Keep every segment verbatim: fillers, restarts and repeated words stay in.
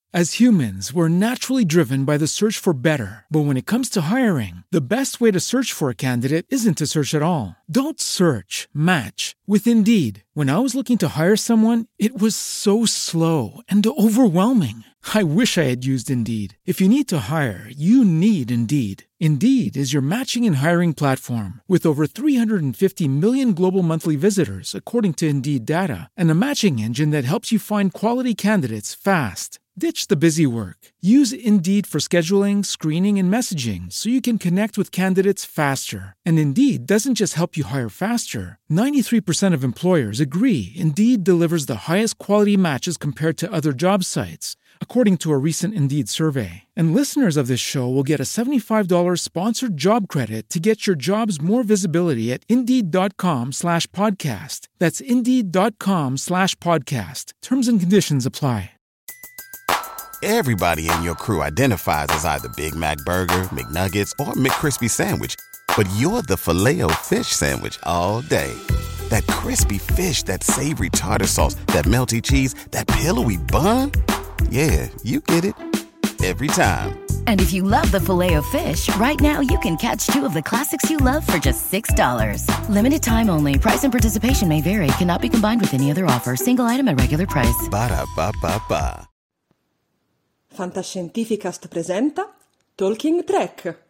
As humans, we're naturally driven by the search for better. But when it comes to hiring, the best way to search for a candidate isn't to search at all. Don't search, match with Indeed. When I was looking to hire someone, it was so slow and overwhelming. I wish I had used Indeed. If you need to hire, you need Indeed. Indeed is your matching and hiring platform with over three hundred fifty million global monthly visitors, according to Indeed data, and a matching engine that helps you find quality candidates fast. Ditch the busy work. Use Indeed for scheduling, screening, and messaging so you can connect with candidates faster. And Indeed doesn't just help you hire faster. ninety-three percent of employers agree Indeed delivers the highest quality matches compared to other job sites, according to a recent Indeed survey. And listeners of this show will get a seventy-five dollars sponsored job credit to get your jobs more visibility at Indeed.com slash podcast. That's Indeed.com slash podcast. Terms and conditions apply. Everybody in your crew identifies as either Big Mac Burger, McNuggets, or McCrispy Sandwich. But you're the Filet-O-Fish Sandwich all day. That crispy fish, that savory tartar sauce, that melty cheese, that pillowy bun. Yeah, you get it. Every time. And if you love the Filet-O-Fish, right now you can catch two of the classics you love for just six dollars. Limited time only. Price and participation may vary. Cannot be combined with any other offer. Single item at regular price. Ba-da-ba-ba-ba. Fantascientificast presenta Talking Trek.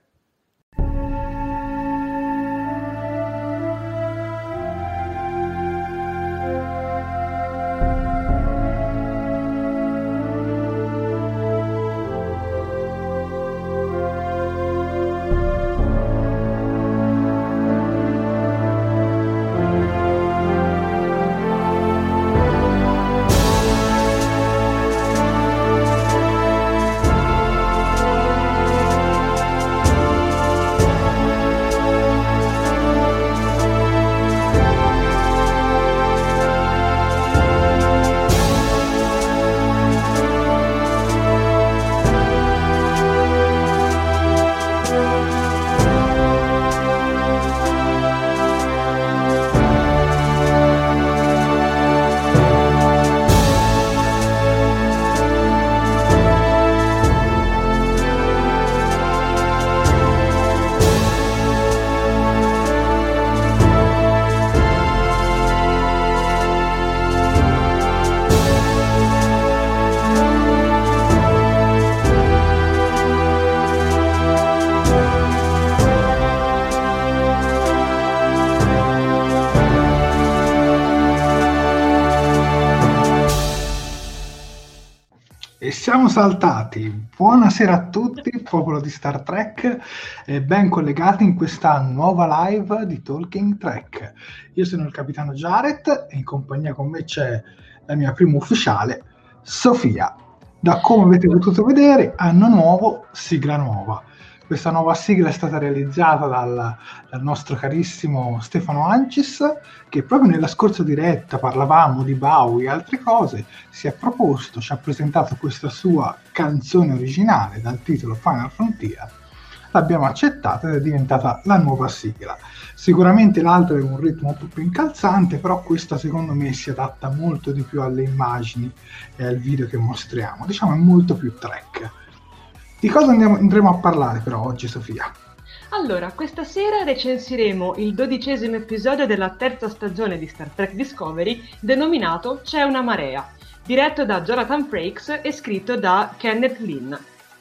E siamo saltati. Buonasera a tutti, popolo di Star Trek, e ben collegati in questa nuova live di Talking Trek. Io sono il capitano Jared e in compagnia con me c'è la mia prima ufficiale, Sofia. Da come avete potuto vedere, anno nuovo, sigla nuova. Questa nuova sigla è stata realizzata dal, dal nostro carissimo Stefano Ancis, che proprio nella scorsa diretta parlavamo di Bowie e altre cose, si è proposto, ci ha presentato questa sua canzone originale dal titolo Final Frontier, l'abbiamo accettata ed è diventata la nuova sigla. Sicuramente l'altra è un ritmo un po' più incalzante, però questa secondo me si adatta molto di più alle immagini e al video che mostriamo, diciamo è molto più Trek. Di cosa andiamo, andremo a parlare però oggi, Sofia? Allora, questa sera recensiremo il dodicesimo episodio della terza stagione di Star Trek Discovery, denominato C'è una marea, diretto da Jonathan Frakes e scritto da Kenneth Lin.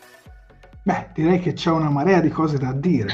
Beh, direi che c'è una marea di cose da dire.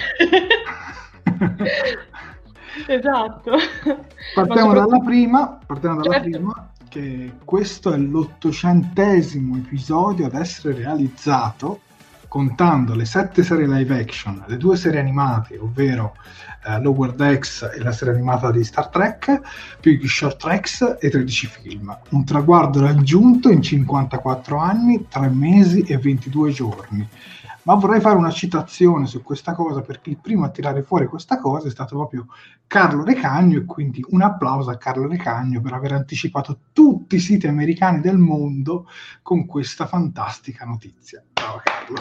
Esatto. Partiamo soprattutto... dalla prima, partiamo dalla certo. prima, che questo è l'ottocentesimo episodio ad essere realizzato, contando le sette serie live action, le due serie animate, ovvero eh, Lower Decks e la serie animata di Star Trek, più gli short tracks e tredici film. Un traguardo raggiunto in cinquantaquattro anni, tre mesi e ventidue giorni. Ma vorrei fare una citazione su questa cosa, perché il primo a tirare fuori questa cosa è stato proprio Carlo Recagno, e quindi un applauso a Carlo Recagno per aver anticipato tutti i siti americani del mondo con questa fantastica notizia. Bravo Carlo.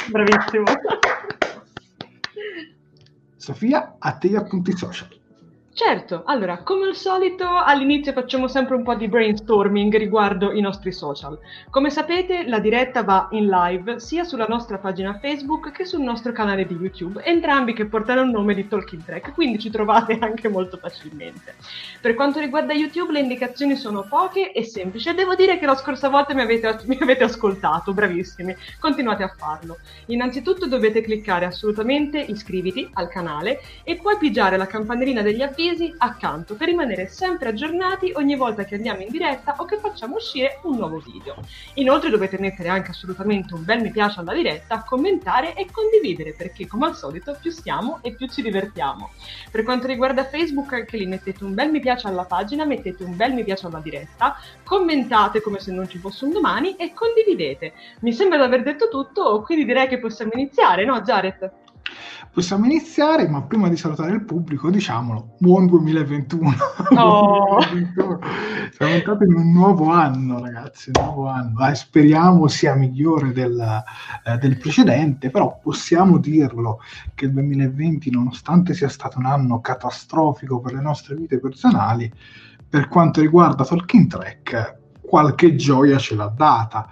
Bravissimo. Sofia, a te gli appunti social. Certo, allora, come al solito all'inizio facciamo sempre un po' di brainstorming riguardo i nostri social. Come sapete, la diretta va in live sia sulla nostra pagina Facebook che sul nostro canale di YouTube, entrambi che portano il nome di Talking Track, quindi ci trovate anche molto facilmente. Per quanto riguarda YouTube le indicazioni sono poche e semplici, e devo dire che la scorsa volta mi avete, mi avete ascoltato, bravissimi, continuate a farlo. Innanzitutto dovete cliccare assolutamente iscriviti al canale e poi pigiare la campanellina degli avvisi accanto per rimanere sempre aggiornati ogni volta che andiamo in diretta o che facciamo uscire un nuovo video. Inoltre dovete mettere anche assolutamente un bel mi piace alla diretta, commentare e condividere, perché come al solito più stiamo e più ci divertiamo. Per quanto riguarda Facebook, anche lì mettete un bel mi piace alla pagina, mettete un bel mi piace alla diretta, commentate come se non ci fosse un domani e condividete. Mi sembra di aver detto tutto, quindi direi che possiamo iniziare, no Jared? Possiamo iniziare, ma prima di salutare il pubblico, diciamolo, buon duemilaventuno. Oh. Siamo entrati in un nuovo anno, ragazzi, un nuovo anno. Dai, speriamo sia migliore del, eh, del precedente, però possiamo dirlo che il duemilaventi, nonostante sia stato un anno catastrofico per le nostre vite personali, per quanto riguarda Talking Track, qualche gioia ce l'ha data.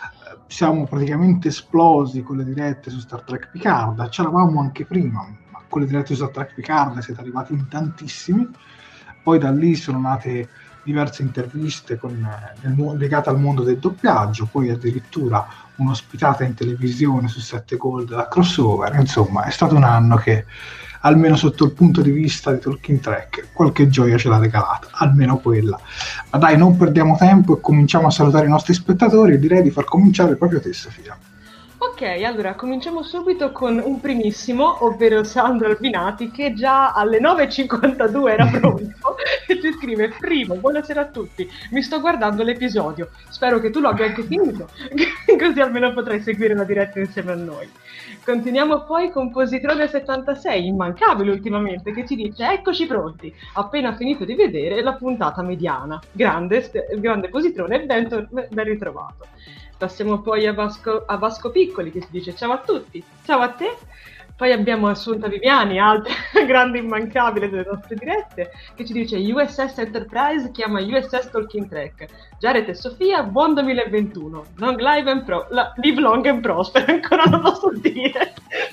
Siamo praticamente esplosi con le dirette su Star Trek Picard, c'eravamo anche prima, ma con le dirette su Star Trek Picard siete arrivati in tantissimi. Poi da lì sono nate diverse interviste con, nel, legate al mondo del doppiaggio, poi addirittura un'ospitata in televisione su sette Gold da crossover. Insomma, è stato un anno che, almeno sotto il punto di vista di Talking Track, qualche gioia ce l'ha regalata, almeno quella. Ma dai, non perdiamo tempo e cominciamo a salutare i nostri spettatori, e direi di far cominciare proprio te, Sofia. Ok, allora cominciamo subito con un primissimo, ovvero Sandro Albinati, che già alle nove e cinquantadue era pronto e ci scrive: primo, buonasera a tutti, mi sto guardando l'episodio, spero che tu lo abbia anche finito, così almeno potrai seguire la diretta insieme a noi. Continuiamo poi con Positrone settantasei, immancabile ultimamente, che ci dice: eccoci pronti, appena finito di vedere la puntata mediana. Grande, grande Positrone, ben, ben ritrovato. Passiamo poi a Vasco, a Vasco Piccoli, che ci dice: ciao a tutti, ciao a te. Poi abbiamo Assunta Viviani, altra grande immancabile delle nostre dirette, che ci dice: U S S Enterprise chiama U S S Talking Track. Jared e Sofia, buon duemilaventuno. Long live and pro, la, live long and prosper, ancora non lo so dire.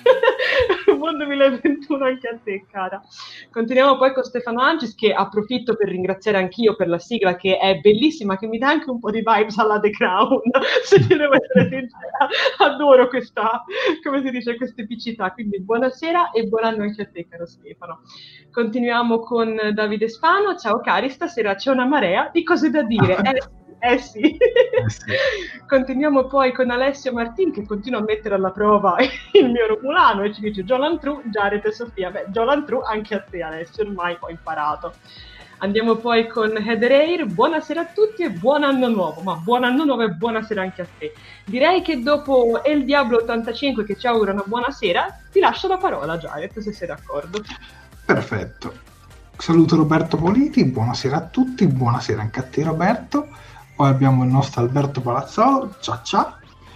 Buon duemilaventuno anche a te, cara. Continuiamo poi con Stefano Ancis, che approfitto per ringraziare anch'io per la sigla, che è bellissima, che mi dà anche un po' di vibes alla The Crown, se ti devo essere sincera. Adoro questa, come si dice, questa epicità. Quindi buonasera e buon anno anche a te, caro Stefano. Continuiamo con Davide Spano. Ciao cari, stasera c'è una marea di cose da dire. Eh, Eh sì. eh sì. Continuiamo poi con Alessio Martin, che continua a mettere alla prova il mio romulano e ci dice: Jolan True, Jared e Sofia. Beh, Jolan True anche a te, Alessio, ormai ho imparato. Andiamo poi con Heather Air, buonasera a tutti e buon anno nuovo, ma buon anno nuovo e buonasera anche a te. Direi che dopo El Diablo ottantacinque, che ci augura una buona sera, ti lascio la parola, Jared, se sei d'accordo. Perfetto. Saluto Roberto Politi, buonasera a tutti, buonasera anche a te, Roberto. Poi abbiamo il nostro Alberto Palazzolo, ciao ciao.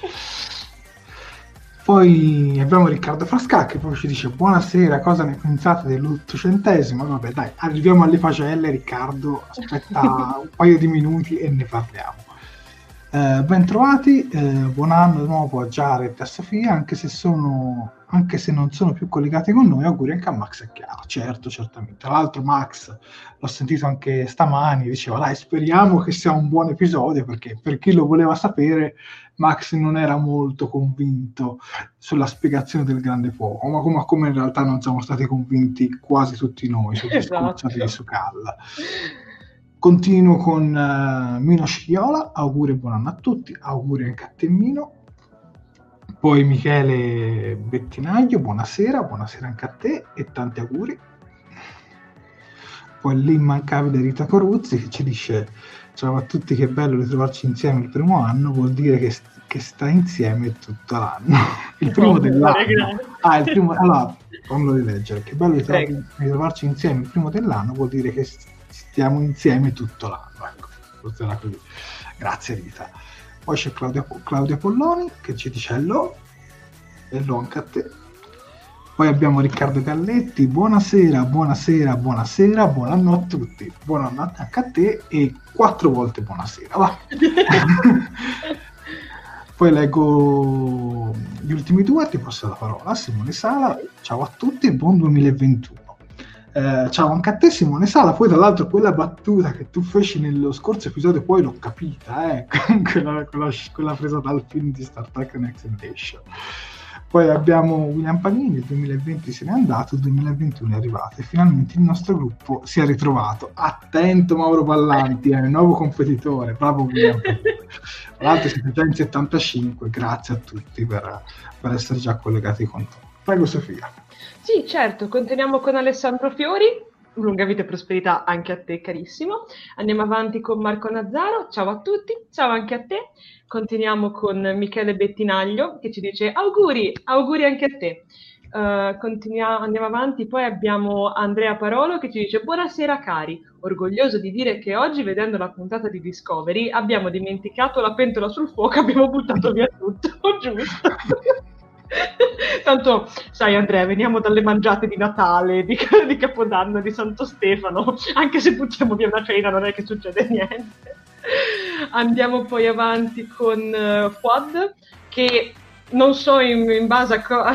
Poi abbiamo Riccardo Frasca, che poi ci dice: buonasera, cosa ne pensate dell'ottocentesimo? Vabbè dai, arriviamo alle facelle, Riccardo, aspetta un paio di minuti e ne parliamo. Eh, ben trovati, eh, buon anno di nuovo a Jared e a Sofia, anche se sono anche se non sono più collegati con noi, auguri anche a Max e Chiara. Certo, certamente. Tra l'altro Max, l'ho sentito anche stamani, diceva: dai, speriamo che sia un buon episodio, perché per chi lo voleva sapere, Max non era molto convinto sulla spiegazione del grande fuoco, ma come, come in realtà non siamo stati convinti quasi tutti noi sul discorso di Sukal. Continuo con uh, Mino Scigliola, auguri e buon anno a tutti, auguri anche a te Mino. Poi Michele Bettinaglio, buonasera, buonasera anche a te e tanti auguri. Poi l'immancabile Rita Coruzzi, che ci dice: ciao a tutti, che bello ritrovarci insieme il primo anno, vuol dire che, che sta insieme tutto l'anno. Il primo oh, dell'anno. Ah, il primo, allora, famelo rileggere, che bello ritrovarci, ritrovarci insieme il primo dell'anno, vuol dire che stiamo insieme tutto l'anno. Ecco, forse era così. Grazie Rita. Poi c'è Claudia, Claudia Polloni, che ci dice hello, hello anche a te. Poi abbiamo Riccardo Galletti, buonasera, buonasera, buonasera, buon anno a tutti, buon anno anche a te e quattro volte buonasera, va. Poi leggo gli ultimi due, ti passo la parola. Simone Sala, ciao a tutti, buon duemilaventuno. Eh, ciao anche a te Simone Sala. Poi tra l'altro quella battuta che tu feci nello scorso episodio poi l'ho capita, eh? quella, quella, quella presa dal film di Star Trek Next Generation. Poi abbiamo William Paghini, il duemilaventi se n'è andato, il duemilaventuno è arrivato e finalmente il nostro gruppo si è ritrovato. Attento Mauro Ballanti, è il nuovo competitore, bravo William Paghini. Tra l'altro siete già in settantacinque, grazie a tutti per, per essere già collegati con noi. Prego Sofia. Sì, certo, continuiamo con Alessandro Fiori, lunga vita e prosperità anche a te carissimo. Andiamo avanti con Marco Nazzaro, ciao a tutti, ciao anche a te. Continuiamo con Michele Bettinaglio che ci dice auguri, auguri anche a te. Uh, continuiamo, andiamo avanti, poi abbiamo Andrea Parolo che ci dice buonasera cari, orgoglioso di dire che oggi vedendo la puntata di Discovery abbiamo dimenticato la pentola sul fuoco, abbiamo buttato via tutto, giusto? Tanto sai Andrea, veniamo dalle mangiate di Natale, di, di Capodanno, di Santo Stefano, anche se buttiamo via una cena non è che succede niente. Andiamo poi avanti con uh, Fuad che non so in, in base a, co- a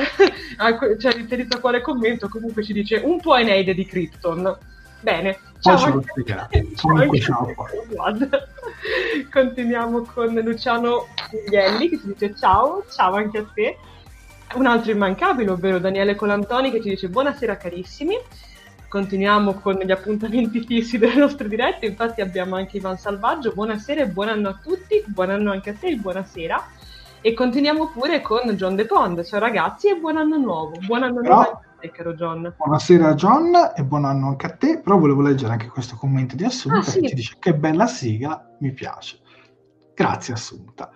cioè riferito a quale commento, comunque ci dice un po' Eneide di Krypton. Bene, ciao, ciao, anche, ciao, anche ciao. Fuad. Continuiamo con Luciano Guglielli che ci dice ciao, ciao anche a te. Un altro immancabile, ovvero Daniele Colantoni che ci dice buonasera carissimi. Continuiamo con gli appuntamenti fissi delle nostre dirette, infatti abbiamo anche Ivan Salvaggio, buonasera e buon anno a tutti, buon anno anche a te, buonasera. E continuiamo pure con John De Pond, ciao ragazzi e buon anno nuovo, buon anno nuovo a te caro John. Buonasera John e buon anno anche a te, però volevo leggere anche questo commento di Assunta ah, sì. che ci dice che bella sigla, mi piace. Grazie Assunta.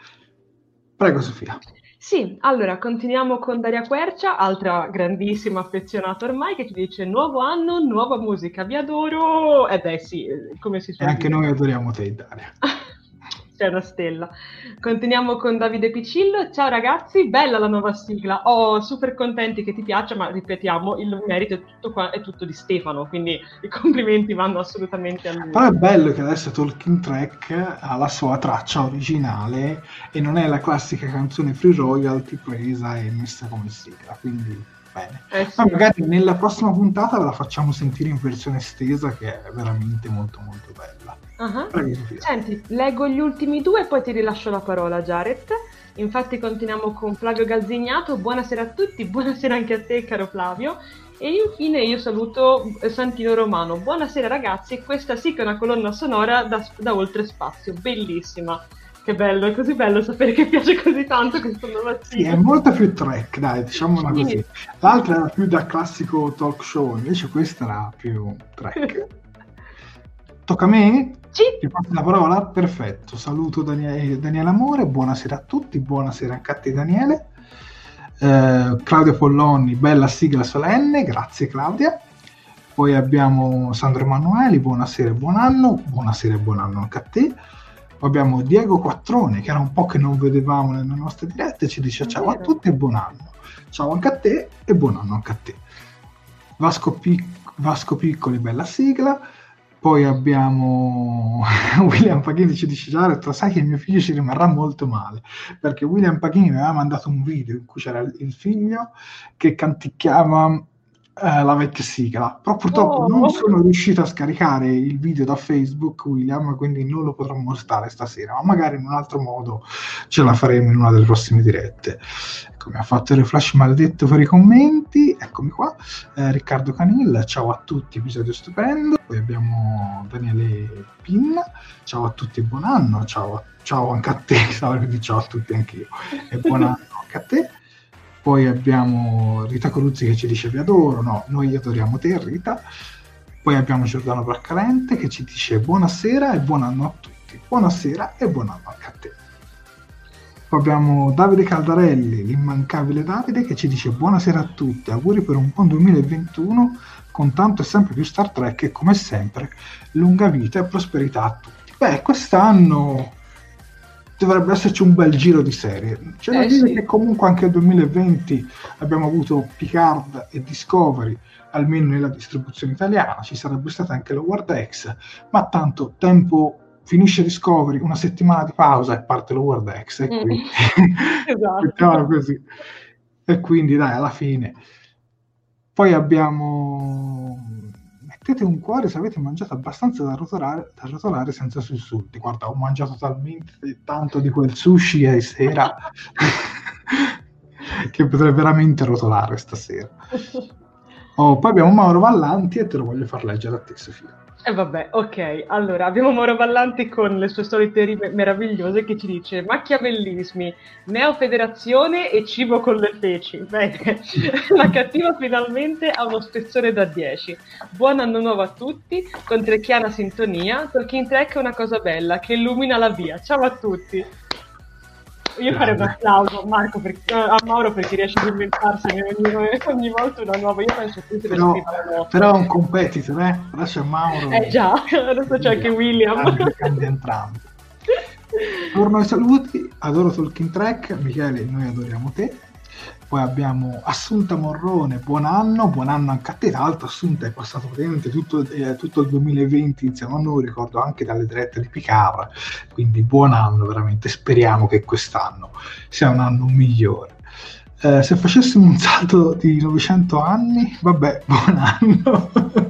Prego Sofia. Sì, allora continuiamo con Daria Quercia, altra grandissima affezionata ormai, che ci dice nuovo anno, nuova musica, vi adoro! Eh beh sì, come si suol E anche dire. noi adoriamo te Daria. C'è una stella. Continuiamo con Davide Piccillo, ciao ragazzi, bella la nuova sigla, oh super contenti che ti piaccia, ma ripetiamo, il merito è tutto, qua, è tutto di Stefano, quindi i complimenti vanno assolutamente a lui. Però è bello che adesso Talking Track ha la sua traccia originale e non è la classica canzone free royalty presa e messa come sigla, quindi bene. Eh sì. Ma magari nella prossima puntata ve la facciamo sentire in versione estesa che è veramente molto molto bella. Uh-huh. Senti, leggo gli ultimi due e poi ti rilascio la parola Jared. Infatti continuiamo con Flavio Galzignato, buonasera a tutti, buonasera anche a te caro Flavio. E infine io saluto Santino Romano, buonasera ragazzi, questa sì che è una colonna sonora da, da oltre spazio, bellissima. Che bello, è così bello sapere che piace così tanto questa nuova sigla. Sì, è molto più track, dai, diciamola sì. così. L'altra era più da classico talk show, invece questa era più track. Tocca a me? Sì. Ti passo la parola? Perfetto. Saluto Daniele, Daniele Amore, buonasera a tutti, buonasera anche a te Daniele. Eh, Claudia Polloni, bella sigla solenne, grazie Claudia. Poi abbiamo Sandro Emanueli, buonasera e buon anno, buonasera e buon anno anche a te. Poi abbiamo Diego Quattrone, che era un po' che non vedevamo nelle nostre dirette, ci dice ciao a tutti e buon anno. Ciao anche a te e buon anno anche a te. Vasco, Pic- Vasco Piccoli, bella sigla. Poi abbiamo William Paghini ci dice Jared, sai che mio figlio ci rimarrà molto male, perché William Paghini mi aveva mandato un video in cui c'era il figlio che canticchiava eh, la vecchia sigla, però purtroppo oh. non sono riuscito a scaricare il video da Facebook, William, quindi non lo potrò mostrare stasera, ma magari in un altro modo ce la faremo in una delle prossime dirette. Ecco, mi ha fatto il refresh maledetto per i commenti, eccomi qua. eh, Riccardo Canil, ciao a tutti, episodio stupendo. Poi abbiamo Daniele Pin, ciao a tutti e buon anno, ciao, ciao anche a te, stavo per dire ciao a tutti anch'io e buon anno anche a te. Poi abbiamo Rita Coruzzi che ci dice vi adoro, no, noi adoriamo te Rita. Poi abbiamo Giordano Braccalente che ci dice buonasera e buon anno a tutti, buonasera e buon anno anche a te. Poi abbiamo Davide Caldarelli, l'immancabile Davide, che ci dice buonasera a tutti, auguri per un buon duemilaventuno con tanto e sempre più Star Trek e come sempre lunga vita e prosperità a tutti. Beh, quest'anno dovrebbe esserci un bel giro di serie. C'è da Eh, dire sì. che comunque anche nel duemilaventi abbiamo avuto Picard e Discovery, almeno nella distribuzione italiana. Ci sarebbe stata anche Lower X, ma tanto tempo finisce Discovery, una settimana di pausa e parte Lower X, e quindi Esatto. mettiamola così. E quindi dai, alla fine. Poi abbiamo... Mettete un cuore se avete mangiato abbastanza da rotolare, da rotolare senza sussulti. Guarda, ho mangiato talmente tanto di quel sushi ieri sera che potrei veramente rotolare stasera. Oh, poi abbiamo Mauro Vallanti e te lo voglio far leggere a te, Sofia. E vabbè, ok, allora abbiamo Mauro Vallanti con le sue solite rime meravigliose che ci dice Machiavellismi, neofederazione e cibo con le feci. Bene, la cattiva finalmente ha uno spessore da dieci. Buon anno nuovo a tutti, con trecchiana sintonia, Talking Track è una cosa bella che illumina la via. Ciao a tutti. Io farei un applauso a Marco per, a Mauro perché riesce ad inventarsene ogni, ogni volta una nuova. Io penso che tutti Però, le scrivano. però è un competitor, eh? Adesso è Mauro. Eh già, adesso c'è anche William. Cambia entrambi. Torno ai saluti, adoro Talking Track, Michele, noi adoriamo te. Poi abbiamo Assunta Morrone, buon anno, buon anno anche a te. Tra l'altro Assunta è passato praticamente tutto, eh, tutto il duemilaventi insieme a noi, ricordo anche dalle dirette di Picard, quindi buon anno veramente, speriamo che quest'anno sia un anno migliore. Eh, se facessimo un salto di novecento anni, vabbè, buon anno.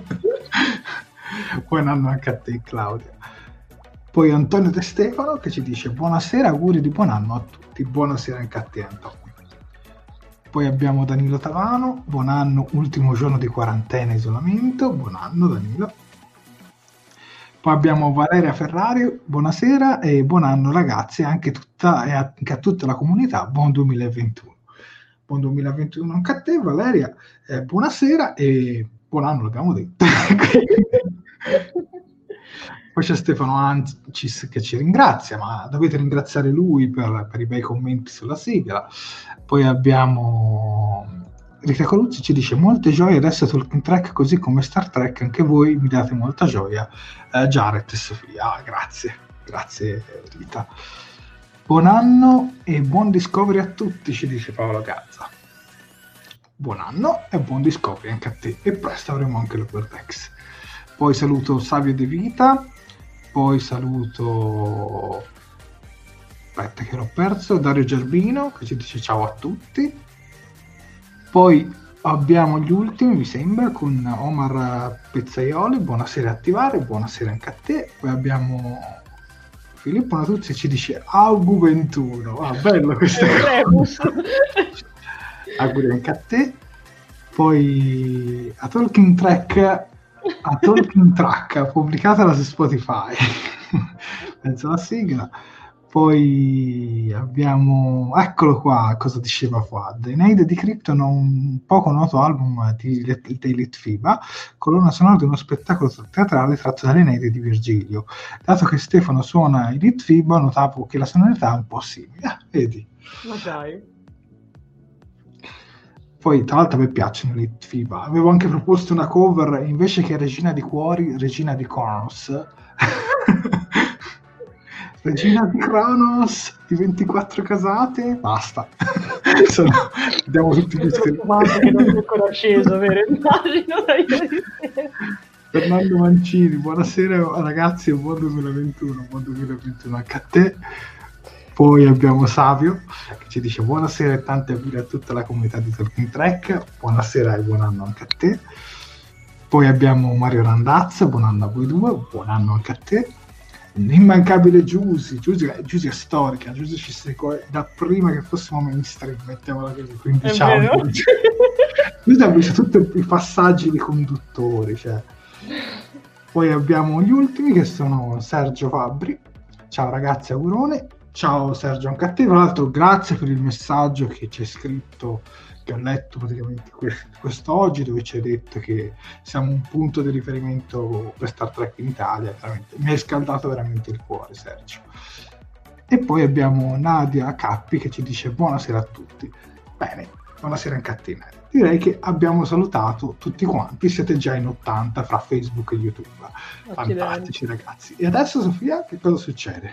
Buon anno anche a te, Claudia. Poi Antonio De Stefano che ci dice buonasera, auguri di buon anno a tutti. Buonasera anche a te, Antonio. Poi abbiamo Danilo Tavano, buon anno, ultimo giorno di quarantena e isolamento, buon anno Danilo. Poi abbiamo Valeria Ferrari, buonasera e buon anno ragazzi, anche, tutta, e anche a tutta la comunità, buon duemilaventuno. Buon duemilaventuno anche a te Valeria, eh, buonasera e buon anno, l'abbiamo detto. Poi c'è Stefano Ancis che ci ringrazia, ma dovete ringraziare lui per, per i bei commenti sulla sigla. Poi abbiamo Rita Coluzzi ci dice molte gioie adesso Talking Track, così come Star Trek, anche voi mi date molta gioia. eh, Jared e Sofia, ah, grazie, grazie Rita. Buon anno e buon Discovery a tutti, ci dice Paolo Gazza. Buon anno e buon Discovery anche a te, e presto avremo anche lo Vortex. Poi saluto Savio De Vita, poi saluto, aspetta che l'ho perso, Dario Gerbino che ci dice ciao a tutti. Poi abbiamo gli ultimi, mi sembra, con Omar Pezzaioli, buonasera attivare, buonasera anche a te. Poi abbiamo Filippo Natuzzi che ci dice Augu ventuno, ah bello questo. Auguri anche a te. Poi a Talking Track a Talking Track pubblicatela su Spotify. Penso la sigla. Poi abbiamo, eccolo qua, cosa diceva Fuad. Eneide di Krypton, un poco noto album di, dei Litfiba, colonna sonora di uno spettacolo teatrale tratto dalle Eneide di Virgilio. Dato che Stefano suona i Litfiba, notavo che la sonorità è un po' simile. Ah, vedi? Ma dai. Poi tra l'altro a me piacciono i Litfiba. Avevo anche proposto una cover invece che Regina di Cuori, Regina di Cronos. Regina di Cronos di ventiquattro casate, basta. Sono, abbiamo tutti gli che non è ancora acceso, vero? Immagino da ieri sera. Fernando Mancini, buonasera ragazzi e buon duemilaventuno, buon duemilaventuno anche a te. Poi abbiamo Savio che ci dice buonasera e tanti auguri a tutta la comunità di Talking Track, buonasera e buon anno anche a te. Poi abbiamo Mario Randazza, buon anno a voi due, buon anno anche a te. L'immancabile Giusy, Giusy, Giusy è storica, Giusy ci segue da prima che fossimo mainstream, mettiamola così, quindi È ciao. vero? Giusy ha visto tutti i passaggi di conduttori, cioè. Poi abbiamo gli ultimi che sono Sergio Fabbri, ciao ragazzi, augurone, ciao Sergio anche a te, tra l'altro grazie per il messaggio che ci hai scritto, che ho letto praticamente quest'oggi, dove ci hai detto che siamo un punto di riferimento per Star Trek in Italia. Veramente, mi hai scaldato veramente il cuore, Sergio. E poi abbiamo Nadia Cappi che ci dice buonasera a tutti. Bene, buonasera anche a te, Nadia. Direi che abbiamo salutato tutti quanti, siete già in ottanta fra Facebook e YouTube. Fantastici ragazzi. E adesso Sofia, che cosa succede?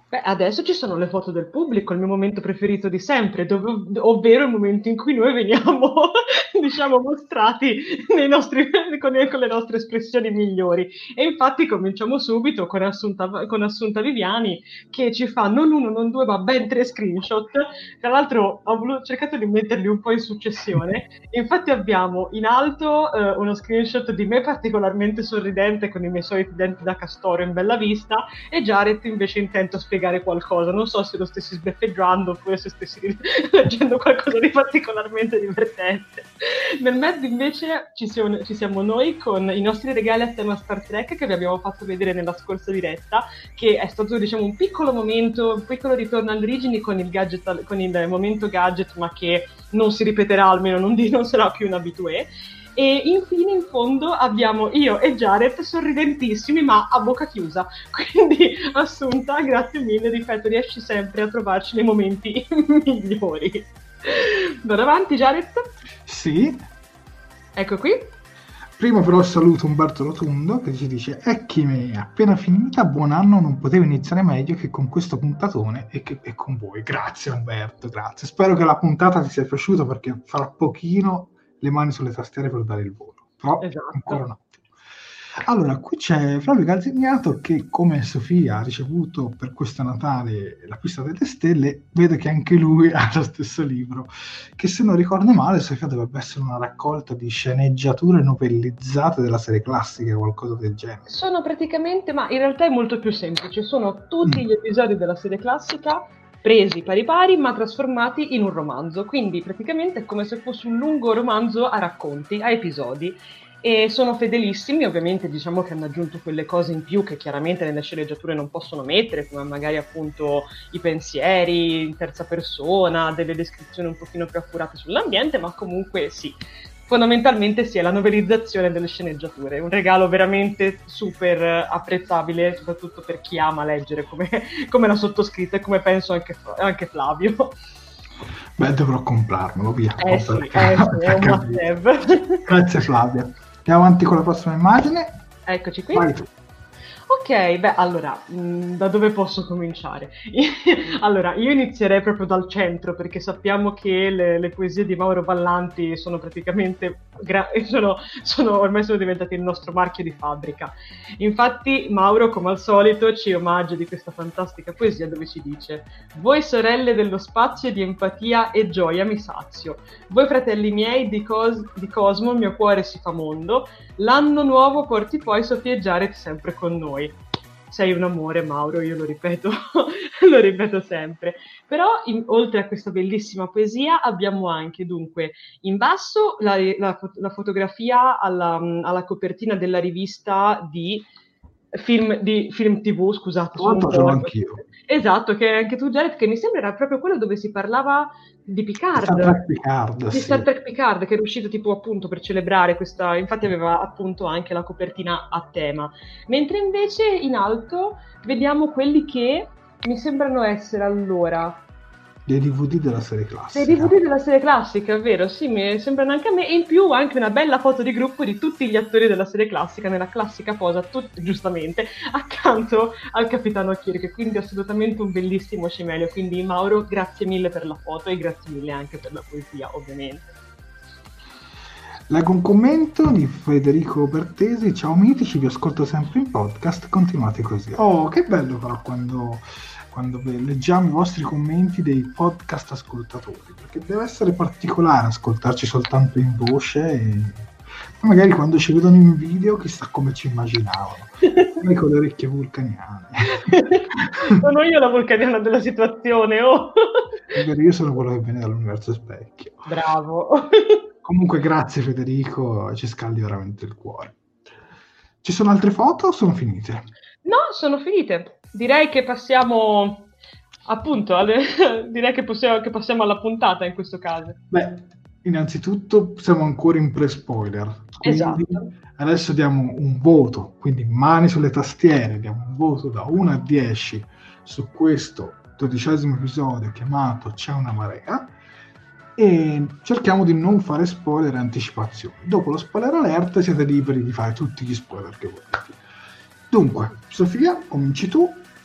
Beh, adesso ci sono le foto del pubblico, il mio momento preferito di sempre, dove, ovvero il momento in cui noi veniamo, diciamo, mostrati nei nostri, con, le, con le nostre espressioni migliori. E infatti cominciamo subito con Assunta, con Assunta Viviani, che ci fa non uno, non due, ma ben tre screenshot. Tra l'altro ho voluto, cercato di metterli un po' in successione. Infatti abbiamo in alto eh, uno screenshot di me particolarmente sorridente con i miei soliti denti da castoro in bella vista, e Jared invece intento a spiegare qualcosa, non so se lo stessi sbeffeggiando oppure se stessi leggendo qualcosa di particolarmente divertente. Nel mezzo invece ci siamo, ci siamo noi con i nostri regali a tema Star Trek che vi abbiamo fatto vedere nella scorsa diretta, che è stato, diciamo, un piccolo momento, un piccolo ritorno alle origini con il gadget, con il momento gadget, ma che non si ripeterà, almeno non, di, non sarà più un habitué. E infine in fondo abbiamo io e Jared sorridentissimi ma a bocca chiusa, quindi Assunta, grazie mille, ripeto, riesci sempre a trovarci nei momenti migliori. Vado avanti, Jared? Sì. Ecco qui. Prima però saluto Umberto Rotundo che ci dice: Ecchime, appena finita, buon anno, non poteva iniziare meglio che con questo puntatone e, che, e con voi. Grazie Umberto, grazie. Spero che la puntata ti sia piaciuta, perché fra pochino le mani sulle tastiere per dare il volo, però esatto. Ancora un attimo. Allora, qui c'è Flavio Calzignato che, come Sofia ha ricevuto per questo Natale La pista delle stelle, vede che anche lui ha lo stesso libro, che se non ricordo male, Sofia, dovrebbe essere una raccolta di sceneggiature novellizzate della serie classica, qualcosa del genere. Sono praticamente, ma in realtà è molto più semplice, sono tutti Mm. gli episodi della serie classica presi pari pari ma trasformati in un romanzo, quindi praticamente è come se fosse un lungo romanzo a racconti, a episodi, e sono fedelissimi. Ovviamente diciamo che hanno aggiunto quelle cose in più che chiaramente nelle sceneggiature non possono mettere, come magari appunto i pensieri in terza persona, delle descrizioni un pochino più accurate sull'ambiente, ma comunque sì, fondamentalmente sì, è la novelizzazione delle sceneggiature, un regalo veramente super apprezzabile, soprattutto per chi ama leggere come, come la sottoscritta e come penso anche, anche Flavio. Beh, dovrò comprarmelo, via. Eh sì, Perché- eh sì, è un perché- must have. Grazie Flavia. Andiamo avanti con la prossima immagine. Eccoci qui. Vai tu. Ok, beh, allora, mh, da dove posso cominciare? Allora, io inizierei proprio dal centro, perché sappiamo che le, le poesie di Mauro Vallanti sono praticamente, gra- sono, sono, ormai sono diventate il nostro marchio di fabbrica. Infatti Mauro, come al solito, ci omaggia di questa fantastica poesia dove ci dice: voi sorelle dello spazio di empatia e gioia mi sazio, voi fratelli miei di, cos- di Cosmo il mio cuore si fa mondo, l'anno nuovo porti poi Sofia e Jared sempre con noi. Sei un amore, Mauro, io lo ripeto, lo ripeto sempre. Però, in- oltre a questa bellissima poesia, abbiamo anche, dunque, in basso la, la fo- la fotografia alla, alla copertina della rivista di film, di film tivù, scusate. sono un Quanto po'- ce l'ho anch'io. Esatto, che anche tu, Jared, che mi sembra era proprio quello dove si parlava di Picard. Star Trek Picard, Di sì. Star Trek Picard, che era uscito tipo appunto per celebrare questa, infatti aveva appunto anche la copertina a tema, mentre invece in alto vediamo quelli che mi sembrano essere allora Dei D V D della serie classica. dei D V D della serie classica, vero? Sì, mi sembrano anche a me, e in più anche una bella foto di gruppo di tutti gli attori della serie classica nella classica posa, tut- giustamente, accanto al capitano Kirk, quindi assolutamente un bellissimo cimelio. Quindi Mauro, grazie mille per la foto e grazie mille anche per la poesia, ovviamente. Leggo un commento di Federico Bertesi: ciao mitici, vi ascolto sempre in podcast, continuate così. Oh, che bello però quando, quando ve- leggiamo i vostri commenti dei podcast ascoltatori, perché deve essere particolare ascoltarci soltanto in voce e magari quando ci vedono in video chissà come ci immaginavano, noi con le orecchie vulcaniane. Sono io la vulcaniana della situazione, oh! È vero, io sono quello che viene dall'universo specchio. Bravo! Comunque grazie Federico, ci scaldi veramente il cuore. Ci sono altre foto o sono finite? No, sono finite. Direi che passiamo appunto alle... direi che possiamo, che passiamo alla puntata in questo caso. Beh, innanzitutto siamo ancora in pre-spoiler, quindi Esatto. adesso diamo un voto, quindi mani sulle tastiere, diamo un voto da uno a dieci su questo dodicesimo episodio chiamato C'è una marea, e cerchiamo di non fare spoiler e anticipazioni. Dopo lo spoiler alert siete liberi di fare tutti gli spoiler che volete. Dunque, Sofia, cominci tu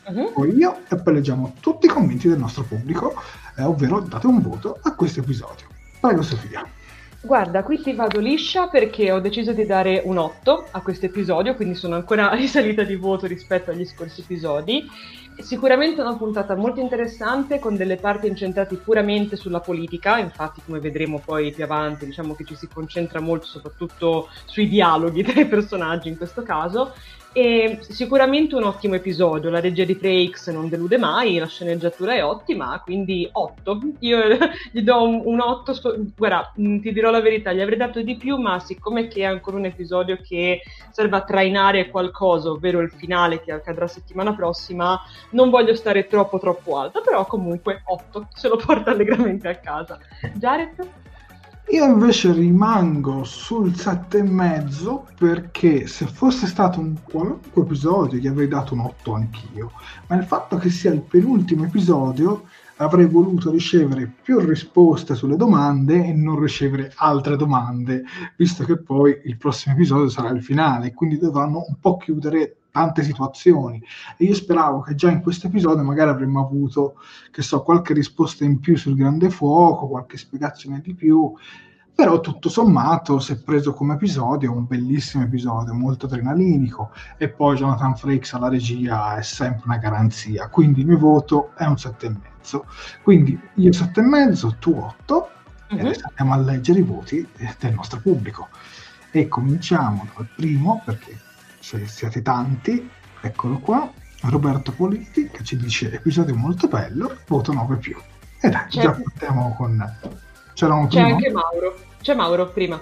uh-huh. poi io, e poi leggiamo tutti i commenti del nostro pubblico, eh, ovvero date un voto a questo episodio. Prego Sofia. Guarda, qui ti vado liscia perché ho deciso di dare un otto a questo episodio, quindi sono ancora risalita di voto rispetto agli scorsi episodi. Sicuramente una puntata molto interessante, con delle parti incentrate puramente sulla politica, infatti come vedremo poi più avanti diciamo che ci si concentra molto soprattutto sui dialoghi tra i personaggi in questo caso, e sicuramente un ottimo episodio, la regia di Frakes non delude mai, la sceneggiatura è ottima, quindi otto. Io gli do un, un otto, guarda, ti dirò la verità, gli avrei dato di più, ma siccome che è ancora un episodio che serve a trainare qualcosa, ovvero il finale che accadrà settimana prossima, non voglio stare troppo troppo alta, però comunque otto, se lo porta allegramente a casa. Jared? Io invece rimango sul sette e mezzo, perché se fosse stato un qualunque episodio gli avrei dato un otto anch'io, ma il fatto che sia il penultimo episodio avrei voluto ricevere più risposte sulle domande e non ricevere altre domande, visto che poi il prossimo episodio sarà il finale, quindi dovranno un po' chiudere tante situazioni, e io speravo che già in questo episodio magari avremmo avuto, che so, qualche risposta in più sul grande fuoco, qualche spiegazione di più, però tutto sommato, se preso come episodio, è un bellissimo episodio, molto adrenalinico, e poi Jonathan Frakes alla regia è sempre una garanzia, quindi il mio voto è un sette e mezzo, quindi io sette e mezzo, tu otto, uh-huh. E adesso andiamo a leggere i voti del nostro pubblico, e cominciamo dal primo, perché se siete tanti, eccolo qua, Roberto Politi, che ci dice episodio molto bello, voto nove più. E dai, c'è... già partiamo con... C'era C'è anche Mauro, c'è Mauro prima.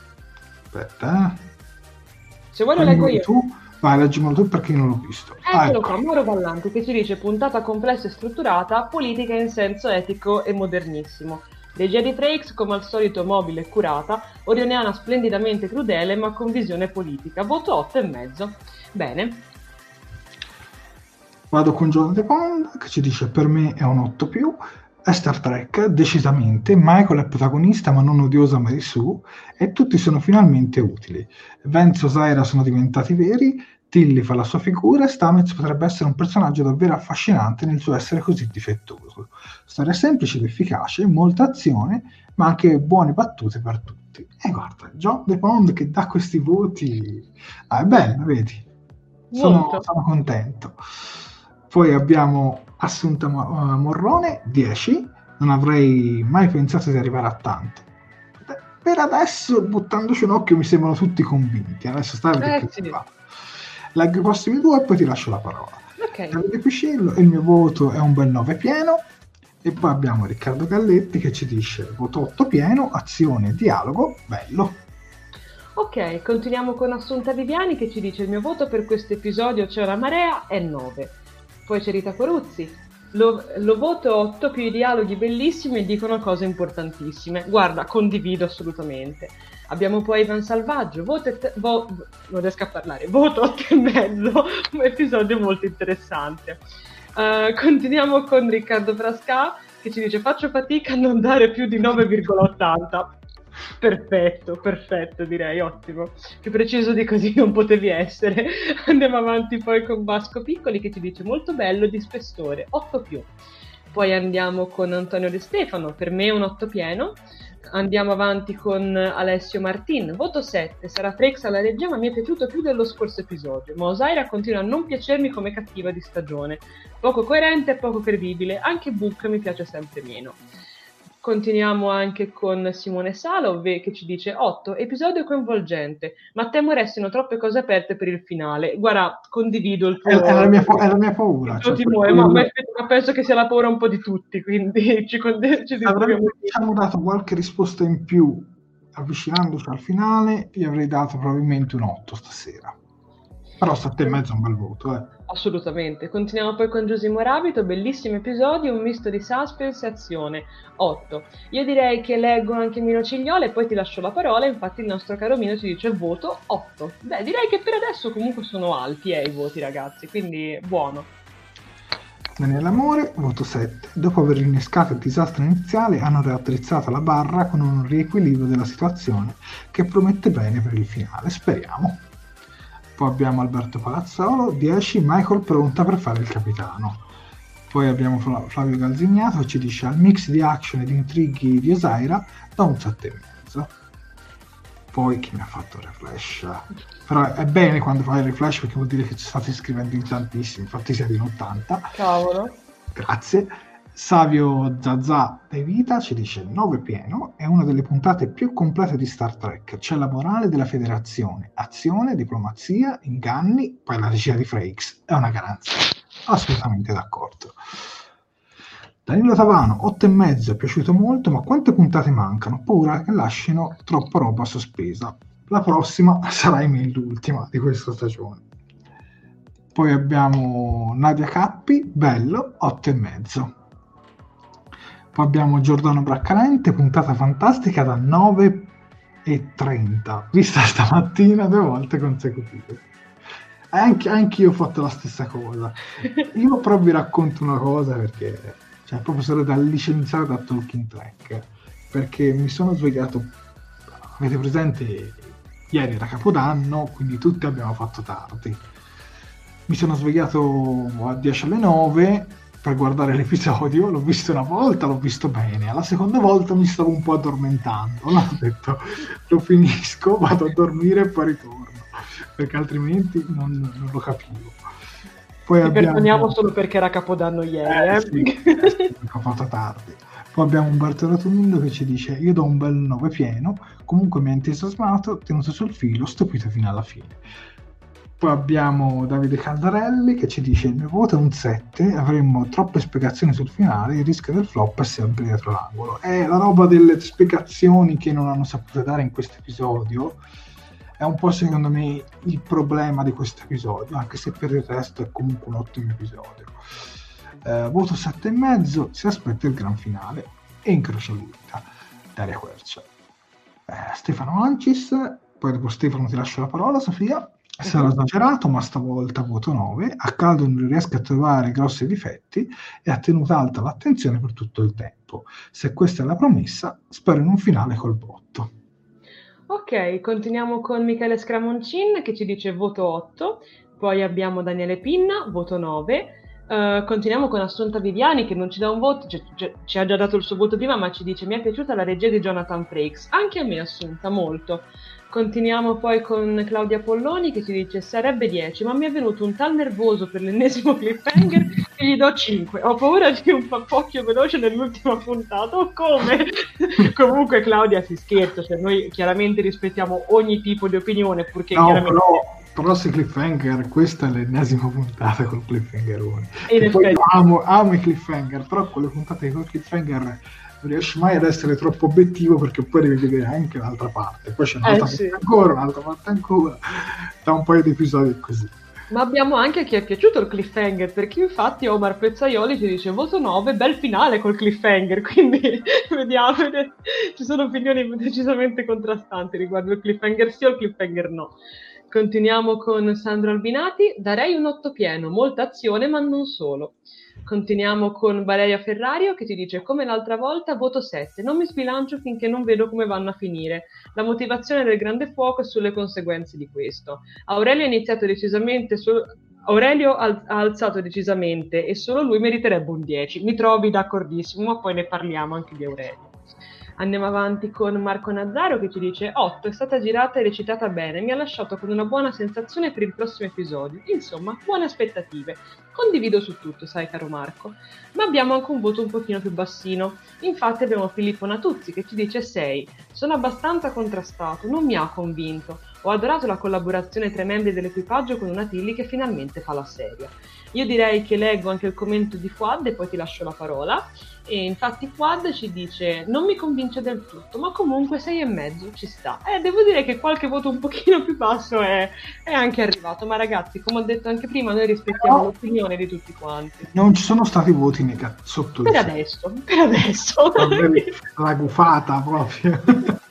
Aspetta, eh. Se vuoi lo leggo io. Tu, vai, leggimelo tu perché io non l'ho visto. Eccolo ah, ecco. qua, Mauro Vallanti, che ci dice puntata complessa e strutturata, politica in senso etico e modernissimo. Regia di Frakes, come al solito mobile e curata, orioniana splendidamente crudele ma con visione politica. Voto otto e mezzo. Bene. Vado con Jonathan Pond, che ci dice per me è un otto più. È Star Trek, decisamente. Michael è protagonista ma non odiosa Mary Sue, e tutti sono finalmente utili. Vance e Osaira sono diventati veri, Tilly fa la sua figura, e Stamets potrebbe essere un personaggio davvero affascinante nel suo essere così difettoso. Storia semplice ed efficace, molta azione, ma anche buone battute per tutti. E guarda, John De Pond che dà questi voti, ah, è bello, vedi? Sono, sono contento. Poi abbiamo Assunta Morrone, dieci, non avrei mai pensato di arrivare a tanto. Per adesso, buttandoci un occhio, mi sembrano tutti convinti. Adesso stai a vedere eh, che sì. fa. Leggo i prossimi due e poi ti lascio la parola. Ok. Davide Piscillo, il mio voto è un bel nove pieno. E poi abbiamo Riccardo Galletti che ci dice voto otto pieno, azione, dialogo, bello. Ok, continuiamo con Assunta Viviani che ci dice il mio voto per questo episodio C'è una marea è nove. Poi c'è Rita Coruzzi, lo, lo voto otto più i dialoghi bellissimi e dicono cose importantissime. Guarda, condivido assolutamente. Abbiamo poi Ivan Salvaggio, voto et- vo- non riesco a parlare, voto otto e mezzo, un episodio molto interessante. Uh, continuiamo con Riccardo Frasca che ci dice faccio fatica a non dare più di nove virgola ottanta. Perfetto, perfetto, direi, ottimo. Più preciso di così non potevi essere. Andiamo avanti poi con Vasco Piccoli che ci dice molto bello, di spessore, otto più. Poi andiamo con Antonio De Stefano, per me un otto pieno. Andiamo avanti con Alessio Martin, voto sette, sarà Frakes alla regia ma mi è piaciuto più dello scorso episodio, ma Osaira continua a non piacermi come cattiva di stagione, poco coerente e poco credibile, anche Book mi piace sempre meno. Continuiamo anche con Simone Salo che ci dice otto, episodio coinvolgente, ma temo restino troppe cose aperte per il finale. Guarda, condivido il tuo... È, è, la, mia, è la mia paura. Il tuo cioè, timore, ma, ma penso che sia la paura un po' di tutti, quindi ci, ci avremmo diciamo, dato qualche risposta in più avvicinandoci al finale, gli avrei dato probabilmente un otto stasera. Però sette e mezzo è un bel voto, eh. Assolutamente. Continuiamo poi con Giusimo Rabito, bellissimo episodio, un misto di suspense e azione, otto. Io direi che leggo anche Mino Cigliola e poi ti lascio la parola, infatti il nostro caro Mino ci dice voto otto. Beh, direi che per adesso comunque sono alti eh, i voti ragazzi, quindi buono. Nell'amore, voto sette. Dopo aver innescato il disastro iniziale hanno raddrizzato la barra con un riequilibrio della situazione che promette bene per il finale, speriamo. Poi abbiamo Alberto Palazzolo, dieci, Michael pronta per fare il capitano. Poi abbiamo Flavio Galzignato che ci dice al mix di action e di intrighi di Osaira da un sette e mezzo. Poi chi mi ha fatto il refresh? Però è bene quando fai il refresh perché vuol dire che ci state scrivendo in tantissimi, infatti siete in ottanta. Cavolo. Grazie. Savio Zazà De Vita ci dice nove pieno, è una delle puntate più complete di Star Trek, c'è la morale della federazione, azione, diplomazia, inganni, poi la regia di Frakes è una garanzia. Assolutamente d'accordo. Danilo Tavano, otto e mezzo, è piaciuto molto, ma quante puntate mancano? Ho paura che lasciano troppa roba sospesa. La prossima sarà l'ultima di questa stagione. Poi abbiamo Nadia Cappi, bello, otto e mezzo. Poi abbiamo Giordano Braccanente, puntata fantastica da nove e trenta, vista stamattina due volte consecutive. Anche, anche io ho fatto la stessa cosa. Io però vi racconto una cosa perché, cioè, proprio solo da licenziare da Talking Track, perché mi sono svegliato, avete presente, ieri era Capodanno, quindi tutti abbiamo fatto tardi. Mi sono svegliato a dieci alle nove per guardare l'episodio, l'ho visto una volta, l'ho visto bene, alla seconda volta mi stavo un po' addormentando, allora ho detto lo finisco, vado a dormire e poi ritorno, perché altrimenti non, non lo capivo. Poi Ti abbiamo... perdoniamo solo perché era Capodanno ieri, eh? eh sì, eh sì, ho fatto tardi. Poi abbiamo Umberto Rotondo che ci dice io do un bel nove pieno, comunque mi ha entusiasmato, tenuto sul filo, stupito fino alla fine. Poi abbiamo Davide Caldarelli che ci dice il mio voto è un sette, avremmo troppe spiegazioni sul finale, il rischio del flop è sempre dietro l'angolo. È la roba delle spiegazioni che non hanno saputo dare in questo episodio, è un po' secondo me il problema di questo episodio, anche se per il resto è comunque un ottimo episodio. Eh, voto sette e mezzo, si aspetta il gran finale e incrocia l'unità. Daria Quercia. Eh, Stefano Ancis, poi dopo Stefano ti lascio la parola, Sofia. Sarà esagerato, ma stavolta voto nove. A caldo non riesco a trovare grossi difetti e ha tenuto alta l'attenzione per tutto il tempo. Se questa è la promessa, spero in un finale col botto. Ok, continuiamo con Michele Scramoncin che ci dice voto otto. Poi abbiamo Daniele Pinna, voto nove. Uh, continuiamo con Assunta Viviani che non ci dà un voto, cioè, cioè, ci ha già dato il suo voto prima, ma ci dice mi è piaciuta la regia di Jonathan Frakes. Anche a me, Assunta, molto. Continuiamo poi con Claudia Polloni che ci dice sarebbe dieci, ma mi è venuto un tal nervoso per l'ennesimo cliffhanger che gli do cinque. Ho paura di un pappocchio veloce nell'ultima puntata. Oh, come? Comunque Claudia si scherza, cioè noi chiaramente rispettiamo ogni tipo di opinione, purché no, chiaramente... però, però se cliffhanger, questa è l'ennesima puntata col cliffhangerone. E e poi effetti... amo, amo i cliffhanger, però con le puntate col cliffhanger non riesci mai ad essere troppo obiettivo perché poi devi vedere anche l'altra parte, poi c'è un'altra eh, sì. parte ancora, un'altra parte ancora, da un paio di episodi così. Ma abbiamo anche a chi è piaciuto il cliffhanger, perché infatti Omar Pezzaioli ci dice voto nove, bel finale col cliffhanger, quindi vediamo, ci sono opinioni decisamente contrastanti riguardo il cliffhanger sì o il cliffhanger no. Continuiamo con Sandro Albinati, darei un otto pieno, molta azione ma non solo. Continuiamo con Valeria Ferrario che ti dice come l'altra volta voto sette, non mi sbilancio finché non vedo come vanno a finire, la motivazione del grande fuoco e sulle conseguenze di questo. Aurelio ha iniziato decisamente su... Aurelio ha alzato decisamente e solo lui meriterebbe un dieci, mi trovi d'accordissimo, ma poi ne parliamo anche di Aurelio. Andiamo avanti con Marco Nazzaro che ci dice otto, è stata girata e recitata bene, mi ha lasciato con una buona sensazione per il prossimo episodio, insomma, buone aspettative. Condivido su tutto, sai caro Marco, ma abbiamo anche un voto un pochino più bassino. Infatti abbiamo Filippo Natuzzi che ci dice sei, sono abbastanza contrastato, non mi ha convinto. Ho adorato la collaborazione tra i membri dell'equipaggio con una Tilly che finalmente fa la seria. Io direi che leggo anche il commento di Fuad e poi ti lascio la parola. E infatti Fuad ci dice non mi convince del tutto, ma comunque sei e mezzo ci sta. Eh, devo dire che qualche voto un pochino più basso è, è anche arrivato, ma ragazzi, come ho detto anche prima, noi rispettiamo no. l'opinione di tutti quanti. Non ci sono stati voti negativi sotto per adesso, per adesso. La gufata proprio.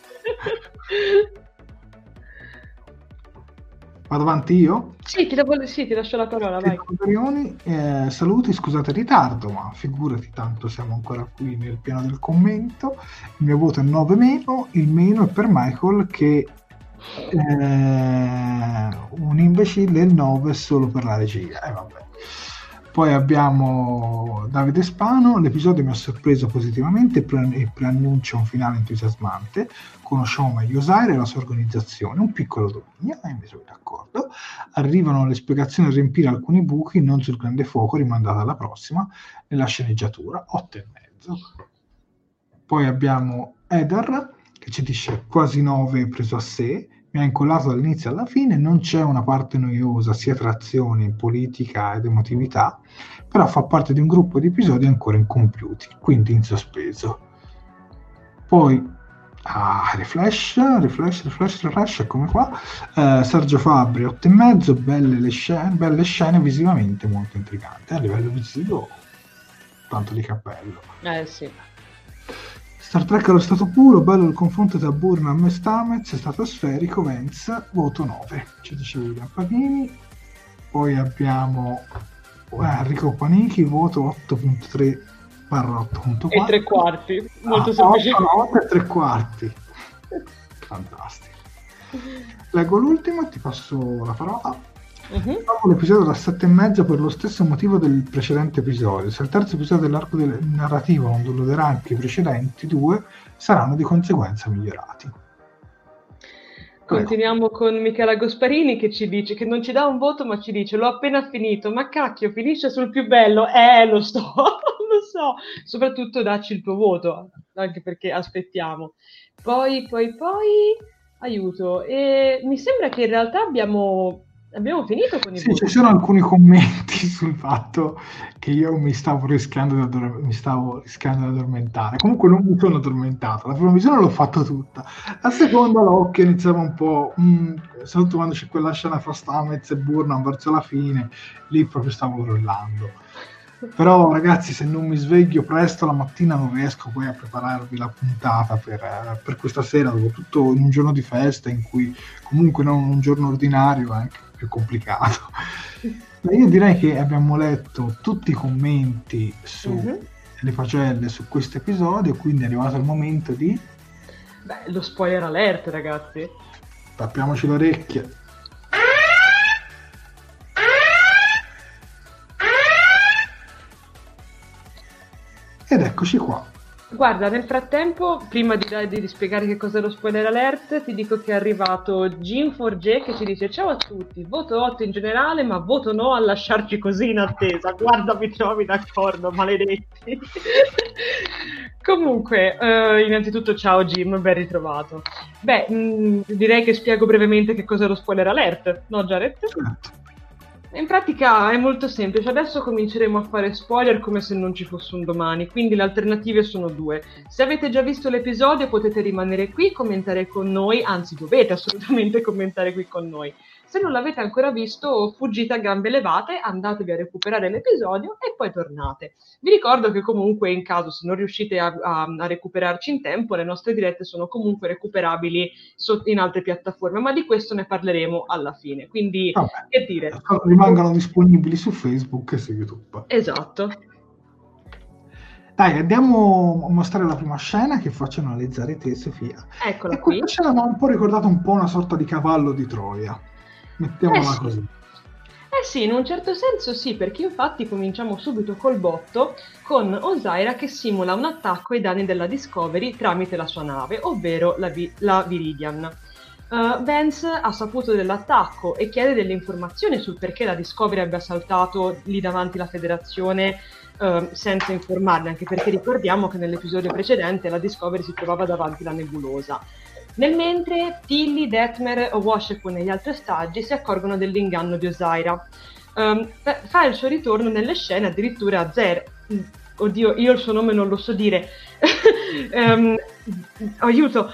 Vado avanti io? Sì, ti, devo, sì, ti lascio la parola, vai. Eh, saluti, scusate il ritardo, ma figurati, tanto siamo ancora qui nel piano del commento. Il mio voto è nove meno, il meno è per Michael che Eh, un imbecille il nove solo per la regia. Eh, vabbè. Poi abbiamo Davide Spano. L'episodio mi ha sorpreso positivamente e pre- preannuncia un finale entusiasmante. Conosciamo meglio Osaira e la sua organizzazione, un piccolo dominio, e mi sono d'accordo. Arrivano le spiegazioni a riempire alcuni buchi, non sul grande fuoco, rimandata alla prossima, nella sceneggiatura, otto e mezzo. Poi abbiamo Edar, che ci dice quasi nove preso a sé, mi ha incollato dall'inizio alla fine, non c'è una parte noiosa sia tra azione, politica ed emotività, però fa parte di un gruppo di episodi ancora incompiuti, quindi in sospeso. Poi ah, Reflash, Reflash, Reflash, Reflash, eccomi qua. Eh, Sergio Fabri, otto e mezzo, belle le scene, belle scene visivamente molto intriganti. A livello visivo, tanto di cappello. Eh sì. Star Trek allo stato puro, bello il confronto tra Burnham e Stamets, stratosferico, Vance, voto nove, ci dice William Panini. Poi abbiamo eh, Enrico Panichi, voto otto virgola tre barra otto virgola quattro. E tre quarti, molto ah, semplice. otto e tre quarti. Fantastico. Leggo l'ultimo e ti passo la parola. Uh-huh. Dopo l'episodio da sette e mezzo per lo stesso motivo del precedente episodio. Se il terzo episodio dell'arco del narrativo non deluderà anche i precedenti due, saranno di conseguenza migliorati. Continuiamo con Michela Gosparini che ci dice che non ci dà un voto ma ci dice l'ho appena finito, ma cacchio finisce sul più bello, eh lo sto, lo so, soprattutto dacci il tuo voto, anche perché aspettiamo. Poi, poi, poi, aiuto, e mi sembra che in realtà abbiamo... Abbiamo finito con i sì, voti. ci sono alcuni commenti sul fatto che io mi stavo rischiando di, addor- mi stavo rischiando di addormentare. Comunque non mi sono addormentato. La prima visione l'ho fatta tutta. La seconda l'occhio iniziava un po'. Mh, soprattutto quando c'è quella scena fra Stamets e Burnham verso la fine, lì proprio stavo crollando. Però ragazzi, se non mi sveglio presto la mattina non riesco poi a prepararvi la puntata per, eh, per questa sera, soprattutto in un giorno di festa in cui comunque non un giorno ordinario è anche più complicato. Ma io direi che abbiamo letto tutti i commenti sulle mm-hmm. pagelle su questo episodio, quindi è arrivato il momento di... Beh, lo spoiler alert, ragazzi. Tappiamoci le orecchie. Ed eccoci qua. Guarda, nel frattempo, prima di, di, di spiegare che cos'è lo spoiler alert, ti dico che è arrivato Jim four J che ci dice ciao a tutti, voto otto in generale, ma voto no a lasciarci così in attesa. Guarda, mi trovi d'accordo, maledetti. Comunque, eh, innanzitutto ciao Jim, ben ritrovato. Beh, mh, direi che spiego brevemente che cos'è lo spoiler alert, no Jared? Certo. In pratica è molto semplice, adesso cominceremo a fare spoiler come se non ci fosse un domani, quindi le alternative sono due. Se avete già visto l'episodio potete rimanere qui, commentare con noi, anzi dovete assolutamente commentare qui con noi. Se non l'avete ancora visto, fuggite a gambe levate, andatevi a recuperare l'episodio e poi tornate. Vi ricordo che comunque in caso se non riuscite a, a, a recuperarci in tempo, le nostre dirette sono comunque recuperabili so, in altre piattaforme, ma di questo ne parleremo alla fine. Quindi, Vabbè, che dire? Rimangono disponibili su Facebook e su YouTube. Esatto. Dai, andiamo a mostrare la prima scena che faccio analizzare te, Sofia. Eccola e questa qui. scena mi ha un po' ricordato un po' una sorta di cavallo di Troia. Mettiamola eh sì. così. Eh sì, in un certo senso sì, perché infatti cominciamo subito col botto con Osaira che simula un attacco ai danni della Discovery tramite la sua nave, ovvero la, Vi- la Viridian. Uh, Vance ha saputo dell'attacco e chiede delle informazioni sul perché la Discovery abbia saltato lì davanti la Federazione uh, senza informarne, anche perché ricordiamo che nell'episodio precedente la Discovery si trovava davanti la nebulosa. Nel mentre Tilly, Detmer, Washington e gli altri ostaggi si accorgono dell'inganno di Osaira. Um, fa il suo ritorno nelle scene addirittura a Zera. Oddio, io il suo nome non lo so dire. um, aiuto.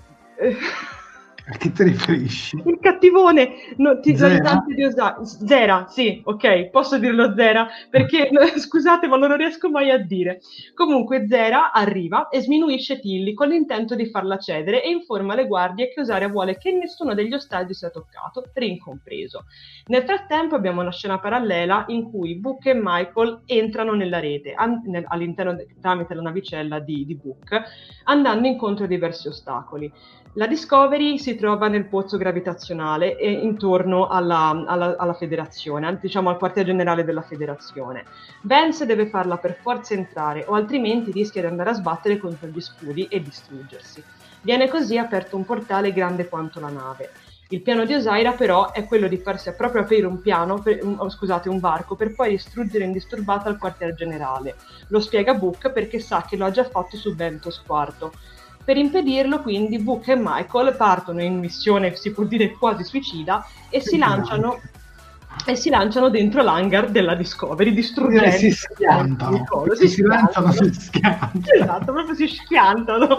A chi ti riferisci? Il cattivone, no, ti, Zera? di Osa- Zera, sì, ok, posso dirlo Zera, perché scusate ma non lo riesco mai a dire. Comunque Zera arriva e sminuisce Tilly con l'intento di farla cedere e informa le guardie che Osaria vuole che nessuno degli ostaggi sia toccato, rincompreso. Nel frattempo abbiamo una scena parallela in cui Book e Michael entrano nella rete an- nel- all'interno de- tramite la navicella di, di Book, andando incontro a diversi ostacoli. La Discovery si trova nel pozzo gravitazionale e intorno alla, alla, alla federazione, diciamo al quartier generale della federazione. Vance deve farla per forza entrare o altrimenti rischia di andare a sbattere contro gli scudi e distruggersi. Viene così aperto un portale grande quanto la nave. Il piano di Osaira però è quello di farsi proprio aprire un piano, per, un, oh, scusate, un varco, per poi distruggere indisturbata il quartier generale. Lo spiega Book perché sa che lo ha già fatto su Ventos quarto. Per impedirlo, quindi, Book e Michael partono in missione, si può dire quasi suicida, e si lanciano, e si lanciano dentro l'hangar della Discovery, distruggendo... Eh, si schiantano, si, si lanciano, si schiantano. Esatto, proprio si schiantano.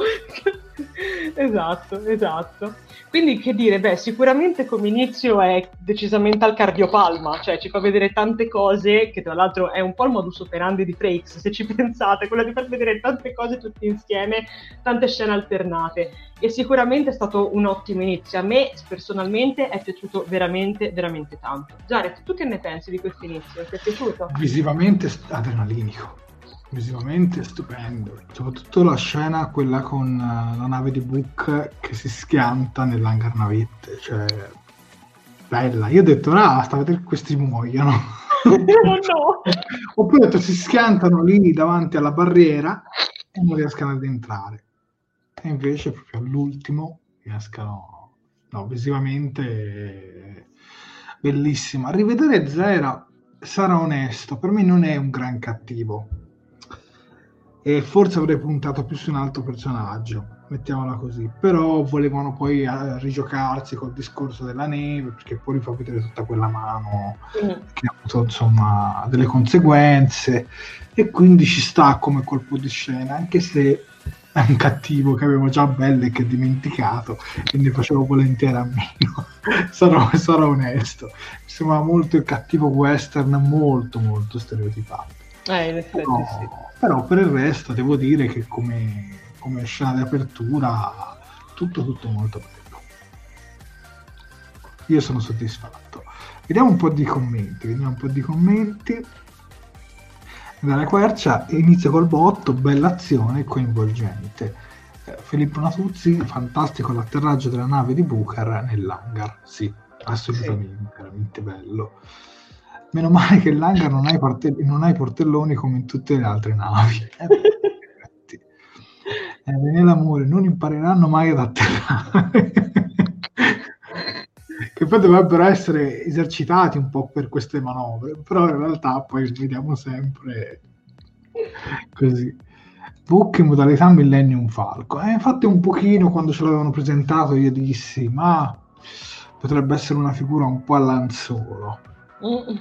Esatto, esatto. Quindi che dire, beh, sicuramente come inizio è decisamente al cardiopalma, cioè ci fa vedere tante cose, che tra l'altro è un po' il modus operandi di Frakes, se ci pensate, quello di far vedere tante cose tutte insieme, tante scene alternate, e sicuramente è stato un ottimo inizio. A me personalmente è piaciuto veramente, veramente tanto. Jared, tu che ne pensi di questo inizio? Ti è piaciuto? Visivamente adrenalinico. Visivamente stupendo, soprattutto la scena quella con uh, la nave di Book che si schianta nell'hangar navette, cioè bella. Io ho detto ah, basta vedere questi muoiono. Oh, no. Oppure ho detto si schiantano lì davanti alla barriera e non riescono ad entrare, e invece proprio all'ultimo riescono. No, visivamente bellissima. A rivedere Zera, sarà onesto, per me non è un gran cattivo. E forse avrei puntato più su un altro personaggio, mettiamola così, però volevano poi uh, rigiocarsi col discorso della neve, perché poi fa vedere tutta quella mano mm. che ha avuto insomma delle conseguenze, e quindi ci sta come colpo di scena, anche se è un cattivo che avevo già bello e che ho dimenticato, quindi facevo volentieri a meno. sarò, sarò onesto, mi sembra molto il cattivo western, molto molto stereotipato. Eh, in effetti però, sì. Però per il resto devo dire che come, come scena di apertura tutto tutto molto bello. Io sono soddisfatto. Vediamo un po' di commenti, vediamo un po' di commenti. Dalla Quercia inizia col botto, bella azione coinvolgente. Eh, Filippo Natuzzi, fantastico l'atterraggio della nave di Booker nell'hangar. Sì, assolutamente, sì. Veramente bello. Meno male che l'hangar non ha i portelloni, non ha i portelloni come in tutte le altre navi. Eh, eh, Daniela Amore, non impareranno mai ad atterrare. Che poi dovrebbero essere esercitati un po' per queste manovre, però in realtà poi vediamo sempre così. Book in modalità Millennium Falcon. Eh, infatti un pochino quando ce l'avevano presentato io dissi, ma potrebbe essere una figura un po' all'anzolo. Mm.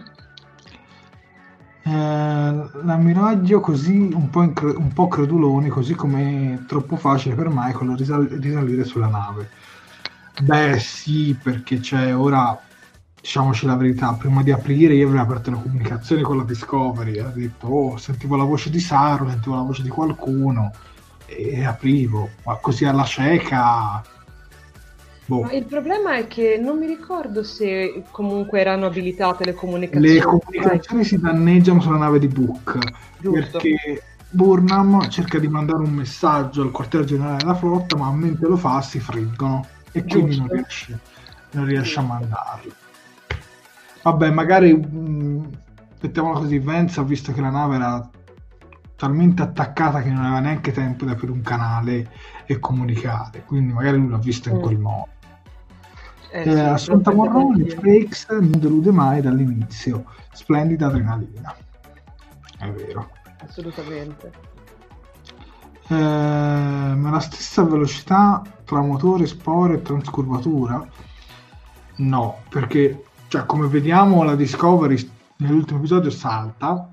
Eh, l'ammiraglio così un po', incre- un po' creduloni, così come è troppo facile per Michael risal- risalire sulla nave. Beh sì, perché c'è ora, diciamoci la verità, prima di aprire io avevo aperto le comunicazioni con la Discovery, ho detto oh, sentivo la voce di Saru, sentivo la voce di qualcuno e aprivo, ma così alla cieca. Boh. Ma il problema è che non mi ricordo se comunque erano abilitate le comunicazioni. Le comunicazioni si danneggiano sulla nave di Book, giusto, perché Burnham cerca di mandare un messaggio al quartier generale della flotta, ma mentre lo fa si friggono e giusto, quindi non riesce, non riesce a mandarlo. Vabbè, magari mh, mettiamola così, Vance ha visto che la nave era talmente attaccata che non aveva neanche tempo di aprire un canale e comunicare, quindi magari lui l'ha visto in mm. quel modo. Eh, eh, sì, Assunta Morrone, Frakes non delude mai dall'inizio, splendida adrenalina, è vero, assolutamente. Eh, ma la stessa velocità tra motore, spore e transcurvatura? No, perché cioè, come vediamo la Discovery nell'ultimo episodio salta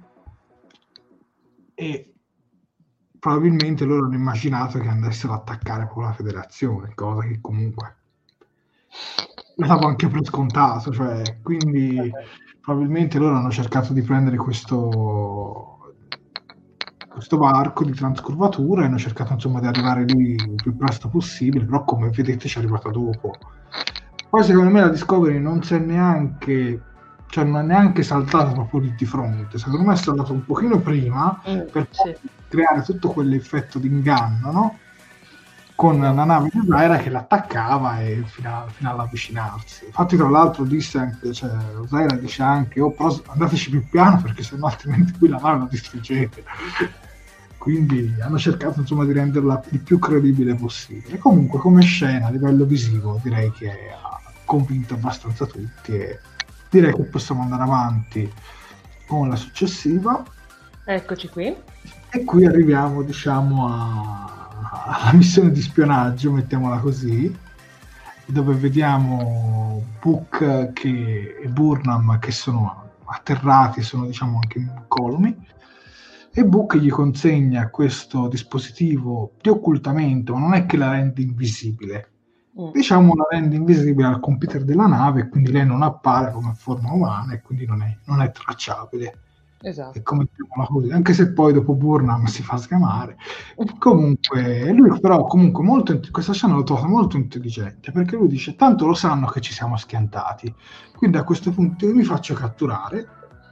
e probabilmente loro hanno immaginato che andassero ad attaccare proprio la federazione, cosa che comunque lo davo anche per scontato, cioè, quindi okay. Probabilmente loro hanno cercato di prendere questo questo barco di transcurvatura e hanno cercato insomma di arrivare lì il più presto possibile, però come vedete ci è arrivata dopo. Poi secondo me la Discovery non si è neanche, cioè non è neanche saltata proprio lì di fronte, secondo me è saltato un pochino prima mm, per sì. creare tutto quell'effetto di inganno, no? con la nave di Osaira che l'attaccava e fino, a, fino all'avvicinarsi. Infatti tra l'altro disse anche, cioè, Osaira dice anche oh, però andateci più piano perché sennò altrimenti qui la nave la distruggete. Quindi hanno cercato insomma di renderla il più credibile possibile. Comunque come scena a livello visivo direi che ha convinto abbastanza tutti e direi che possiamo andare avanti con la successiva. Eccoci qui. E qui arriviamo diciamo a, alla missione di spionaggio, mettiamola così, dove vediamo Book che, e Burnham che sono atterrati, sono diciamo anche incolumi, e Book gli consegna questo dispositivo di occultamento, ma non è che la rende invisibile, mm. diciamo la rende invisibile al computer della nave e quindi lei non appare come forma umana e quindi non è, non è tracciabile. Esatto. E come così, anche se poi dopo Burnham si fa sgamare. Comunque lui però comunque molto, questa scena l'ho trovata molto intelligente, perché lui dice tanto lo sanno che ci siamo schiantati, quindi a questo punto io mi faccio catturare,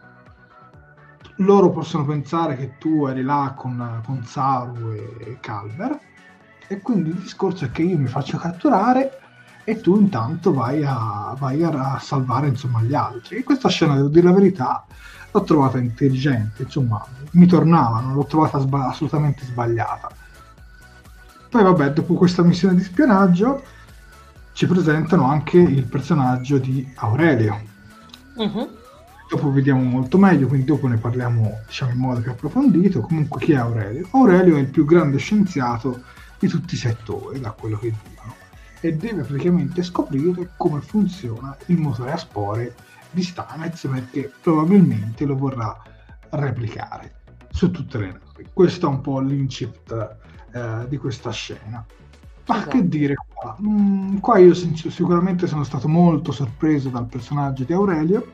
loro possono pensare che tu eri là con, con Saru e Calber, e quindi il discorso è che io mi faccio catturare e tu intanto vai a, vai a salvare insomma gli altri. E questa scena, devo dire la verità, l'ho trovata intelligente, insomma mi tornava, non l'ho trovata sba- assolutamente sbagliata. Poi vabbè, dopo questa missione di spionaggio ci presentano anche il personaggio di Aurelio. Uh-huh. Dopo vediamo molto meglio, quindi dopo ne parliamo diciamo in modo più approfondito. Comunque chi è Aurelio? Aurelio è il più grande scienziato di tutti i settori, da quello che dicono, e deve praticamente scoprire come funziona il motore a spore di Stamets, perché probabilmente lo vorrà replicare su tutte le navi. Questo è un po' l'incipit eh, di questa scena. Ma esatto. Che dire qua? Mm, qua io sicuramente sono stato molto sorpreso dal personaggio di Aurelio,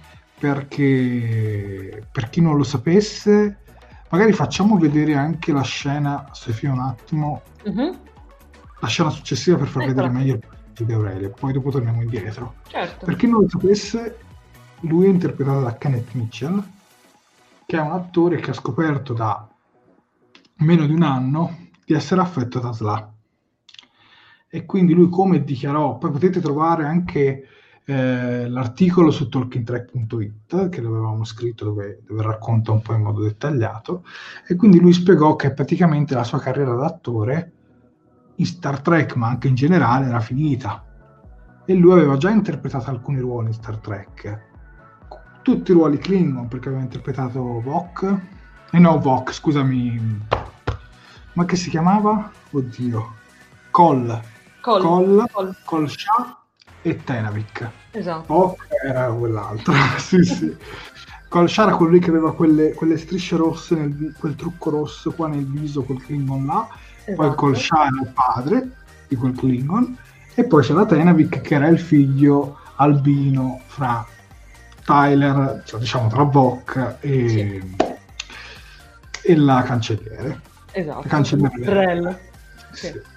perché per chi non lo sapesse, magari facciamo vedere anche la scena, Sofia, un attimo, uh-huh. la scena successiva per far ecco. vedere meglio il personaggio di Aurelio, poi dopo torniamo indietro. Certo. Per chi non lo sapesse, lui è interpretato da Kenneth Mitchell, che è un attore che ha scoperto da meno di un anno di essere affetto da S L A, e quindi lui, come dichiarò, poi potete trovare anche eh, l'articolo su talking track punto it che l'avevamo scritto, dove, dove racconta un po' in modo dettagliato, e quindi lui spiegò che praticamente la sua carriera da attore in Star Trek, ma anche in generale, era finita, e lui aveva già interpretato alcuni ruoli in Star Trek, tutti i ruoli Klingon, perché aveva interpretato Vok, eh no Vok, scusami, ma che si chiamava? Oddio, Kol, Kol, Kol, Kol. Kol Shah e Tenavik. Esatto. Vok era quell'altro, sì sì. Kol Shah era quello lì che aveva quelle, quelle strisce rosse, nel, quel trucco rosso qua nel viso, quel Klingon là. Esatto. Poi Kol Shah era il padre di quel Klingon, e poi c'è la Tenavik che era il figlio albino fra Tyler, cioè diciamo tra Vok e, sì. e la cancelliere. Esatto. La cancelliere. Sì. Sì.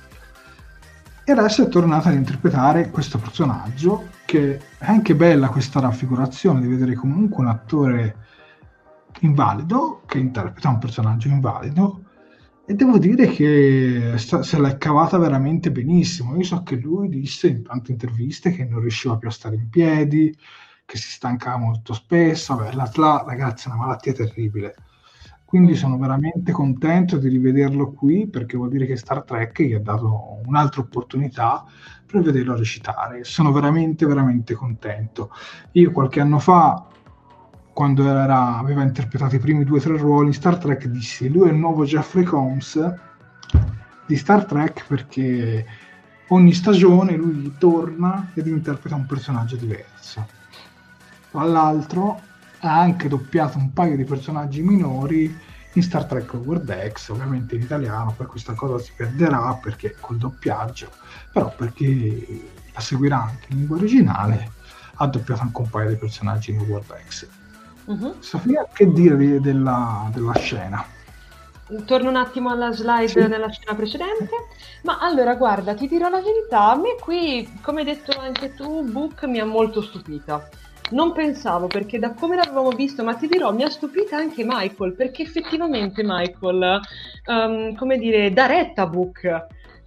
E adesso è tornata ad interpretare questo personaggio, che è anche bella questa raffigurazione di vedere comunque un attore invalido che interpreta un personaggio invalido, e devo dire che sta, se l'è cavata veramente benissimo. Io so che lui disse in tante interviste che non riusciva più a stare in piedi, che si stancava molto spesso. Vabbè, la T L A, ragazzi, è una malattia terribile, quindi sono veramente contento di rivederlo qui, perché vuol dire che Star Trek gli ha dato un'altra opportunità per vederlo recitare. Sono veramente veramente contento. Io qualche anno fa, quando era, aveva interpretato i primi due o tre ruoli in Star Trek, dissi lui è il nuovo Jeffrey Combs di Star Trek, perché ogni stagione lui torna ed interpreta un personaggio diverso. Tra l'altro ha anche doppiato un paio di personaggi minori in Star Trek Lower Decks, ovviamente in italiano, poi questa cosa si perderà perché col doppiaggio, però perché la seguirà anche in lingua originale, ha doppiato anche un paio di personaggi in Lower Decks. Uh-huh. Sofia, che dire della, della scena? Torno un attimo alla slide sì. nella scena precedente, ma allora guarda, ti dirò la verità, a me qui, come hai detto anche tu, Book mi ha molto stupita. Non pensavo, perché da come l'avevamo visto, ma ti dirò, mi ha stupita anche Michael, perché effettivamente Michael, um, come dire, dà retta a Book.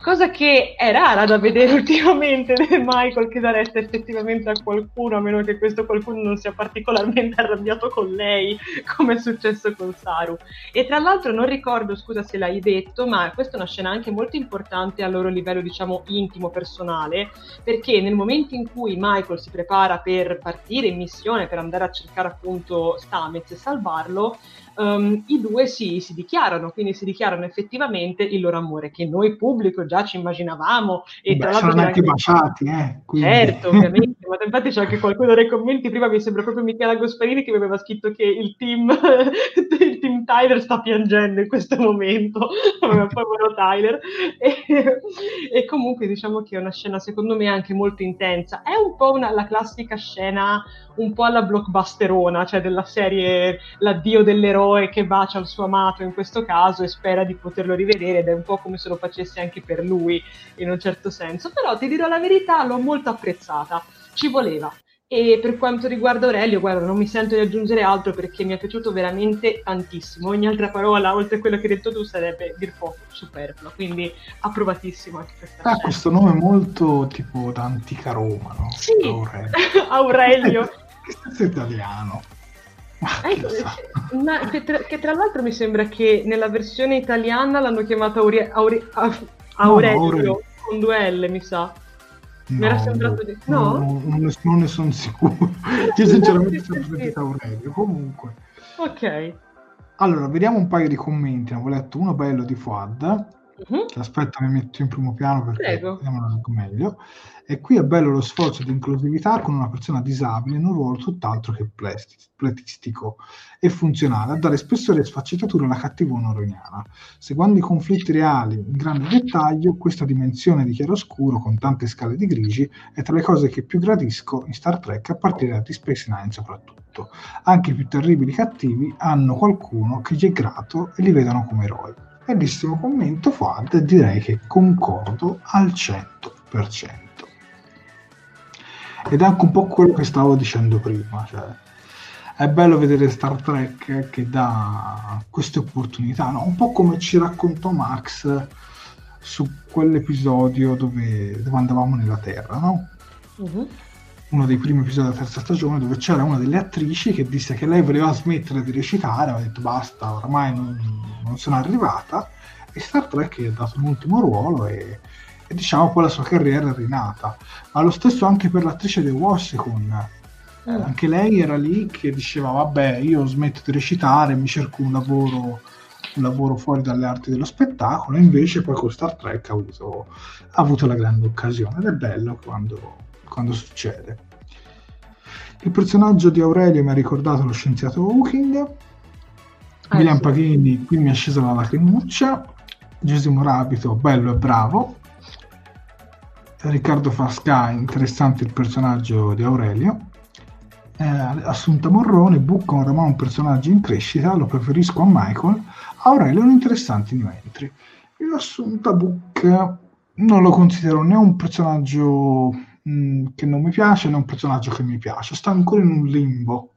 Cosa che è rara da vedere ultimamente Michael che dà retta effettivamente a qualcuno, a meno che questo qualcuno non sia particolarmente arrabbiato con lei, come è successo con Saru. E tra l'altro non ricordo, scusa se l'hai detto, ma questa è una scena anche molto importante a loro livello, diciamo, intimo, personale, perché nel momento in cui Michael si prepara per partire in missione, per andare a cercare appunto Stamets e salvarlo, Um, i due si, si dichiarano, quindi si dichiarano effettivamente il loro amore, che noi pubblico già ci immaginavamo. E Beh, tra l'altro saranno c'è anche anche... baciati, eh, quindi... Certo, ovviamente, ma infatti c'è anche qualcuno nei commenti, prima mi sembra proprio Michela Gasparini che mi aveva scritto che il team, il team Tyler sta piangendo in questo momento, povero Tyler, e, e comunque diciamo che è una scena secondo me anche molto intensa, è un po' una, la classica scena un po' alla blockbusterona, cioè della serie l'addio dell'eroe che bacia il suo amato in questo caso e spera di poterlo rivedere, ed è un po' come se lo facesse anche per lui in un certo senso, però ti dirò la verità, l'ho molto apprezzata, ci voleva. E per quanto riguarda Aurelio, guarda, non mi sento di aggiungere altro perché mi è piaciuto veramente tantissimo. Ogni altra parola, oltre a quello che hai detto tu, sarebbe dir poco, superfluo. Quindi approvatissimo anche questa Ah, questo nome molto tipo da antica Roma, no? Sì, Aurelio. Aurelio. Che senso italiano. Ma, Ecco, chi lo sa? ma che, tra, che tra l'altro mi sembra che nella versione italiana l'hanno chiamato Aure, Aure, Aurelio, no, Aurelio con due L, mi sa. No, mi era sembrato di... No? No, non, ne, non ne sono sicuro. Io sinceramente sono sentito Aurelio. Comunque. Ok. Allora, vediamo un paio di commenti. Ne avevo letto uno bello di Fuad. Uh-huh. Che aspetta, mi metto in primo piano perché Prego. vediamo un po' meglio. E qui è bello lo sforzo di inclusività con una persona disabile in un ruolo tutt'altro che pletistico e funzionale a dare spessore e sfaccettatura alla cattivona oroniana. Seguendo i conflitti reali in grande dettaglio, questa dimensione di chiaroscuro con tante scale di grigi è tra le cose che più gradisco in Star Trek, a partire da Deep Space Nine soprattutto. Anche i più terribili cattivi hanno qualcuno che gli è grato e li vedono come eroi. Bellissimo commento, Fuad, direi che concordo al cento per cento. Ed è anche un po' quello che stavo dicendo prima, cioè è bello vedere Star Trek che dà queste opportunità, no? Un po' come ci raccontò Max su quell'episodio dove, dove andavamo nella Terra, no? Uh-huh. Uno dei primi episodi della terza stagione, dove c'era una delle attrici che disse che lei voleva smettere di recitare, aveva detto basta, ormai non, non sono arrivata, e Star Trek gli ha dato un ultimo ruolo e e diciamo poi la sua carriera è rinata. Ma lo stesso anche per l'attrice di Washington, eh, mm. anche lei era lì che diceva vabbè, io smetto di recitare, mi cerco un lavoro un lavoro fuori dalle arti dello spettacolo, e invece poi con Star Trek ha avuto, ha avuto la grande occasione, ed è bello quando, quando succede. Il personaggio di Aurelio mi ha ricordato lo scienziato Hawking. ah, William sì. Paghini, qui mi è scesa la lacrimuccia. Giusimo Rabito, bello e bravo. Riccardo Fasca, interessante il personaggio di Aurelio. Eh, Assunta Morrone, Book oramai un personaggio in crescita, lo preferisco a Michael. Aurelio è un interessante new entry. Io Assunta Book non lo considero né un personaggio mh, che non mi piace né un personaggio che mi piace, sta ancora in un limbo.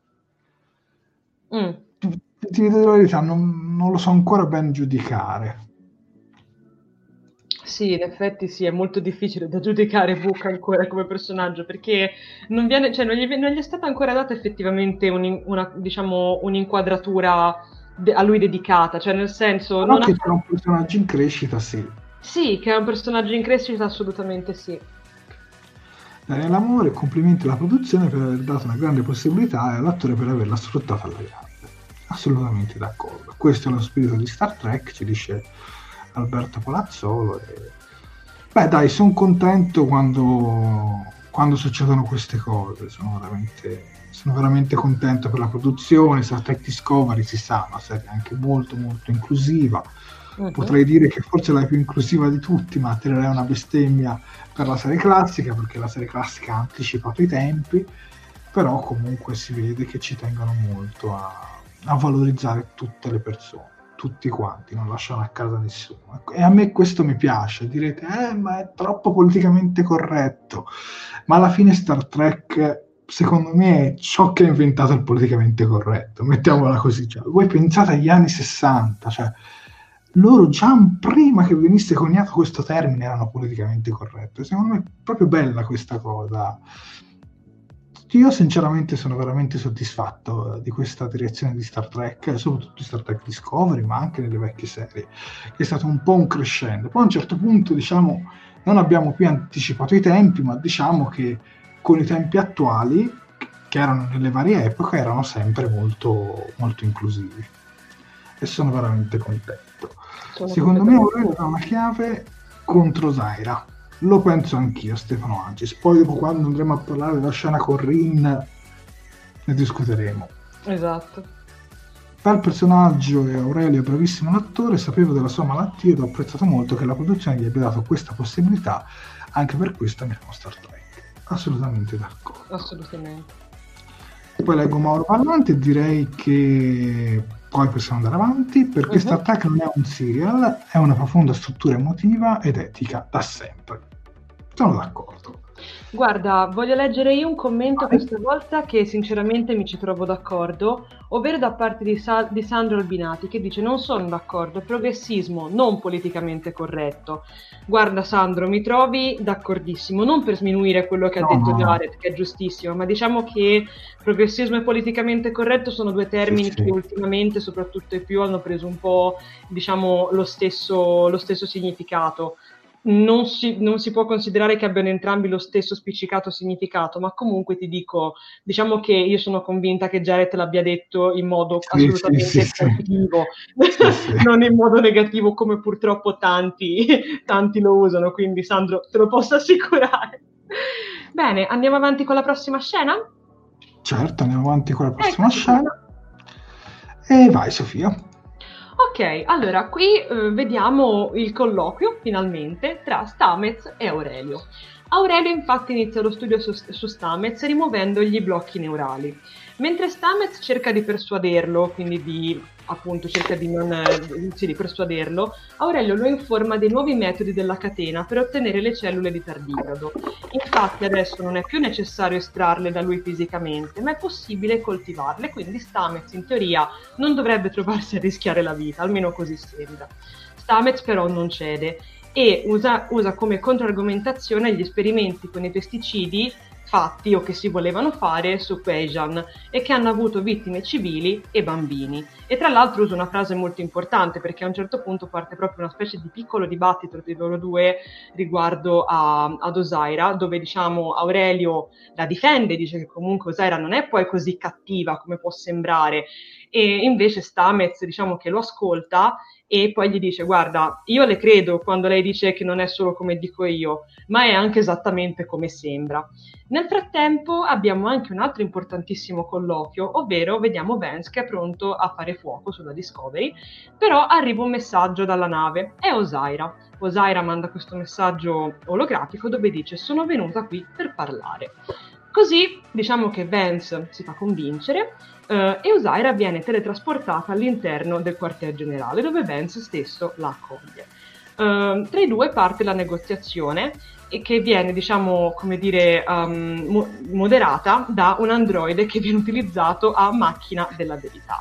Mm. Ti, ti vedo la verità, non, non lo so ancora ben giudicare. Sì, in effetti sì, è molto difficile da giudicare Book ancora come personaggio, perché non viene, cioè non gli, non gli è stata ancora data effettivamente un, una, diciamo, un'inquadratura de- a lui dedicata, cioè nel senso... No, non che ha... c'è un personaggio in crescita, sì. Sì, che è un personaggio in crescita, assolutamente sì. Daniele Amore, complimenti alla produzione per aver dato una grande possibilità e all'attore per averla sfruttata alla grande. Assolutamente d'accordo. Questo è lo spirito di Star Trek, ci dice Alberto Palazzolo. E... beh dai, sono contento quando, quando succedono queste cose, sono veramente, sono veramente contento per la produzione. Star Trek Discovery, si sa, una serie anche molto molto inclusiva. Uh-huh. Potrei dire che forse è la più inclusiva di tutti, ma tirerei una bestemmia per la serie classica, perché la serie classica ha anticipato i tempi, però comunque si vede che ci tengono molto a, a valorizzare tutte le persone, tutti quanti, non lasciano a casa nessuno. E a me questo mi piace. Direte, eh, ma è troppo politicamente corretto. Ma alla fine Star Trek, secondo me, è ciò che ha inventato il politicamente corretto. Mettiamola così. Cioè, voi pensate agli anni sessanta, cioè, loro già prima che venisse coniato questo termine erano politicamente corretti. Secondo me è proprio bella questa cosa. Io sinceramente sono veramente soddisfatto di questa direzione di Star Trek, soprattutto di Star Trek Discovery, ma anche nelle vecchie serie, che è stato un po' un crescendo. Poi a un certo punto, diciamo, non abbiamo più anticipato i tempi, ma diciamo che con i tempi attuali, che erano nelle varie epoche, erano sempre molto, molto inclusivi. E sono veramente contento. Sono Secondo me Aurelio dà una chiave contro Zaira. Lo penso anch'io, Stefano Agis. Poi dopo, quando andremo a parlare della scena con Rin, ne discuteremo. Esatto. Bel personaggio, e Aurelio è bravissimo l'attore, sapevo della sua malattia ed ho apprezzato molto che la produzione gli abbia dato questa possibilità. Anche per questo amiamo Star Trek. Assolutamente d'accordo. Assolutamente. Poi leggo Mauro Parlante e direi che poi possiamo andare avanti, perché uh-huh. Star Trek non è un serial, è una profonda struttura emotiva ed etica da sempre. Sono d'accordo. Guarda, voglio leggere io un commento questa volta che sinceramente mi ci trovo d'accordo, ovvero da parte di, Sa- di Sandro Albinati, che dice: non sono d'accordo, progressismo, non politicamente corretto. Guarda Sandro, mi trovi d'accordissimo, non per sminuire quello che ha no, detto no. Jared, che è giustissimo, ma diciamo che progressismo e politicamente corretto sono due termini sì, sì. che ultimamente, soprattutto i più, hanno preso un po', diciamo, lo stesso, lo stesso significato. Non si, non si può considerare che abbiano entrambi lo stesso spiccicato significato, ma comunque ti dico, diciamo che io sono convinta che Jared l'abbia detto in modo sì, assolutamente sì, sì, positivo, sì, sì. non in modo negativo come purtroppo tanti, tanti lo usano, quindi Sandro te lo posso assicurare. Bene, andiamo avanti con la prossima scena? Certo, andiamo avanti con la prossima ecco. scena. E vai Sofia. Ok, allora qui eh, vediamo il colloquio finalmente tra Stamets e Aurelio. Aurelio infatti inizia lo studio su, su Stamets rimuovendogli i blocchi neurali, mentre Stamets cerca di persuaderlo, quindi di appunto cerca di non sì, di persuaderlo, Aurelio lo informa dei nuovi metodi della catena per ottenere le cellule di tardigrado. Infatti adesso non è più necessario estrarle da lui fisicamente, ma è possibile coltivarle, quindi Stamets in teoria non dovrebbe trovarsi a rischiare la vita, almeno così sembra. Stamets però non cede e usa, usa come controargomentazione gli esperimenti con i pesticidi fatti o che si volevano fare su Kwejian e che hanno avuto vittime civili e bambini. E tra l'altro usa una frase molto importante, perché a un certo punto parte proprio una specie di piccolo dibattito tra loro due riguardo a, ad Osaira, dove diciamo Aurelio la difende, dice che comunque Osaira non è poi così cattiva come può sembrare, e invece Stamets diciamo che lo ascolta e poi gli dice: guarda, io le credo quando lei dice che non è solo come dico io, ma è anche esattamente come sembra. Nel frattempo abbiamo anche un altro importantissimo colloquio, ovvero vediamo Vance che è pronto a fare fuoco sulla Discovery, però arriva un messaggio dalla nave, è Osaira. Osaira manda questo messaggio olografico dove dice: sono venuta qui per parlare. Così diciamo che Vance si fa convincere Uh, e Osaira viene teletrasportata all'interno del quartier generale dove Vance stesso la accoglie. Uh, tra i due parte la negoziazione e che viene, diciamo, come dire, um, mo- moderata da un androide che viene utilizzato a macchina della verità.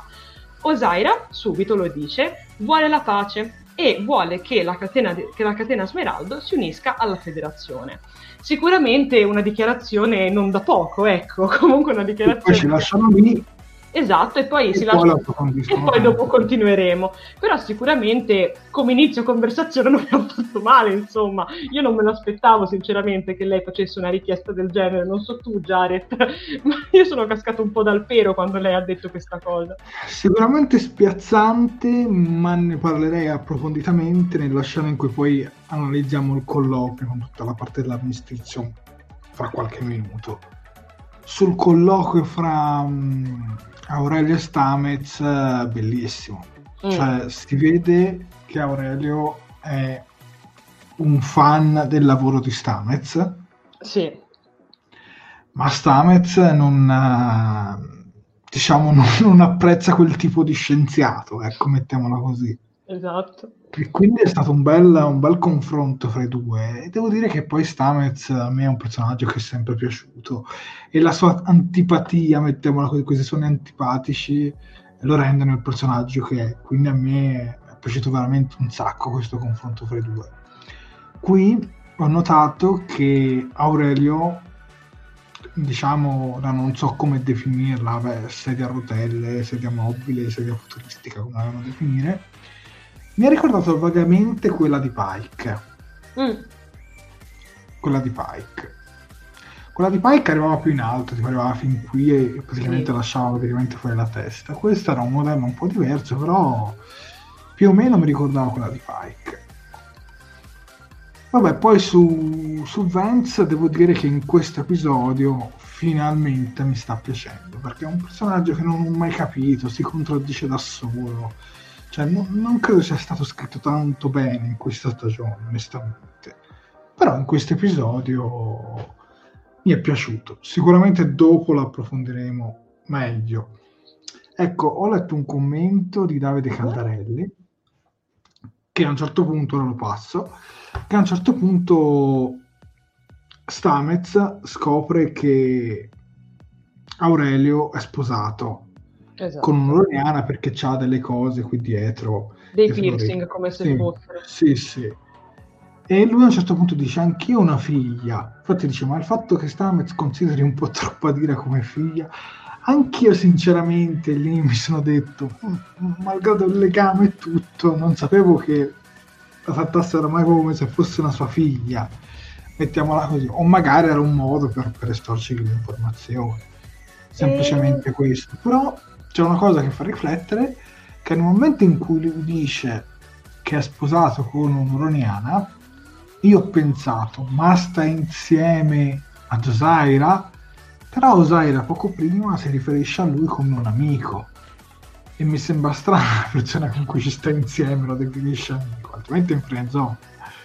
Osaira subito lo dice, vuole la pace e vuole che la catena, de- che la catena Smeraldo si unisca alla federazione. Sicuramente una dichiarazione non da poco, ecco, comunque una dichiarazione... E poi ci lasciano lì. Esatto, e poi e si poi lascia e poi dopo continueremo. Però sicuramente come inizio conversazione non mi ha fatto male, insomma. Io non me lo aspettavo sinceramente che lei facesse una richiesta del genere, non so tu Jared, ma io sono cascato un po' dal pero quando lei ha detto questa cosa. Sicuramente spiazzante, ma ne parlerei approfonditamente nella scena in cui poi analizziamo il colloquio con tutta la parte dell'armistizio fra qualche minuto. Sul colloquio fra um, Aurelio e Stamets, uh, bellissimo. Mm. Cioè, si vede che Aurelio è un fan del lavoro di Stamets. Sì. Ma Stamets non, uh, diciamo, non, non apprezza quel tipo di scienziato, ecco, mettiamola così. Esatto. E quindi è stato un bel, un bel confronto fra i due. E devo dire che poi Stamets a me è un personaggio che è sempre piaciuto. E la sua antipatia, mettiamola così, questi suoni antipatici, lo rendono il personaggio che è. Quindi a me è piaciuto veramente un sacco questo confronto fra i due. Qui ho notato che Aurelio, diciamo, non so come definirla, beh, sedia a rotelle, sedia mobile, sedia futuristica, come la vogliono definire, mi ha ricordato vagamente quella di Pike. Mm. Quella di Pike. Quella di Pike arrivava più in alto, tipo arrivava fin qui e praticamente sì. lasciava praticamente fuori la testa. Questo era un modello un po' diverso, però più o meno mi ricordava quella di Pike. Vabbè, poi su, su Vance devo dire che in questo episodio finalmente mi sta piacendo, perché è un personaggio che non ho mai capito, si contraddice da solo, cioè non, non credo sia stato scritto tanto bene in questa stagione, onestamente, però in questo episodio mi è piaciuto, sicuramente dopo lo approfondiremo meglio. Ecco, ho letto un commento di Davide Caldarelli che a un certo punto, ora lo passo, che a un certo punto Stamets scopre che Aurelio è sposato esatto. con un'Oroniana perché c'ha delle cose qui dietro, dei piercing come se sì, fossero sì sì e lui a un certo punto dice anch'io ho una figlia, infatti dice ma il fatto che Stamets consideri un po' troppo a dire come figlia, anch'io sinceramente lì mi sono detto, malgrado il legame e tutto, non sapevo che la trattasse oramai come se fosse una sua figlia, mettiamola così, o magari era un modo per, per estorcergli l'informazione, semplicemente e... questo. Però c'è una cosa che fa riflettere, che nel momento in cui lui dice che è sposato con un'Uroniana, io ho pensato, ma sta insieme a Osaira? Però Osaira poco prima si riferisce a lui come un amico e mi sembra strana la persona con cui ci sta insieme lo definisce amico, altrimenti è in friendzone.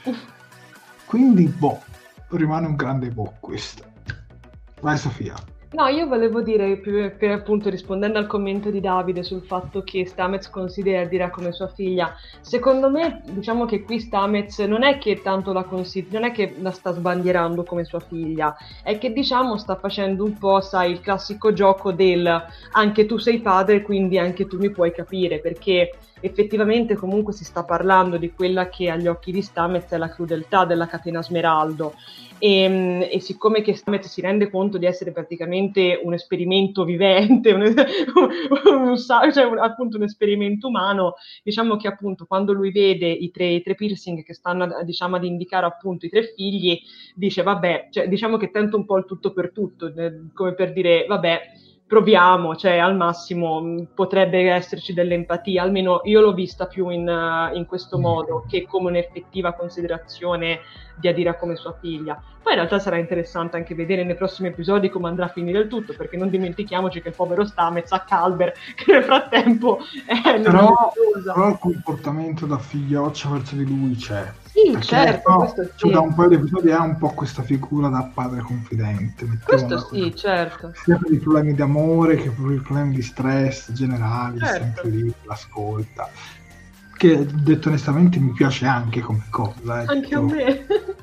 Quindi boh, rimane un grande boh questo. Vai Sofia. No, io volevo dire, per, per appunto rispondendo al commento di Davide sul fatto che Stamets considera Adira come sua figlia, secondo me diciamo che qui Stamets non è che tanto la considera, non è che la sta sbandierando come sua figlia, è che diciamo sta facendo un po', sai, il classico gioco del anche tu sei padre quindi anche tu mi puoi capire, perché effettivamente comunque si sta parlando di quella che agli occhi di Stamets è la crudeltà della catena Smeraldo. E, e siccome che Stamets si rende conto di essere praticamente un esperimento vivente, un, un, un, cioè un, appunto un esperimento umano, diciamo che appunto quando lui vede i tre, i tre piercing che stanno a, diciamo ad indicare appunto i tre figli, dice vabbè, cioè, diciamo che tenta un po' il tutto per tutto, eh, come per dire vabbè, proviamo, cioè al massimo mh, potrebbe esserci dell'empatia, almeno io l'ho vista più in, uh, in questo modo che come un'effettiva considerazione di Adira come sua figlia. Poi in realtà sarà interessante anche vedere nei prossimi episodi come andrà a finire il tutto, perché non dimentichiamoci che il povero Stamets ha Calber che nel frattempo è però, però il comportamento da figlioccia verso di lui c'è. Sì, certo, no, questo sì. Da un paio di episodi ha un po' questa figura da padre confidente. Questo sì, cosa. Certo. Sia per i problemi di amore che per i problemi di stress generali, certo. Sempre lì, l'ascolta. Che detto onestamente mi piace anche come cosa. Eh, anche a me.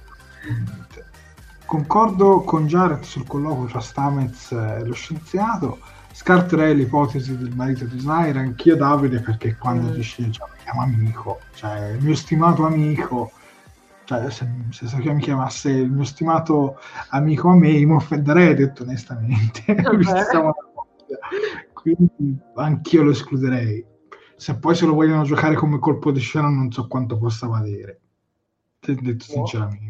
Concordo con Jared sul colloquio tra Stamets e lo scienziato. Scarterei l'ipotesi del marito di Osaira, anch'io Davide, perché quando mm. dice cioè, mi chiama amico, cioè il mio stimato amico, cioè se, se Sofia mi chiamasse il mio stimato amico a me, mi offenderei, detto onestamente. Quindi anch'io lo escluderei. Se poi se lo vogliono giocare come colpo di scena non so quanto possa valere, detto sinceramente.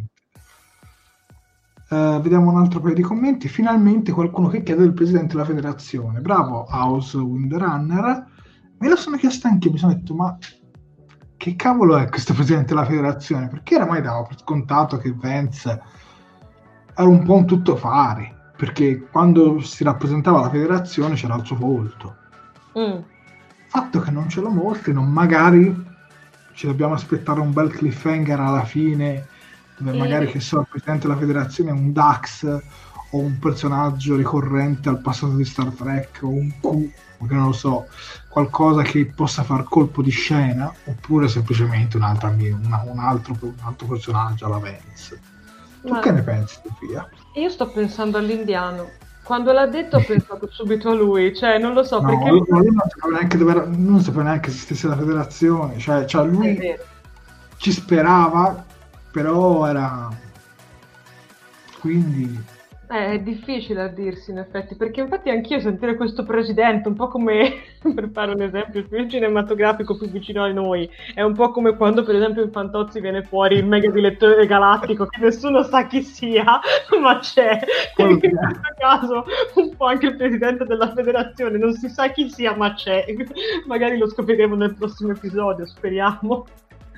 Uh, vediamo un altro paio di commenti. Finalmente qualcuno che chiede il presidente della federazione. Bravo House Windrunner. Me lo sono chiesto anche, mi sono detto ma che cavolo è questo presidente della federazione, perché oramai davo per scontato che Vance era un po' un tuttofare, perché quando si rappresentava la federazione c'era il suo volto. mm. Fatto che non ce lo mostrino, magari ci dobbiamo aspettare un bel cliffhanger alla fine dove e... magari che so il presidente della federazione è un Dax o un personaggio ricorrente al passato di Star Trek o un Q, non lo so, qualcosa che possa far colpo di scena, oppure semplicemente un altro, una, un altro, un altro personaggio alla Vance. Tu Ma... che ne pensi, Sofia? Io sto pensando all'indiano. Quando l'ha detto ho pensato subito a lui, cioè non lo so no, perché... Lui non sapeva neanche dove era, non sapeva neanche se stesse la federazione, cioè, cioè lui ci sperava, però era... Quindi... Eh, è difficile a dirsi in effetti, perché infatti anch'io sentire questo presidente, un po' come, per fare un esempio più cinematografico, più vicino a noi, è un po' come quando per esempio in Fantozzi viene fuori il mega direttore galattico, che nessuno sa chi sia, ma c'è, e in questo caso un po' anche il presidente della federazione, non si sa chi sia, ma c'è, magari lo scopriremo nel prossimo episodio, speriamo.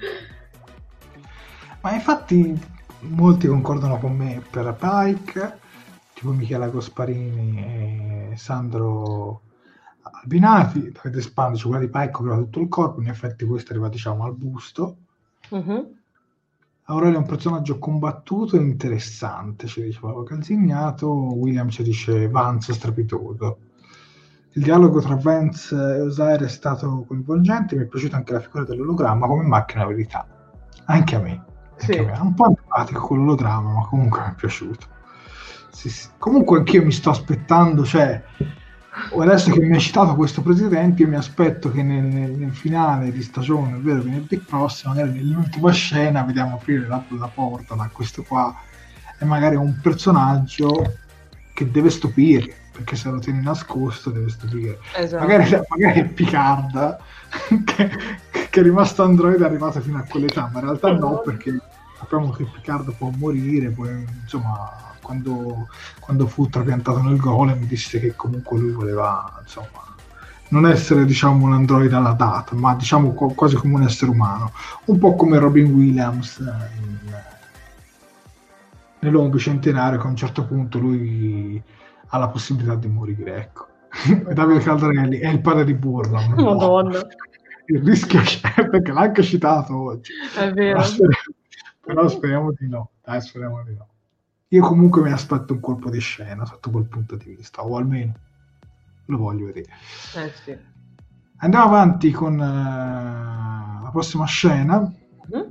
Ma infatti molti concordano con me per Pike, tipo Michela Gasparini e Sandro Albinati, avete espande, cioè quella di Pike copriva tutto il corpo, in effetti questo arriva diciamo al busto. Uh-huh. Aurelio è un personaggio combattuto e interessante, ci dice Paolo Calzignato. William ci dice Vance strepitoso. Il dialogo tra Vance e Osair è stato coinvolgente, mi è piaciuta anche la figura dell'ologramma come macchina verità, anche a me, sì. anche a me. Un po' antipatico con l'ologramma, ma comunque mi è piaciuto. Sì, sì. Comunque anch'io mi sto aspettando, cioè adesso che mi hai citato questo presidente, io mi aspetto che nel, nel finale di stagione, ovvero venerdì prossimo, magari nell'ultima scena vediamo aprire la, la porta da questo qua e magari un personaggio che deve stupire, perché se lo tieni nascosto deve stupire. Esatto. Magari, magari è Picard che, che è rimasto androide, è arrivato fino a quell'età, ma in realtà no, perché sappiamo che Picard può morire, poi insomma quando, quando fu trapiantato nel golem disse che comunque lui voleva insomma non essere diciamo un androide alla data, ma diciamo co- quasi come un essere umano, un po' come Robin Williams in, nell'uomo bicentenario, che a un certo punto lui ha la possibilità di morire, ecco. Davide Caldarelli è il padre di Burnham. Madonna. No. Il rischio c'è, perché l'ha anche citato oggi. È vero. Però speriamo, però speriamo di no. Dai, speriamo di no. Io comunque mi aspetto un colpo di scena sotto quel punto di vista, o almeno lo voglio vedere. Eh sì. Andiamo avanti con uh, la prossima scena, mm-hmm.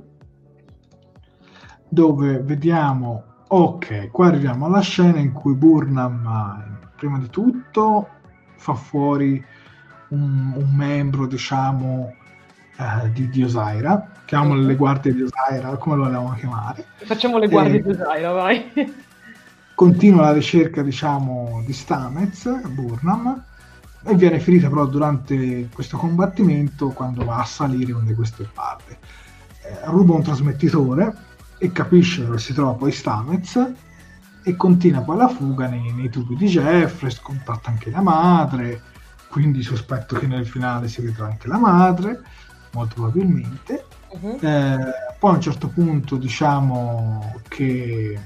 dove vediamo, ok, qua arriviamo alla scena in cui Burnham, prima di tutto, fa fuori un, un membro, diciamo, uh, di, di Osaira, chiamiamole le guardie di Osaira, come lo vogliamo chiamare. Facciamo le guardie e di Osaira, vai. Continua la ricerca, diciamo, di Stamets, Burnham, e viene ferita però durante questo combattimento quando va a salire una di queste barre. Eh, ruba un trasmettitore e capisce dove si trova poi Stamets e continua poi la fuga nei, nei tubi di Jeffries, contatta anche la madre, quindi sospetto che nel finale si vedrà anche la madre, molto probabilmente. Uh-huh. Eh, poi a un certo punto diciamo che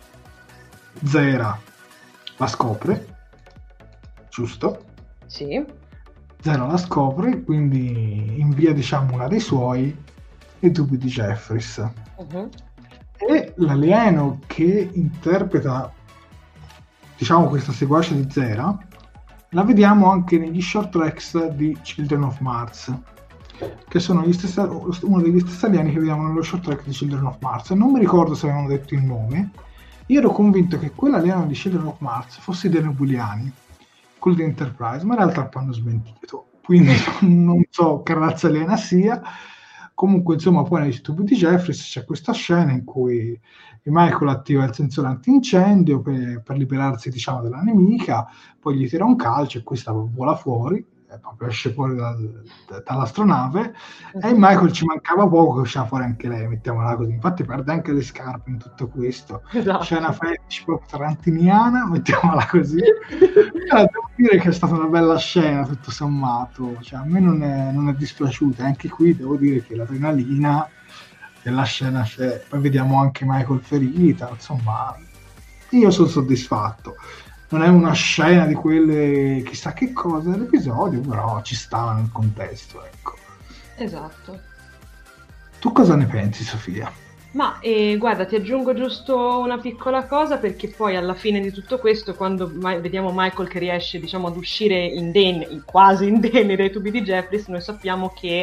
Zera la scopre, giusto? Sì. Zera la scopre, quindi invia diciamo una dei suoi nei tubi di Jeffries. Uh-huh. E l'alieno che interpreta diciamo questa seguace di Zera la vediamo anche negli short tracks di Children of Mars, che sono gli stessi, uno degli stessi alieni che vediamo nello short track di Children of Mars. Non mi ricordo se avevano detto il nome. Io ero convinto che quell'alieno di Children of Mars fosse dei Nebuliani, quello di Enterprise, ma in realtà poi hanno smentito, quindi non so che razza aliena sia. Comunque insomma poi nei tubi di Jeffries c'è questa scena in cui Michael attiva il sensore antincendio per, per liberarsi diciamo della nemica, poi gli tira un calcio e questa vola fuori, proprio esce fuori dal, dall'astronave, e Michael ci mancava poco che usciva fuori anche lei, mettiamola così. Infatti perde anche le scarpe in tutto questo. Esatto. Scena fetish proprio tarantiniana, mettiamola così. Però devo dire che è stata una bella scena tutto sommato, cioè, a me non è, non è dispiaciuta. Anche qui devo dire che l'adrenalina della scena c'è, poi vediamo anche Michael ferita, insomma io sono soddisfatto. Non è una scena di quelle chissà che cosa dell'episodio, però ci stava nel contesto, ecco. Esatto. Tu cosa ne pensi, Sofia? Ma eh, guarda, ti aggiungo giusto una piccola cosa, perché poi alla fine di tutto questo, quando ma- vediamo Michael che riesce diciamo ad uscire indenne, quasi indenne dai tubi di Jeffries, noi sappiamo che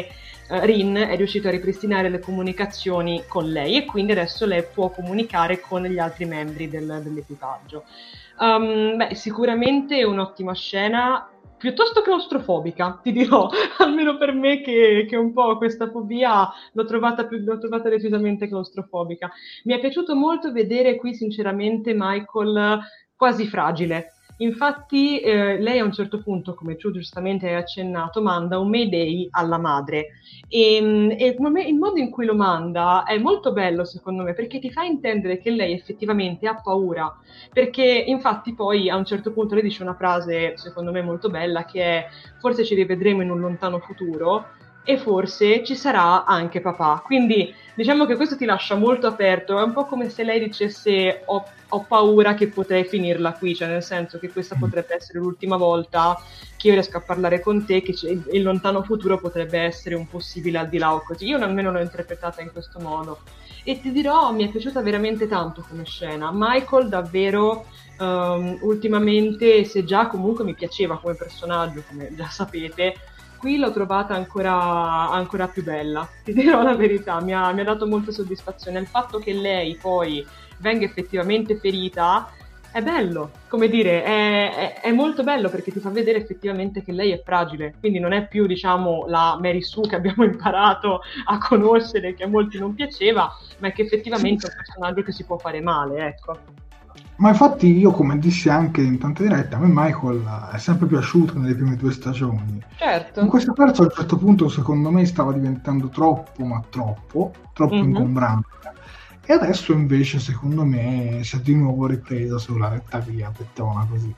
uh, Rin è riuscito a ripristinare le comunicazioni con lei e quindi adesso lei può comunicare con gli altri membri del, dell'equipaggio. Um, beh, sicuramente è un'ottima scena, piuttosto claustrofobica, ti dirò, almeno per me che, che un po' questa fobia l'ho trovata, più, l'ho trovata decisamente claustrofobica. Mi è piaciuto molto vedere qui sinceramente Michael quasi fragile. Infatti eh, lei a un certo punto, come tu giustamente hai accennato, manda un Mayday alla madre e, e il modo in cui lo manda è molto bello secondo me, perché ti fa intendere che lei effettivamente ha paura, perché infatti poi a un certo punto lei dice una frase secondo me molto bella che è: forse ci rivedremo in un lontano futuro e forse ci sarà anche papà. Quindi diciamo che questo ti lascia molto aperto, è un po' come se lei dicesse ho, ho paura che potrei finirla qui, cioè nel senso che questa potrebbe essere l'ultima volta che io riesco a parlare con te, che il lontano futuro potrebbe essere un possibile al di là o così. Io almeno l'ho interpretata in questo modo e ti dirò, mi è piaciuta veramente tanto come scena. Michael davvero um, ultimamente, se già comunque mi piaceva come personaggio, come già sapete, qui l'ho trovata ancora, ancora più bella, ti dirò la verità, mi ha, mi ha dato molta soddisfazione. Il fatto che lei poi venga effettivamente ferita è bello, come dire, è, è, è molto bello perché ti fa vedere effettivamente che lei è fragile, quindi non è più, diciamo, la Mary Sue che abbiamo imparato a conoscere, che a molti non piaceva, ma è che effettivamente è un personaggio che si può fare male, ecco. Ma infatti io, come dissi anche in tante dirette, a me Michael è sempre piaciuto nelle prime due stagioni. Certo. In questa terza a un certo punto secondo me stava diventando troppo, ma troppo, troppo mm-hmm. ingombrante. E adesso invece secondo me si è di nuovo ripresa sulla retta via, mettiamola così.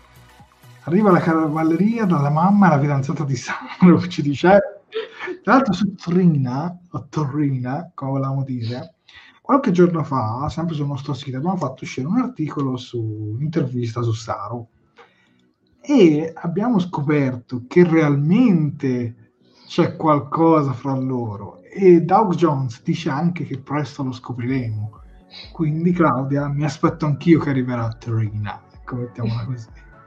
Arriva la cavalleria dalla mamma e la fidanzata di Sandro, ci dice. Tra l'altro su Torrina, o Torrina, come volevamo dire, qualche giorno fa, sempre sul nostro sito, abbiamo fatto uscire un articolo su un'intervista su Saru e abbiamo scoperto che realmente c'è qualcosa fra loro e Doug Jones dice anche che presto lo scopriremo. Quindi Claudia, mi aspetto anch'io che arriverà a Torrina, ecco, mettiamola così.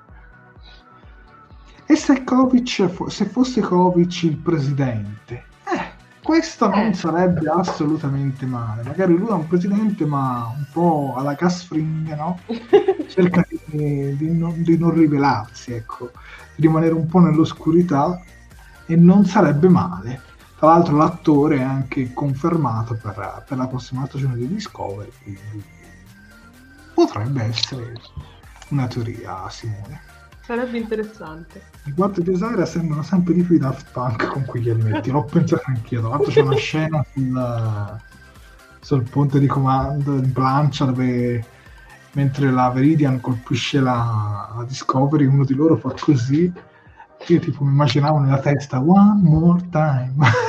E se Kovic, se fosse Kovic il presidente? Eh, questo non sarebbe assolutamente male. Magari lui è un presidente, ma un po' alla Gasfring, no? Cerca di, di, non, di non rivelarsi, ecco, di rimanere un po' nell'oscurità, e non sarebbe male. Tra l'altro l'attore è anche confermato per, per la prossima stagione di Discovery, quindi potrebbe essere una teoria, Simone. Sarebbe interessante. I quarti di Osaira sembrano sempre di più i Daft Punk con cui li metti, l'ho pensato anch'io. Tra l'altro c'è una scena sul, sul ponte di comando in plancia dove, mentre la Veridian colpisce la, la Discovery, uno di loro fa così. Io tipo mi immaginavo nella testa one more time.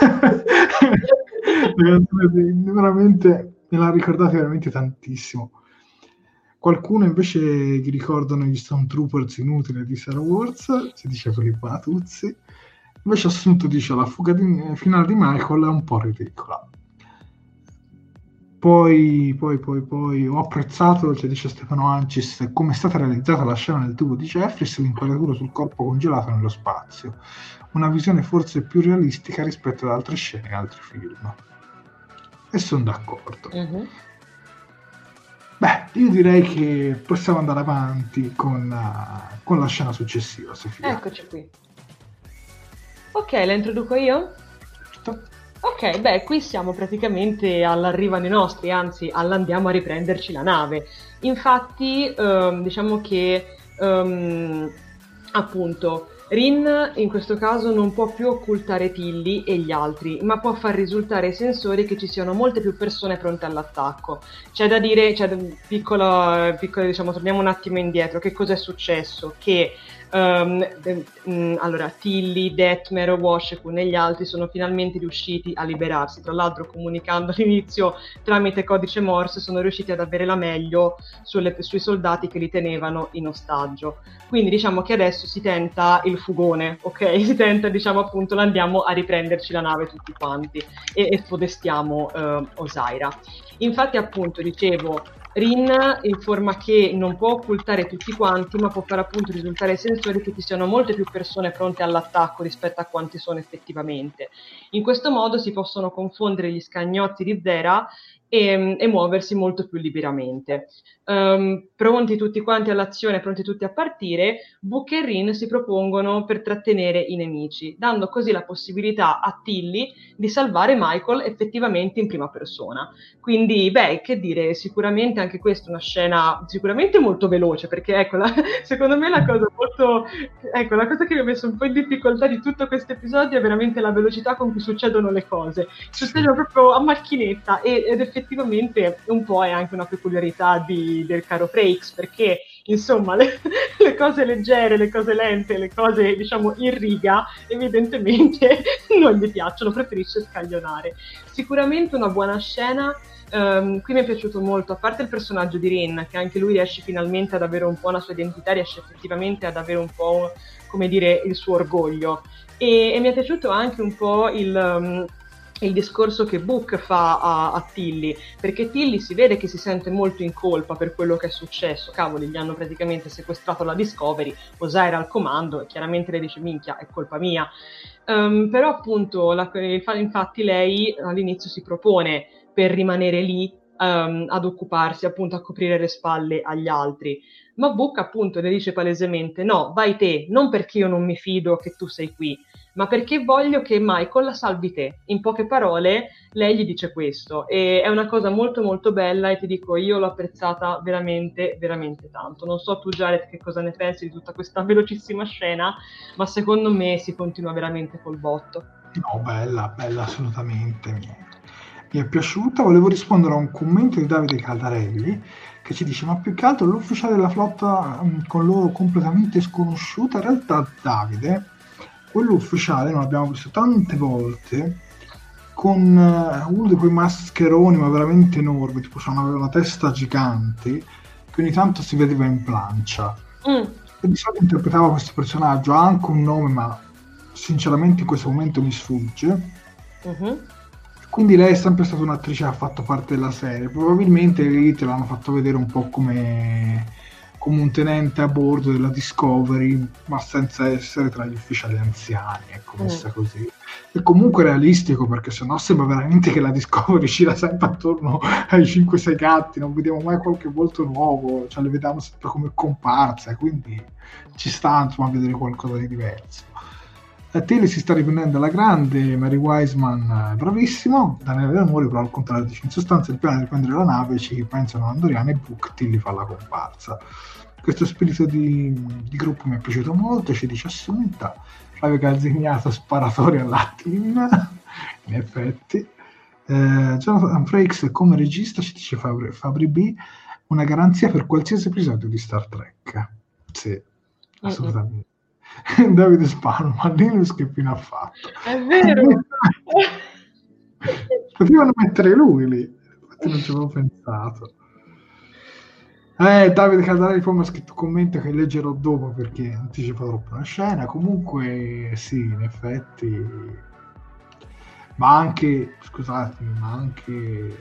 Veramente me l'ha ricordato veramente tantissimo. Qualcuno invece gli ricordano gli Stormtroopers inutili di Star Wars, si dice Filippo Natuzzi. Invece Assunto dice la fuga di, finale di Michael è un po' ridicola. Poi, poi, poi, poi ho apprezzato, cioè dice Stefano Ancis, come è stata realizzata la scena del tubo di Jeffries e l'inquadratura sul corpo congelato nello spazio. Una visione forse più realistica rispetto ad altre scene e altri film. E sono d'accordo. Mm-hmm. Beh, io direi che possiamo andare avanti con, uh, con la scena successiva, Sofia. Eccoci qui. Ok, la introduco io? Ok, beh, qui siamo praticamente all'arrivano i nostri, anzi all'andiamo a riprenderci la nave. Infatti, um, diciamo che, um, appunto, Rin in questo caso non può più occultare Tilly e gli altri, ma può far risultare ai sensori che ci siano molte più persone pronte all'attacco. C'è da dire, c'è piccolo, piccolo, diciamo, torniamo un attimo indietro, che cosa è successo? Che Um, de, um, allora Tilly, Detmer, Washington e gli altri sono finalmente riusciti a liberarsi, tra l'altro comunicando all'inizio tramite codice Morse sono riusciti ad avere la meglio sulle, sui soldati che li tenevano in ostaggio. Quindi diciamo che adesso si tenta il fugone, ok? Si tenta, diciamo appunto, andiamo a riprenderci la nave tutti quanti e, e fodestiamo uh, Osaira. Infatti appunto dicevo Rin informa che non può occultare tutti quanti, ma può far appunto risultare ai sensori che ci siano molte più persone pronte all'attacco rispetto a quanti sono effettivamente. In questo modo si possono confondere gli scagnotti di Zera e, e muoversi molto più liberamente. Um, pronti tutti quanti all'azione, pronti tutti a partire, Book e Rin si propongono per trattenere i nemici, dando così la possibilità a Tilly di salvare Michael effettivamente in prima persona. Quindi, beh, che dire, sicuramente anche questa è una scena sicuramente molto veloce, perché ecco, la, secondo me la cosa molto, ecco, la cosa che mi ha messo un po' in difficoltà di tutto questo episodio è veramente la velocità con cui succedono le cose. Succedono proprio a macchinetta e, ed effettivamente un po' è anche una peculiarità di del caro Frakes, perché insomma le, le cose leggere, le cose lente, le cose diciamo in riga evidentemente non gli piacciono, preferisce scaglionare. Sicuramente una buona scena. Um, qui mi è piaciuto molto, a parte il personaggio di Rin, che anche lui riesce finalmente ad avere un po' una sua identità, riesce effettivamente ad avere un po', come dire, il suo orgoglio, e, e mi è piaciuto anche un po' il um, il discorso che Book fa a, a Tilly, perché Tilly si vede che si sente molto in colpa per quello che è successo. Cavoli, gli hanno praticamente sequestrato la Discovery, Osaira al comando, e chiaramente lei dice minchia, è colpa mia. Um, però appunto la, infatti lei all'inizio si propone per rimanere lì um, ad occuparsi, appunto a coprire le spalle agli altri, ma Book appunto le dice palesemente no, vai te, non perché io non mi fido che tu sei qui, ma perché voglio che Michael la salvi te. In poche parole lei gli dice questo, e è una cosa molto molto bella, e ti dico, io l'ho apprezzata veramente veramente tanto. Non so tu Jared che cosa ne pensi di tutta questa velocissima scena, ma secondo me si continua veramente col botto. No, bella, bella assolutamente, mi è, mi è piaciuta. Volevo rispondere a un commento di Davide Caldarelli che ci dice: ma più che altro l'ufficiale della flotta mh, con loro completamente sconosciuta. In realtà Davide, quell'ufficiale non l'abbiamo visto tante volte con uh, uno di quei mascheroni ma veramente enormi, tipo c'ha una, una testa gigante che ogni tanto si vedeva in plancia, mm. e di solito interpretava questo personaggio, ha anche un nome ma sinceramente in questo momento mi sfugge. Uh-huh. Quindi lei è sempre stata un'attrice che ha fatto parte della serie, probabilmente lì te l'hanno fatto vedere un po' come come un tenente a bordo della Discovery, ma senza essere tra gli ufficiali anziani, ecco, messa mm. così. E comunque realistico, perché sennò sembra veramente che la Discovery gira sempre attorno ai cinque sei gatti, non vediamo mai qualche volto nuovo, cioè le vediamo sempre come comparse, quindi ci sta insomma a vedere qualcosa di diverso. La Tilly si sta riprendendo alla grande, Mary Wiseman è bravissimo, Daniele D'Amore però al contrario dice: in sostanza il piano di riprendere la nave ci pensano Andoriana e Book, Tilly fa la comparsa. Questo spirito di, di gruppo mi è piaciuto molto, ci dice Assunta. Flavio Calzignato, sparatoria alla team, in effetti. Eh, Jonathan Frakes come regista, ci dice Fabri, Fabri B, una garanzia per qualsiasi episodio di Star Trek. Sì, assolutamente. Mm-hmm. Davide Spano, ma Linus che fine ha fatto? È vero! Potevano mettere lui lì, infatti non ci avevo pensato. Eh, Davide Caldarelli poi mi ha scritto un commento che leggerò dopo perché anticipa troppo la scena. Comunque sì, in effetti, ma anche, scusatemi, ma anche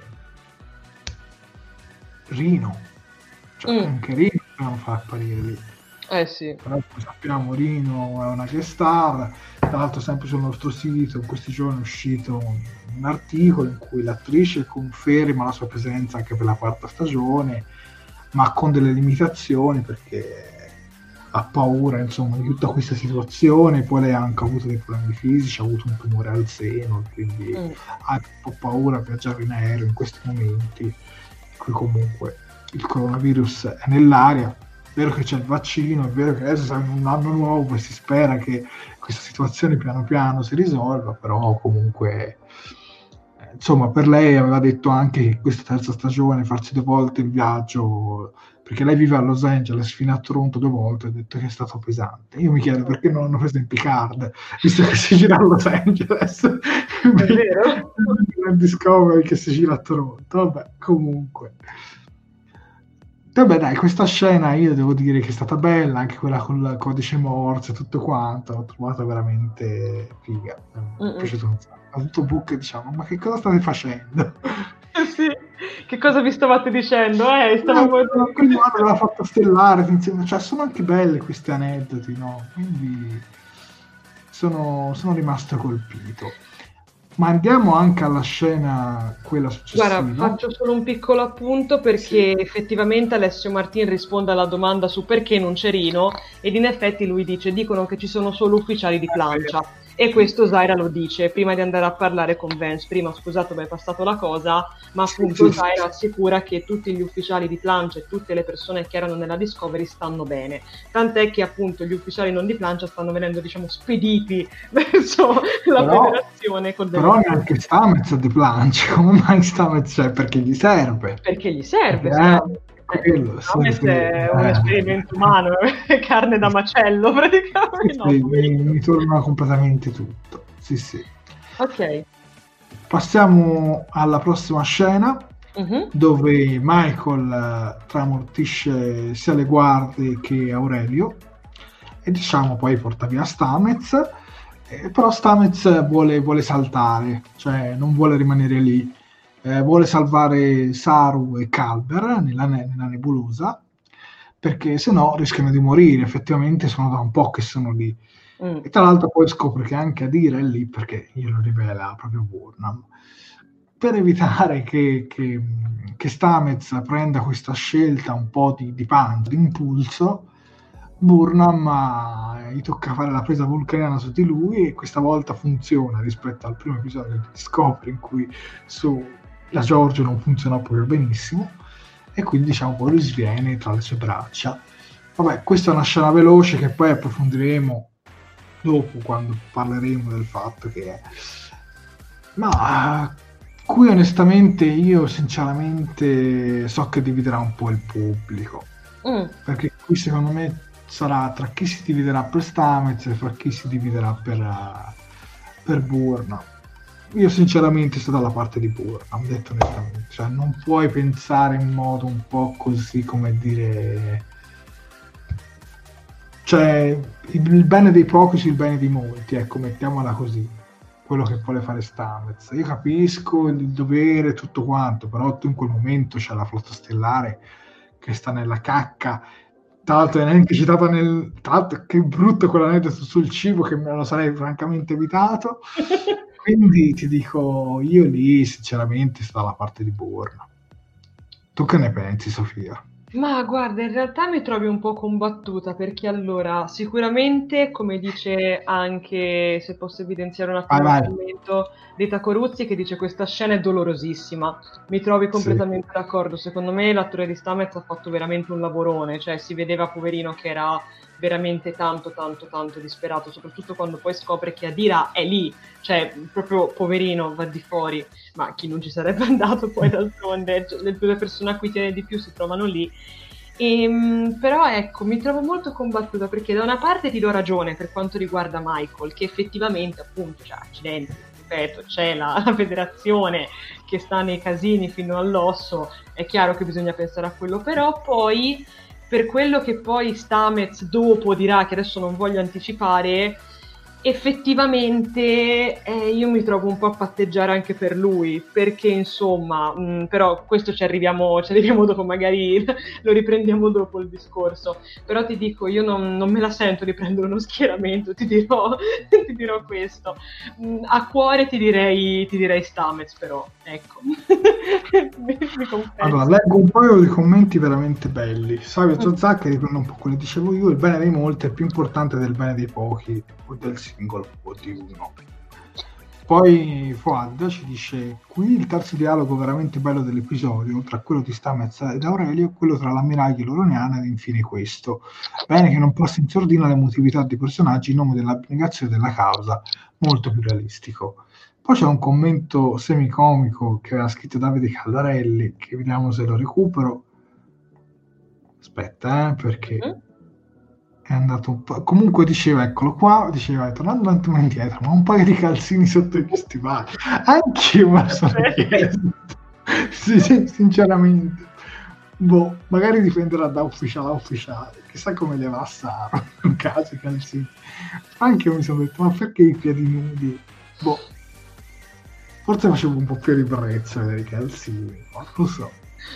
Rino, cioè mm. anche Rino dobbiamo far apparire lì. Eh sì. Però sappiamo Rino è una guest star, tra l'altro sempre sul nostro sito in questi giorni è uscito un, un articolo in cui l'attrice conferma la sua presenza anche per la quarta stagione, ma con delle limitazioni perché ha paura insomma di tutta questa situazione. Poi lei ha anche avuto dei problemi fisici, ha avuto un tumore al seno, quindi mm. ha un po' paura a viaggiare in aereo in questi momenti in cui comunque il coronavirus è nell'aria. È vero che c'è il vaccino, è vero che adesso siamo in un anno nuovo e si spera che questa situazione piano piano si risolva, però comunque insomma per lei aveva detto anche che questa terza stagione farsi due volte il viaggio, perché lei vive a Los Angeles fino a Toronto due volte, ha detto che è stato pesante. Io mi chiedo perché non l'hanno preso in Picard, visto che si gira a Los Angeles, è vero? Discovery che si gira a Toronto. Vabbè, comunque vabbè dai, questa scena io devo dire che è stata bella, anche quella con il codice Morse e tutto quanto, l'ho trovata veramente figa, mi è piaciuto un sacco. A tutto Book diciamo, ma che cosa state facendo? Sì, che cosa vi stavate dicendo? Eh, stavamo... no, quindi l'ha fatto stellare insieme, cioè sono anche belle questi aneddoti, no? Quindi sono, sono rimasto colpito. Ma andiamo anche alla scena, quella successiva. Guarda, faccio solo un piccolo appunto perché sì. Effettivamente Alessio Martin risponde alla domanda su perché non c'è Rino ed in effetti lui dice dicono che ci sono solo ufficiali di plancia e questo Zaira lo dice prima di andare a parlare con Vance. Prima, scusate, mi è passato la cosa, ma appunto sì, sì, Zaira sì. assicura che tutti gli ufficiali di plancia e tutte le persone che erano nella Discovery stanno bene, tant'è che appunto gli ufficiali non di plancia stanno venendo, diciamo, spediti verso la però, federazione con delle però neanche Stamets di plancia, come mai Stamets c'è? Perché gli serve perché gli serve perché, quello, eh, sì, sì. È un esperimento umano, è carne da macello praticamente. Sì, no, sì, mi, mi torna completamente tutto. Sì, sì. Ok. Passiamo alla prossima scena, uh-huh. dove Michael tramortisce sia le guardie che Aurelio e diciamo poi porta via Stamets, eh, però Stamets vuole, vuole saltare, cioè non vuole rimanere lì. Eh, vuole salvare Saru e Culber nella, ne- nella nebulosa perché se no rischiano di morire. Effettivamente sono da un po' che sono lì mm. e tra l'altro poi scopre che anche Adira è lì perché glielo rivela proprio Burnham per evitare che, che, che Stamets prenda questa scelta un po' di, di pancia, di impulso. Burnham uh, gli tocca fare la presa vulcaniana su di lui e questa volta funziona rispetto al primo episodio di Discovery in cui su la Giorgio non funzionò proprio benissimo e quindi diciamo poi lui sviene tra le sue braccia. Vabbè, questa è una scena veloce che poi approfondiremo dopo quando parleremo del fatto che ma qui onestamente io sinceramente so che dividerà un po' il pubblico mm. perché qui secondo me sarà tra chi si dividerà per Stamets e tra chi si dividerà per, uh, per Burnham. Io sinceramente sto dalla parte di Burnham, detto onestamente, cioè non puoi pensare in modo un po' così, come dire, cioè il, il bene dei pochi sul bene di molti, ecco, mettiamola così, quello che vuole fare Stamets. Io capisco il dovere tutto quanto, però tu in quel momento c'è la flotta stellare che sta nella cacca, tra l'altro è neanche citata nel, tra l'altro che brutto quell'aneddoto sul cibo che me lo sarei francamente evitato. Quindi ti dico, io lì sinceramente sto dalla parte di Burnham. Tu che ne pensi, Sofia? Ma guarda, in realtà mi trovi un po' combattuta perché allora, sicuramente, come dice anche, se posso evidenziare un attimo il commento di Tacoruzzi che dice questa scena è dolorosissima, mi trovi completamente sì. d'accordo. Secondo me l'attore di Stamets ha fatto veramente un lavorone, cioè si vedeva poverino che era veramente tanto tanto tanto disperato, soprattutto quando poi scopre che Adira è lì, cioè proprio poverino va di fuori, ma chi non ci sarebbe andato poi d'altronde, le due persone a cui tiene di più si trovano lì. E, però ecco, mi trovo molto combattuta perché da una parte ti do ragione per quanto riguarda Michael, che effettivamente appunto, cioè accidenti, ripeto, c'è la, la federazione che sta nei casini fino all'osso, è chiaro che bisogna pensare a quello, però poi per quello che poi Stamets dopo dirà, che adesso non voglio anticipare, effettivamente eh, io mi trovo un po' a patteggiare anche per lui, perché insomma, mh, però questo ci arriviamo, ci arriviamo dopo, magari lo riprendiamo dopo il discorso, però ti dico, io non, non me la sento di prendere uno schieramento, ti dirò, ti dirò questo. Mh, a cuore ti direi, ti direi Stamets, però, ecco. mi, mi allora, leggo un paio di commenti veramente belli. Savio Zozzacca riprende un po' quello che dicevo io, il bene dei molti è più importante del bene dei pochi o del singolo o di uno. Poi Fuad ci dice qui il terzo dialogo veramente bello dell'episodio, tra quello di Stamets ed Aurelio, quello tra l'ammiraglia Loroniana ed infine questo. Bene che non passa in sordina l'emotività dei personaggi in nome dell'abnegazione della causa, molto più realistico. Poi c'è un commento semicomico che aveva scritto Davide Caldarelli, che vediamo se lo recupero. Aspetta, eh, perché è andato un po'. Comunque diceva, eccolo qua, diceva, tornando un attimo indietro, ma un paio di calzini sotto gli stivali. Anch'io me lo sono chiesto. Sì, sì, sinceramente. Boh, magari dipenderà da ufficiale a ufficiale. Chissà come le va a Saro, in caso i calzini. Anche io mi sono detto, ma perché i piedi nudi? Boh. Forse facevo un po' più ribrezzo a vedere i calzini, non lo so.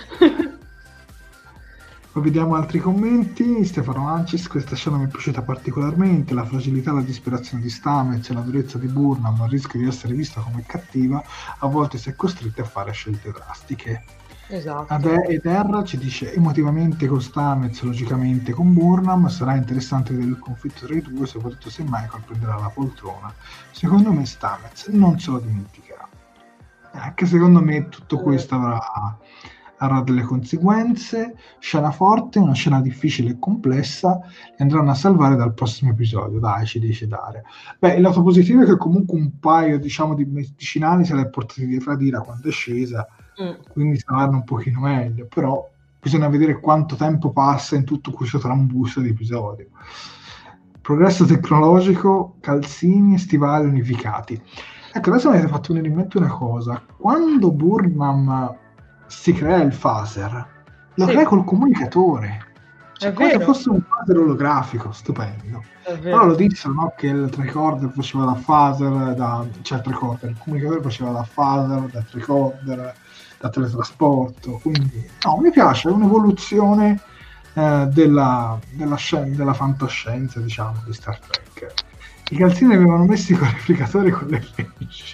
Poi vediamo altri commenti. Stefano Ancis: questa scena mi è piaciuta particolarmente, la fragilità e la disperazione di Stamets e la durezza di Burnham, il rischio di essere vista come cattiva, a volte si è costretti a fare scelte drastiche. Esatto. Ade- ed Erra ci dice: emotivamente con Stamets, logicamente con Burnham, sarà interessante vedere il conflitto tra i due, soprattutto se Michael prenderà la poltrona. Secondo me Stamets non se lo dimenticherà. Anche secondo me tutto questo avrà, avrà delle conseguenze. Scena forte, una scena difficile e complessa, li andranno a salvare dal prossimo episodio, dai, ci dice Daria. Beh, il lato positivo è che comunque un paio, diciamo, di medicinali se li è portati dietro a Dira quando è scesa, mm. quindi saranno un pochino meglio, però bisogna vedere quanto tempo passa in tutto questo trambusto di episodio. Progresso tecnologico, calzini e stivali unificati. Ecco, adesso mi avete fatto venire in mente una cosa. Quando Burnham si crea il phaser, lo sì. crea col comunicatore. Cioè, come se fosse un phaser olografico, stupendo. Però lo dissero, no? Che il tricorder faceva da phaser, da, cioè il tricorder, il comunicatore faceva da phaser, da tricorder, da teletrasporto. Quindi, no, mi piace, è un'evoluzione eh, della, della, scen- della fantascienza, diciamo, di Star Trek. I calzini avevano messi con i replicatori con le leggi.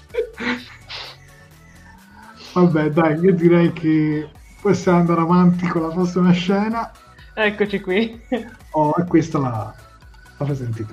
Vabbè, dai, io direi che possiamo andare avanti con la prossima scena. Eccoci qui. Oh, e questa la, la presenti tu.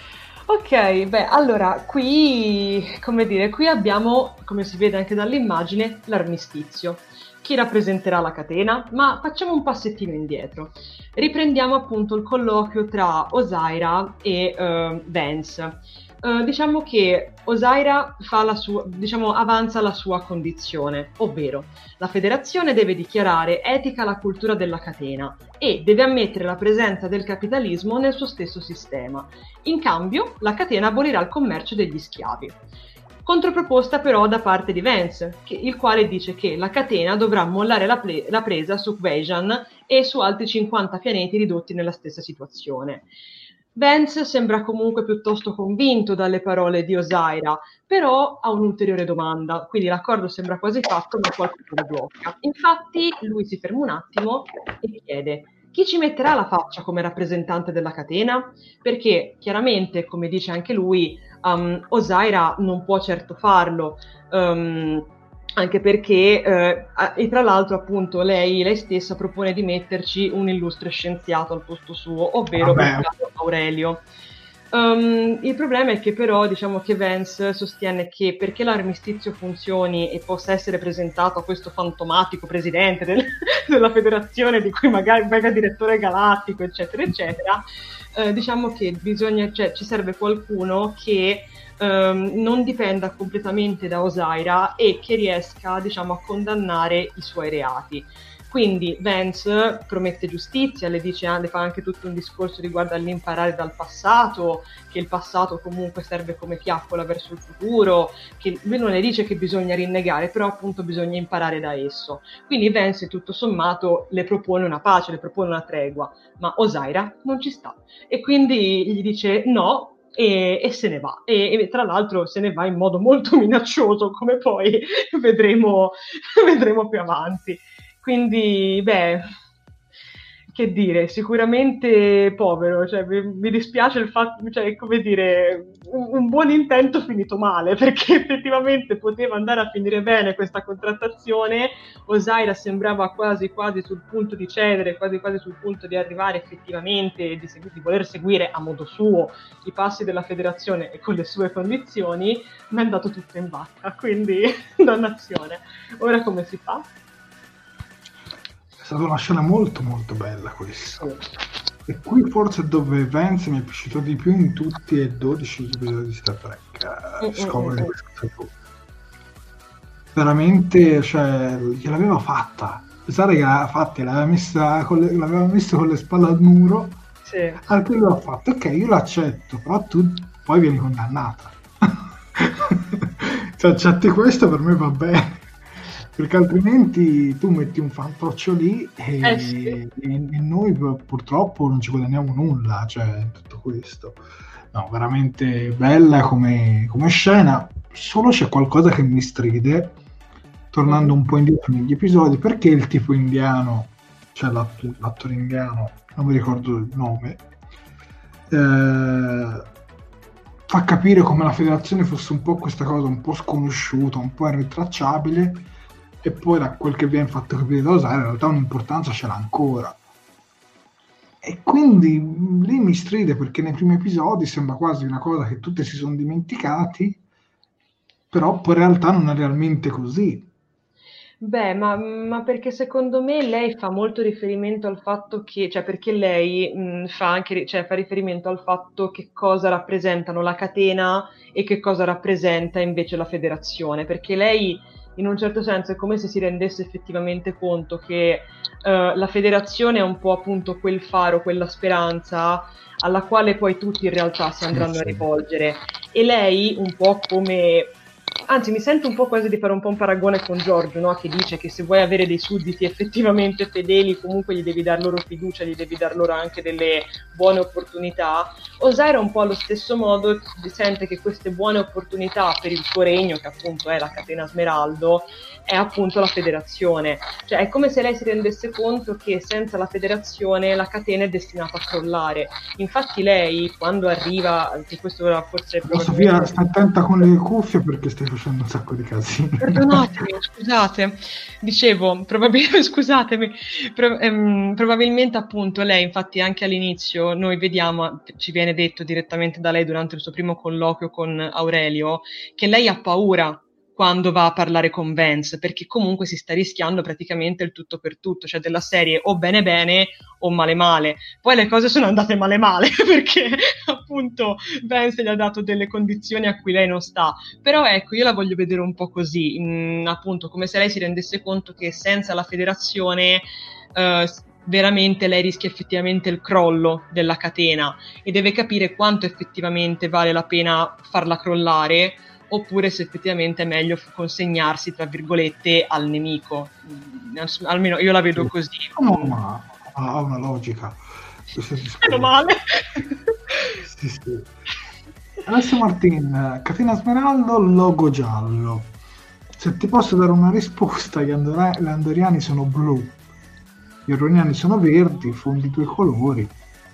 Ok, beh, allora, qui, come dire, qui abbiamo, come si vede anche dall'immagine, l'armistizio. Chi rappresenterà la catena? Ma facciamo un passettino indietro. Riprendiamo appunto il colloquio tra Osyraa e uh, Vance. Uh, diciamo che Osyraa fa la sua, diciamo, avanza la sua condizione, ovvero la federazione deve dichiarare etica la cultura della catena e deve ammettere la presenza del capitalismo nel suo stesso sistema. In cambio, la catena abolirà il commercio degli schiavi. Controproposta però da parte di Vance, che, il quale dice che la catena dovrà mollare la, ple- la presa su Kvajan e su altri cinquanta pianeti ridotti nella stessa situazione. Vance sembra comunque piuttosto convinto dalle parole di Osyraa, però ha un'ulteriore domanda, quindi l'accordo sembra quasi fatto ma qualcosa lo blocca. Infatti lui si ferma un attimo e chiede: chi ci metterà la faccia come rappresentante della catena? Perché chiaramente, come dice anche lui, um, Osyraa non può certo farlo, um, anche perché, eh, e tra l'altro appunto lei, lei stessa propone di metterci un illustre scienziato al posto suo, ovvero Aurelio. Um, il problema è che però diciamo che Vance sostiene che perché l'armistizio funzioni e possa essere presentato a questo fantomatico presidente del, della federazione di cui magari venga direttore galattico eccetera eccetera, eh, diciamo che bisogna, cioè, ci serve qualcuno che um, non dipenda completamente da Osyraa e che riesca diciamo a condannare i suoi reati. Quindi Vance promette giustizia, le dice, le fa anche tutto un discorso riguardo all'imparare dal passato, che il passato comunque serve come fiaccola verso il futuro, che lui non le dice che bisogna rinnegare, però appunto bisogna imparare da esso. Quindi Vance tutto sommato le propone una pace, le propone una tregua, ma Osyraa non ci sta. E quindi gli dice no, E, e se ne va, e, e tra l'altro se ne va in modo molto minaccioso, come poi vedremo, vedremo più avanti. Quindi, beh, che dire, sicuramente povero, cioè mi, mi dispiace il fatto, cioè come dire, un, un buon intento finito male, perché effettivamente poteva andare a finire bene questa contrattazione. Osyraa sembrava quasi quasi sul punto di cedere, quasi quasi sul punto di arrivare effettivamente, di, segu- di voler seguire a modo suo i passi della federazione e con le sue condizioni, ma è andato tutto in vacca, quindi dannazione. Ora come si fa? È stata una scena molto molto bella questa. E qui forse è dove Vance mi è piaciuto di più in tutti e dodici episodi di Star Trek. Uh, scopre mm-hmm. questo. Veramente, cioè, gliel'aveva fatta. Pensare che l'aveva fatta, l'aveva messa con le, l'aveva messa con le spalle al muro. Sì. Al cui l'ha fatto. Ok, io l'accetto, però tu poi vieni condannata. Cioè, accetti questo, per me va bene. Perché altrimenti tu metti un fantoccio lì e, eh sì. e, e noi purtroppo non ci guadagniamo nulla, cioè tutto questo. No, veramente bella come, come scena. solo c'è qualcosa che mi stride, tornando un po' indietro negli episodi, perché il tipo indiano, cioè l'att- l'attore indiano, non mi ricordo il nome, eh, fa capire come la federazione fosse un po' questa cosa un po' sconosciuta, un po' irritracciabile, e poi da quel che viene fatto capire da Osaira in realtà un'importanza ce l'ha ancora. E quindi lì mi stride, perché nei primi episodi sembra quasi una cosa che tutti si sono dimenticati, però poi in realtà non è realmente così. Beh, ma, ma perché secondo me lei fa molto riferimento al fatto che, cioè perché lei mh, fa anche, ri- cioè, fa riferimento al fatto che cosa rappresentano la catena e che cosa rappresenta invece la federazione, perché lei in un certo senso è come se si rendesse effettivamente conto che eh, la federazione è un po' appunto quel faro, quella speranza alla quale poi tutti in realtà si andranno a rivolgere. E lei, un po' come... Anzi, mi sento un po' quasi di fare un po' un paragone con Giorgio, no? Che dice che se vuoi avere dei sudditi effettivamente fedeli, comunque gli devi dar loro fiducia, gli devi dar loro anche delle buone opportunità. Osaira un po' allo stesso modo sente che queste buone opportunità per il suo regno, che appunto è la catena Smeraldo, è appunto la federazione. Cioè è come se lei si rendesse conto che senza la federazione la catena è destinata a crollare. Infatti lei, quando arriva, che questo ora forse... Ma Sofia, sta attenta con le cuffie perché stai facendo un sacco di casini. Perdonatemi, scusate. Dicevo, probabilmente, scusatemi, pro- ehm, probabilmente appunto lei, infatti anche all'inizio noi vediamo, ci viene detto direttamente da lei durante il suo primo colloquio con Aurelio, che lei ha paura quando va a parlare con Vance, perché comunque si sta rischiando praticamente il tutto per tutto, cioè della serie o bene bene o male male. Poi le cose sono andate male male, perché appunto Vance gli ha dato delle condizioni a cui lei non sta. Però ecco, io la voglio vedere un po' così, mh, appunto come se lei si rendesse conto che senza la federazione eh, veramente lei rischia effettivamente il crollo della catena e deve capire quanto effettivamente vale la pena farla crollare, oppure se effettivamente è meglio consegnarsi, tra virgolette, al nemico. Mm, almeno io la vedo così. No, ma ha una logica. Meno male. Sì, sì. Alessio Martin, catena Smeraldo, logo giallo. Se ti posso dare una risposta, gli, andora- gli andoriani sono blu, gli orroniani sono verdi, fondi due colori.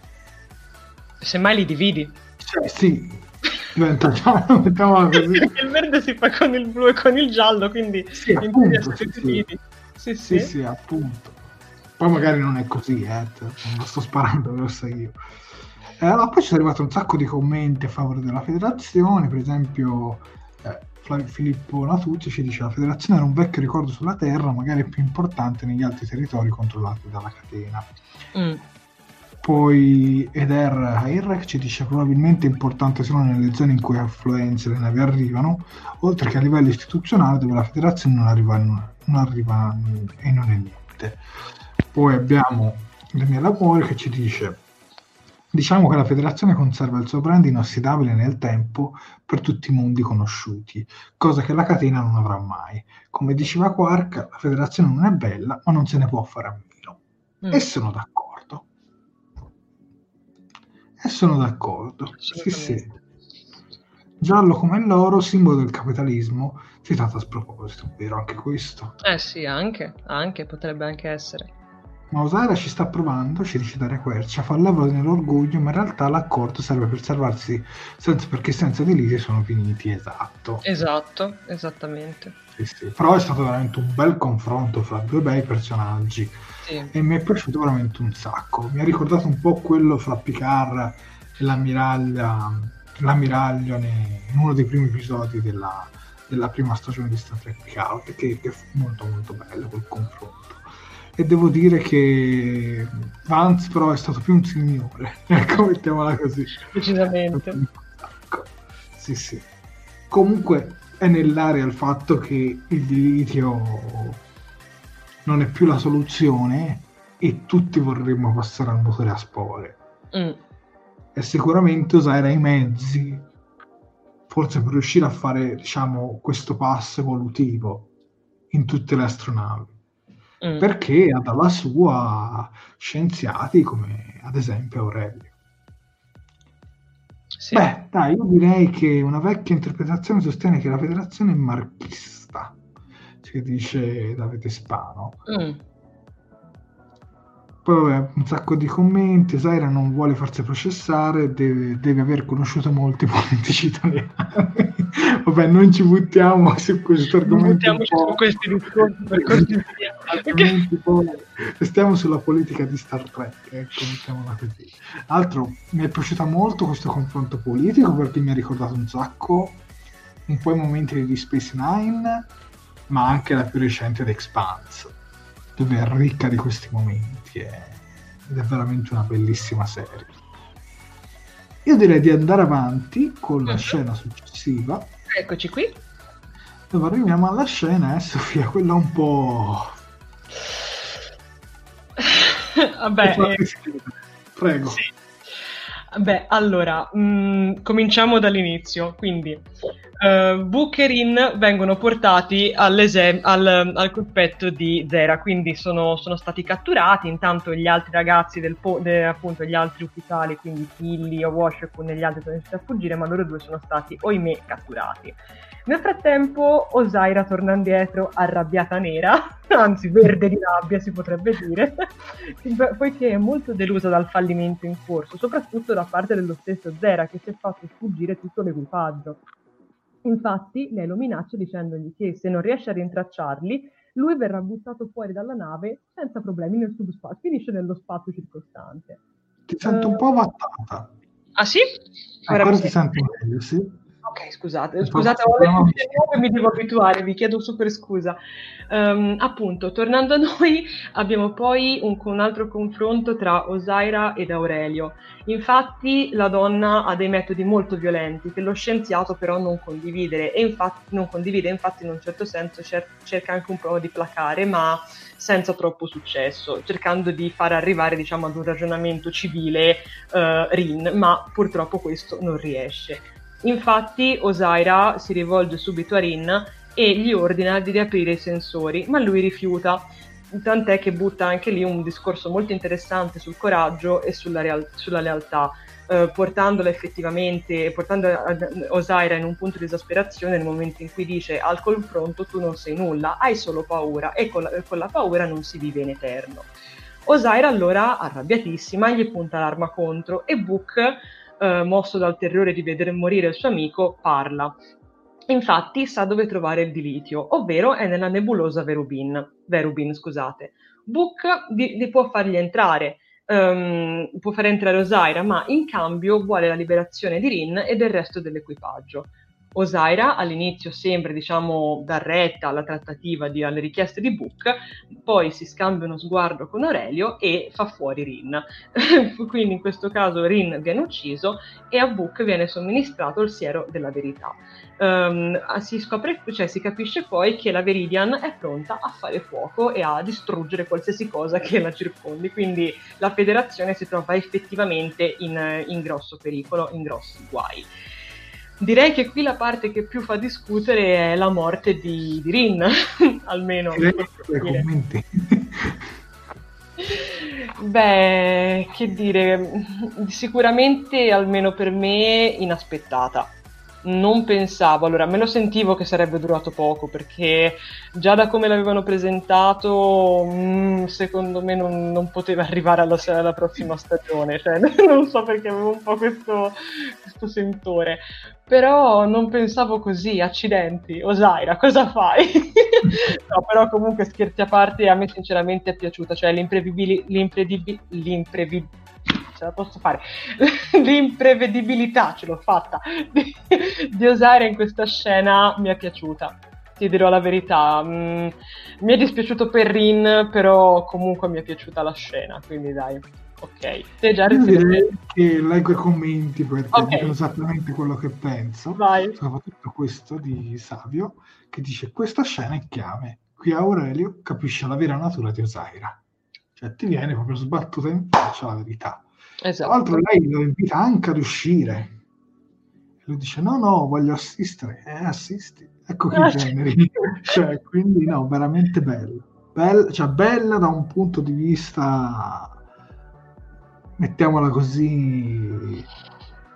Semmai li dividi. Cioè, sì, diventa giallo, mettiamola così. Perché il verde si fa con il blu e con il giallo, quindi sì, appunto, sì, sì. Sì, sì. sì, sì, appunto. Poi magari non è così, eh, non lo sto sparando, lo so io. Eh, allora, poi ci sono arrivati un sacco di commenti a favore della federazione, per esempio eh, Flavio Filippo Natuzzi ci dice: la federazione era un vecchio ricordo sulla terra, magari più importante negli altri territori controllati dalla catena. Mm. Poi Eder Hairek ci dice: probabilmente è importante solo nelle zone in cui affluenze le navi arrivano, oltre che a livello istituzionale dove la federazione non arriva, non arriva e non è niente. Poi abbiamo Daniele Amore che ci dice: diciamo che la federazione conserva il suo brand inossidabile nel tempo per tutti i mondi conosciuti, cosa che la catena non avrà mai. Come diceva Quark, la federazione non è bella, ma non se ne può fare a meno. Mm. E sono d'accordo. E sono d'accordo. Sì, sì. Giallo come l'oro, simbolo del capitalismo, citato a sproposito, vero anche questo? Eh sì, anche, anche, potrebbe anche essere. Ma Osaira ci sta provando, ci dice Daria Quercia, fa leva nell'orgoglio, ma in realtà l'accordo serve per salvarsi, senza, perché senza di lì sono finiti, esatto. Esatto, esattamente. Sì, sì. Però è stato veramente un bel confronto fra due bei personaggi, sì. E mi è piaciuto veramente un sacco. Mi ha ricordato un po' quello fra Picard e l'ammiraglia, l'ammiraglio in uno dei primi episodi della, della prima stagione di Star Trek Picard, che, che fu molto molto bello quel confronto. E devo dire che Vance però è stato più un signore, ecco, mettiamola così. Decisamente. Sì, sì. Comunque è nell'aria il fatto che il dilitio non è più la soluzione e tutti vorremmo passare al motore a spore. Mm. E sicuramente usare i mezzi, forse per riuscire a fare, diciamo, questo passo evolutivo in tutte le astronavi. Mm. Perché ha dalla sua scienziati come ad esempio Aurelio. Sì. Beh, dai, io direi che una vecchia interpretazione sostiene che la federazione è marchista, che dice Davide Spano. Mm. Poi vabbè, un sacco di commenti. Osaira non vuole farsi processare, deve, deve aver conosciuto molti politici italiani. Vabbè, non ci buttiamo su questo argomento. Non buttiamoci su questi discorsi, per cortesia. Altrimenti poi stiamo sulla politica di Star Trek, ecco, mettiamola così. Altro, mi è piaciuto molto questo confronto politico perché mi ha ricordato un sacco un po' i momenti di Deep Space Nine, ma anche la più recente The Expanse, dove è ricca di questi momenti è... ed è veramente una bellissima serie. Io direi di andare avanti con la scena successiva. Eccoci qui. Dove arriviamo alla scena, eh, Sofia, quella un po'... Vabbè, eh... prego. Sì. Beh, allora, mh, cominciamo dall'inizio. Quindi, uh, Book e Rin vengono portati al, al cospetto di Zera, quindi sono, sono stati catturati. Intanto gli altri ragazzi del po- de, appunto gli altri ufficiali, quindi Tilly, Washington e gli altri sono riusciti a fuggire, ma loro due sono stati, ohimè, catturati. Nel frattempo Osaira torna indietro arrabbiata nera, anzi verde di rabbia si potrebbe dire, poiché è molto delusa dal fallimento in corso, soprattutto da parte dello stesso Zera che si è fatto sfuggire tutto l'equipaggio. Infatti lei lo minaccia dicendogli che se non riesce a rintracciarli lui verrà buttato fuori dalla nave senza problemi nel subspazio, finisce nello spazio circostante. Ti sento uh, un po' avattata. Ah sì? Ora Ancora ti sento meglio, sì. Ok, scusate, scusate, ho le cuffie nuove, mi devo abituare, vi chiedo super scusa. Um, appunto, tornando a noi, abbiamo poi un, un altro confronto tra Osaira ed Aurelio. Infatti la donna ha dei metodi molto violenti che lo scienziato però non condivide e infatti non condivide, infatti in un certo senso cer- cerca anche un po' di placare, ma senza troppo successo, cercando di far arrivare, diciamo, ad un ragionamento civile uh, Rin, ma purtroppo questo non riesce. Infatti Osaira si rivolge subito a Rin e gli ordina di riaprire i sensori, ma lui rifiuta, tant'è che butta anche lì un discorso molto interessante sul coraggio e sulla, real- sulla lealtà, eh, portandola effettivamente, portando Osaira in un punto di esasperazione nel momento in cui dice: al confronto tu non sei nulla, hai solo paura e con la, con la paura non si vive in eterno. Osaira allora, arrabbiatissima, gli punta l'arma contro e Book, Uh, mosso dal terrore di vedere morire il suo amico, parla. Infatti sa dove trovare il dilitio, ovvero è nella nebulosa Verubin. Verubin, scusate. Book di, di può fargli entrare, um, può fare entrare Osaira, ma in cambio vuole la liberazione di Rin e del resto dell'equipaggio. Osaira all'inizio sembra, diciamo, dar retta alla trattativa di, alle richieste di Book, poi si scambia uno sguardo con Aurelio e fa fuori Rin. Quindi in questo caso Rin viene ucciso e a Book viene somministrato il siero della verità. Um, si scopre, cioè si capisce poi che la Veridian è pronta a fare fuoco e a distruggere qualsiasi cosa che la circondi, quindi la federazione si trova effettivamente in, in grosso pericolo, in grossi guai. Direi che qui la parte che più fa discutere è la morte di, di Rin, almeno. Commenti. Beh, che dire, sicuramente, almeno per me, inaspettata. Non pensavo, allora me lo sentivo che sarebbe durato poco, perché già da come l'avevano presentato, mh, secondo me non, non poteva arrivare alla, alla prossima stagione, cioè non so perché avevo un po' questo, questo sentore, però non pensavo così, accidenti, Osaira, cosa fai? No, però comunque scherzi a parte, a me sinceramente è piaciuta, cioè l'imprevibili, l'impredibi, l'imprevi, ce la posso fare, l'imprevedibilità, ce l'ho fatta, di, di Osaira in questa scena mi è piaciuta, ti dirò la verità. Mm, mi è dispiaciuto per Rin, però comunque mi è piaciuta la scena, quindi dai, ok. Te già Io direi che leggo i commenti perché okay. dicono esattamente quello che penso. Vai. Soprattutto questo di Savio che dice: questa scena è chiave, qui Aurelio capisce la vera natura di Osaira, cioè ti viene proprio sbattuta in faccia la verità. Esatto. Tra l'altro lei lo invita anche ad uscire e lui dice: no no, voglio assistere. Eh, assisti, ecco che generi. Cioè, quindi no, veramente bella. Bella, cioè bella da un punto di vista, mettiamola così,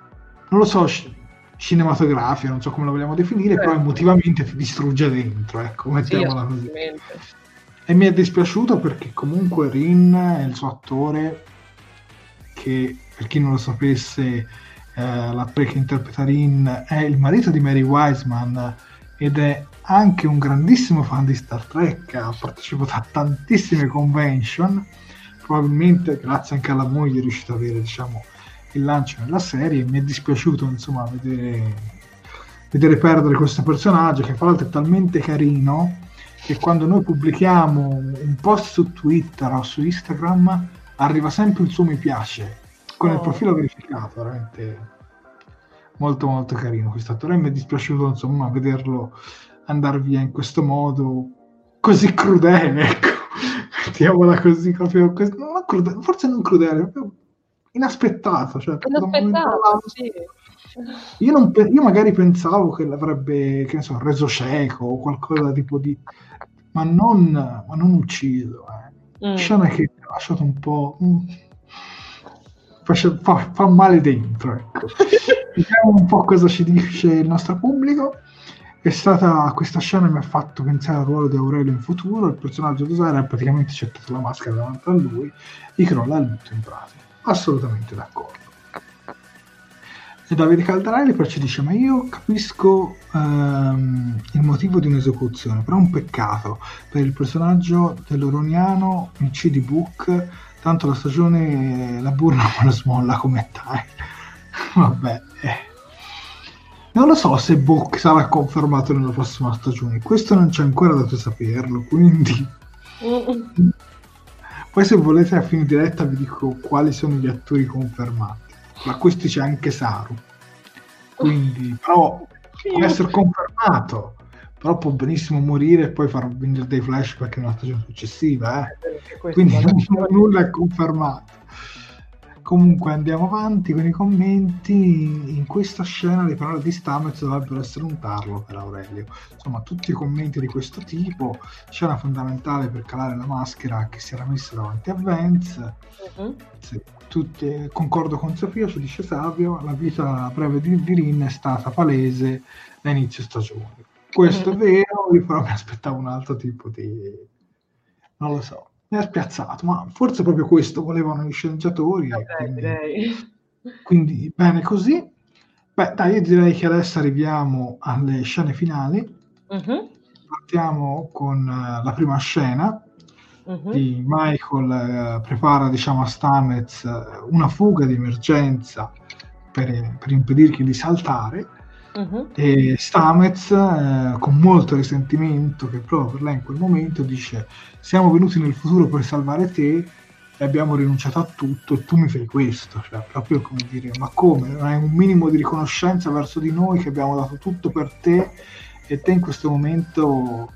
non lo so, sc- cinematografia, non so come lo vogliamo definire, però emotivamente ti distrugge dentro, ecco, mettiamola sì, così. E mi è dispiaciuto perché comunque Rin è il suo attore, che per chi non lo sapesse, eh, l'attore che interpreta Rin è il marito di Mary Wiseman ed è anche un grandissimo fan di Star Trek, ha partecipato a tantissime convention, probabilmente grazie anche alla moglie è riuscito ad avere, diciamo, il lancio nella serie. Mi è dispiaciuto, insomma, vedere, vedere perdere questo personaggio, che fra l'altro è talmente carino che quando noi pubblichiamo un post su Twitter o su Instagram arriva sempre il suo mi piace con oh. il profilo verificato. Veramente molto molto carino questo attore. Mi è dispiaciuto, insomma, vederlo andare via in questo modo così crudele, ecco, mettiamola così, proprio così, non crudele, forse non crudele, proprio inaspettato, cioè, inaspettato, sì. Io, non, io magari pensavo che l'avrebbe, che ne so, reso cieco o qualcosa tipo di, ma non, ma non ucciso, eh. Mm. Scena che ha lasciato un po', mm, fa, fa, fa male dentro, ecco. Vediamo un po' cosa ci dice il nostro pubblico. È stata, questa scena mi ha fatto pensare al ruolo di Aurelio in futuro. Il personaggio di Sara praticamente c'è tutta la maschera davanti a lui, gli crolla il lutto in pratica. Assolutamente d'accordo. E Davide Caldarelli poi ci dice: ma io capisco ehm, il motivo di un'esecuzione, però è un peccato per il personaggio dell'Oroniano in C D Book, tanto la stagione la burla ma la smolla come Tyler. Vabbè, eh. non lo so se Book sarà confermato nella prossima stagione, questo non c'è ancora dato saperlo, quindi mm. poi se volete a fine diretta vi dico quali sono gli attori confermati. Ma questi c'è anche Saru, quindi però può essere confermato, però può benissimo morire e poi far venire dei flashback nella stagione successiva, eh. Quindi non, nulla è confermato. Comunque andiamo avanti con i commenti. In questa scena le parole di Stamets dovrebbero essere un tarlo per Aurelio. Insomma, tutti i commenti di questo tipo. Scena fondamentale per calare la maschera che si era messa davanti a Vance. Uh-huh. Sì, tutti, concordo con Sofia, ci dice Savio, la vita breve di, di Rin è stata palese da inizio stagione. Questo uh-huh. è vero, io però mi aspettavo un altro tipo di... non lo so. Mi ha spiazzato, ma forse proprio questo volevano gli sceneggiatori. Vabbè, quindi, direi. quindi bene così. Beh, dai, io direi che adesso arriviamo alle scene finali. Uh-huh. Partiamo con uh, la prima scena uh-huh. di Michael uh, prepara, diciamo, a Stamets uh, una fuga di emergenza per, per impedirgli di saltare. Uh-huh. E Stamets eh, con molto risentimento, che proprio per lei in quel momento dice: siamo venuti nel futuro per salvare te e abbiamo rinunciato a tutto e tu mi fai questo, cioè proprio come dire, ma come, non hai un minimo di riconoscenza verso di noi che abbiamo dato tutto per te e te in questo momento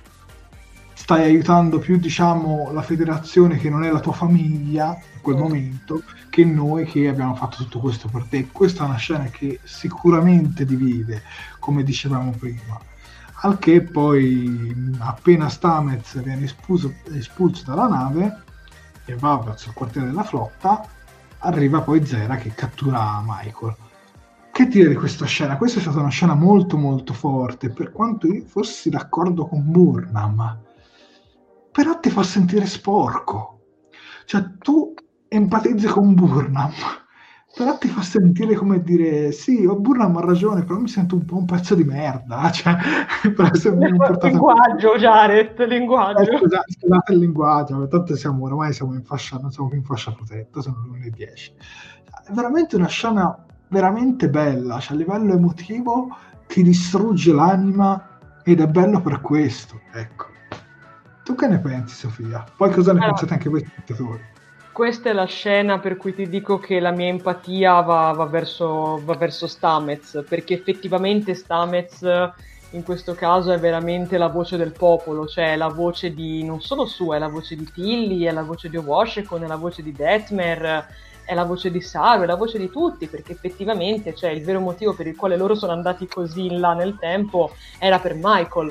stai aiutando più, diciamo, la federazione che non è la tua famiglia in quel momento, che noi che abbiamo fatto tutto questo per te. Questa è una scena che sicuramente divide, come dicevamo prima, al che poi appena Stamets viene espulso, espulso dalla nave e va verso il quartiere della flotta, arriva poi Zera che cattura Michael. Che dire di questa scena? Questa è stata una scena molto molto forte, per quanto io fossi d'accordo con Burnham, però ti fa sentire sporco, cioè tu empatizzi con Burnham, però ti fa sentire come dire: sì, Burnham ha ragione, però mi sento un po' un pezzo di merda, cioè, però se mi portato... linguaggio, Jared, linguaggio. Eh, scusate, scusate il linguaggio, tanto siamo ormai siamo in fascia, non siamo più in fascia protetta, sono le una e dieci. È veramente una scena veramente bella, cioè a livello emotivo ti distrugge l'anima ed è bello per questo, ecco. Tu che ne pensi, Sofia? Poi cosa ne allora, pensate anche voi spettatori? Questa è la scena per cui ti dico che la mia empatia va, va, verso, va verso Stamets, perché effettivamente Stamets in questo caso è veramente la voce del popolo, cioè la voce di, non solo sua, è la voce di Tilly, è la voce di Owashekon, è la voce di Detmer, è la voce di Saru, è la voce di tutti, perché effettivamente, cioè, il vero motivo per il quale loro sono andati così in là nel tempo era per Michael.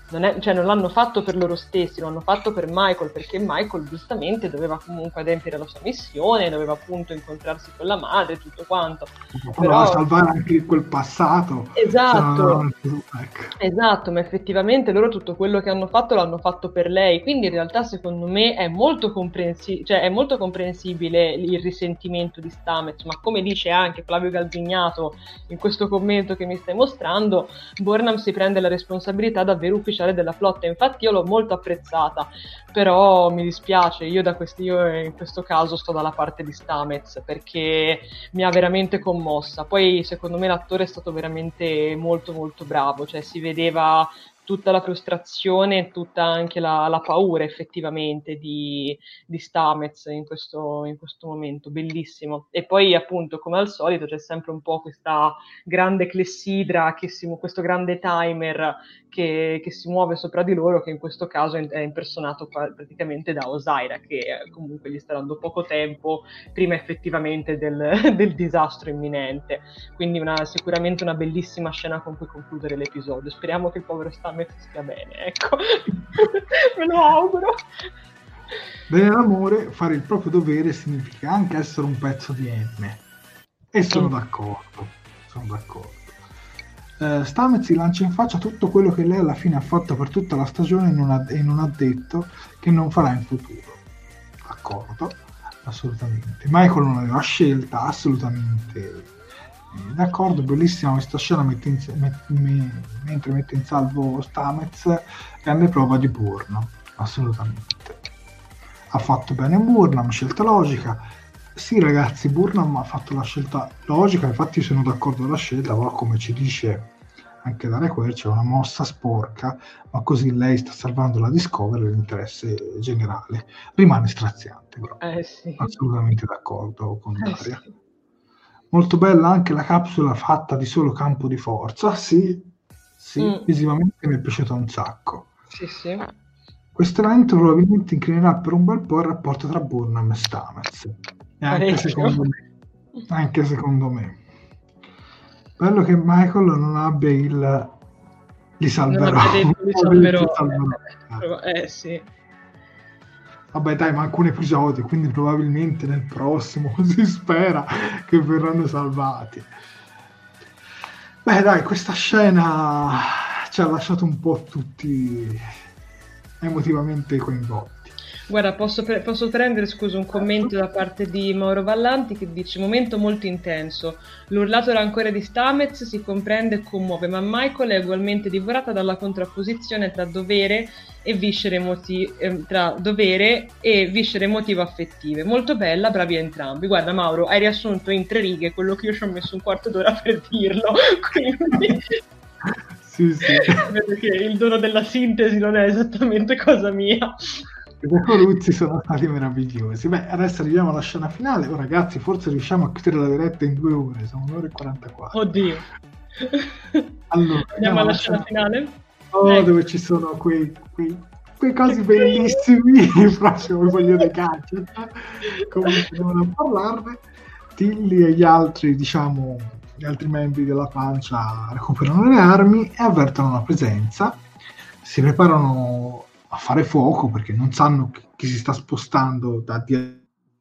non, è, cioè non l'hanno fatto per loro stessi, lo hanno fatto per Michael, perché Michael giustamente doveva comunque adempiere la sua missione, doveva appunto incontrarsi con la madre, tutto quanto. Però Però salvare anche quel passato. esatto, Cioè, ecco. esatto, ma effettivamente loro tutto quello che hanno fatto l'hanno fatto per lei, quindi in realtà secondo me è molto comprensi- cioè è molto comprensibile il risentimento di Stamets, ma come dice anche Flavio Galvignato in questo commento che mi stai mostrando, Burnham si prende la responsabilità davvero ufficiale della flotta, infatti io l'ho molto apprezzata, però mi dispiace, io, da questi, io in questo caso sto dalla parte di Stamets perché mi ha veramente commossa. Poi secondo me l'attore è stato veramente molto molto bravo, cioè si vedeva tutta la frustrazione, tutta anche la, la paura effettivamente di, di Stamets in questo, in questo momento, bellissimo. E poi appunto come al solito c'è sempre un po' questa grande clessidra, che si, questo grande timer che, che si muove sopra di loro, che in questo caso è impersonato praticamente da Osaira, che comunque gli sta dando poco tempo prima effettivamente del, del disastro imminente. Quindi una, sicuramente una bellissima scena con cui concludere l'episodio. Speriamo che il povero Stamets stia bene, ecco. Me lo auguro. Nell'amore fare il proprio dovere significa anche essere un pezzo di M, e sono mm. d'accordo sono d'accordo uh, Stamets si lancia in faccia tutto quello che lei alla fine ha fatto per tutta la stagione e non ha, e non ha detto che non farà in futuro. D'accordo, assolutamente. Michael non aveva scelta, assolutamente d'accordo. Bellissima questa scena mette in, met, me, mentre mette in salvo Stamets, grande prova di Burnham, assolutamente. Ha fatto bene Burnham, scelta logica. Sì ragazzi, Burnham ha fatto la scelta logica, infatti io sono d'accordo con la scelta, però come ci dice anche Daria Quer c'è una mossa sporca, ma così lei sta salvando la Discovery e l'interesse generale. Rimane straziante, però. Eh sì. Assolutamente d'accordo con Eh Daria. sì. Molto bella anche la capsula fatta di solo campo di forza, sì, sì, mm. visivamente mi è piaciuta un sacco. Sì, sì. Questo evento probabilmente inclinerà per un bel po' il rapporto tra Burnham e Stamets. E anche secondo me, anche secondo me. Bello che Michael non abbia il li salverò. Non abbia detto li salverò. Li salverò. Eh, eh sì. Vabbè dai, manca un episodio, quindi probabilmente nel prossimo si spera che verranno salvati. Beh dai, questa scena ci ha lasciato un po' tutti emotivamente coinvolti. Guarda, posso, pre- posso prendere, scusa, un commento da parte di Mauro Vallanti che dice: momento molto intenso, l'urlato rancore di Stamets si comprende e commuove, ma Michael è ugualmente divorata dalla contrapposizione tra dovere e viscere emotive, eh, tra dovere e viscere emotive affettive. Molto bella, bravi entrambi. Guarda Mauro, hai riassunto in tre righe quello che io ci ho messo un quarto d'ora per dirlo, quindi sì, sì. vedo che il dono della sintesi non è esattamente cosa mia. I Bocoruzzi sono stati meravigliosi. Beh, adesso arriviamo alla scena finale. Oh, ragazzi, forse riusciamo a chiudere la diretta in due ore, sono un'ora e quarantaquattro. Oddio. Allora, andiamo alla scena finale? Oh, ecco. Dove ci sono quei, quei, quei cosi bellissimi, proprio mi voglio dei gadget. Cominciamo a parlarne. Tilly e gli altri, diciamo, gli altri membri della pancia recuperano le armi e avvertono la presenza. Si preparano a fare fuoco perché non sanno chi si sta spostando da dietro.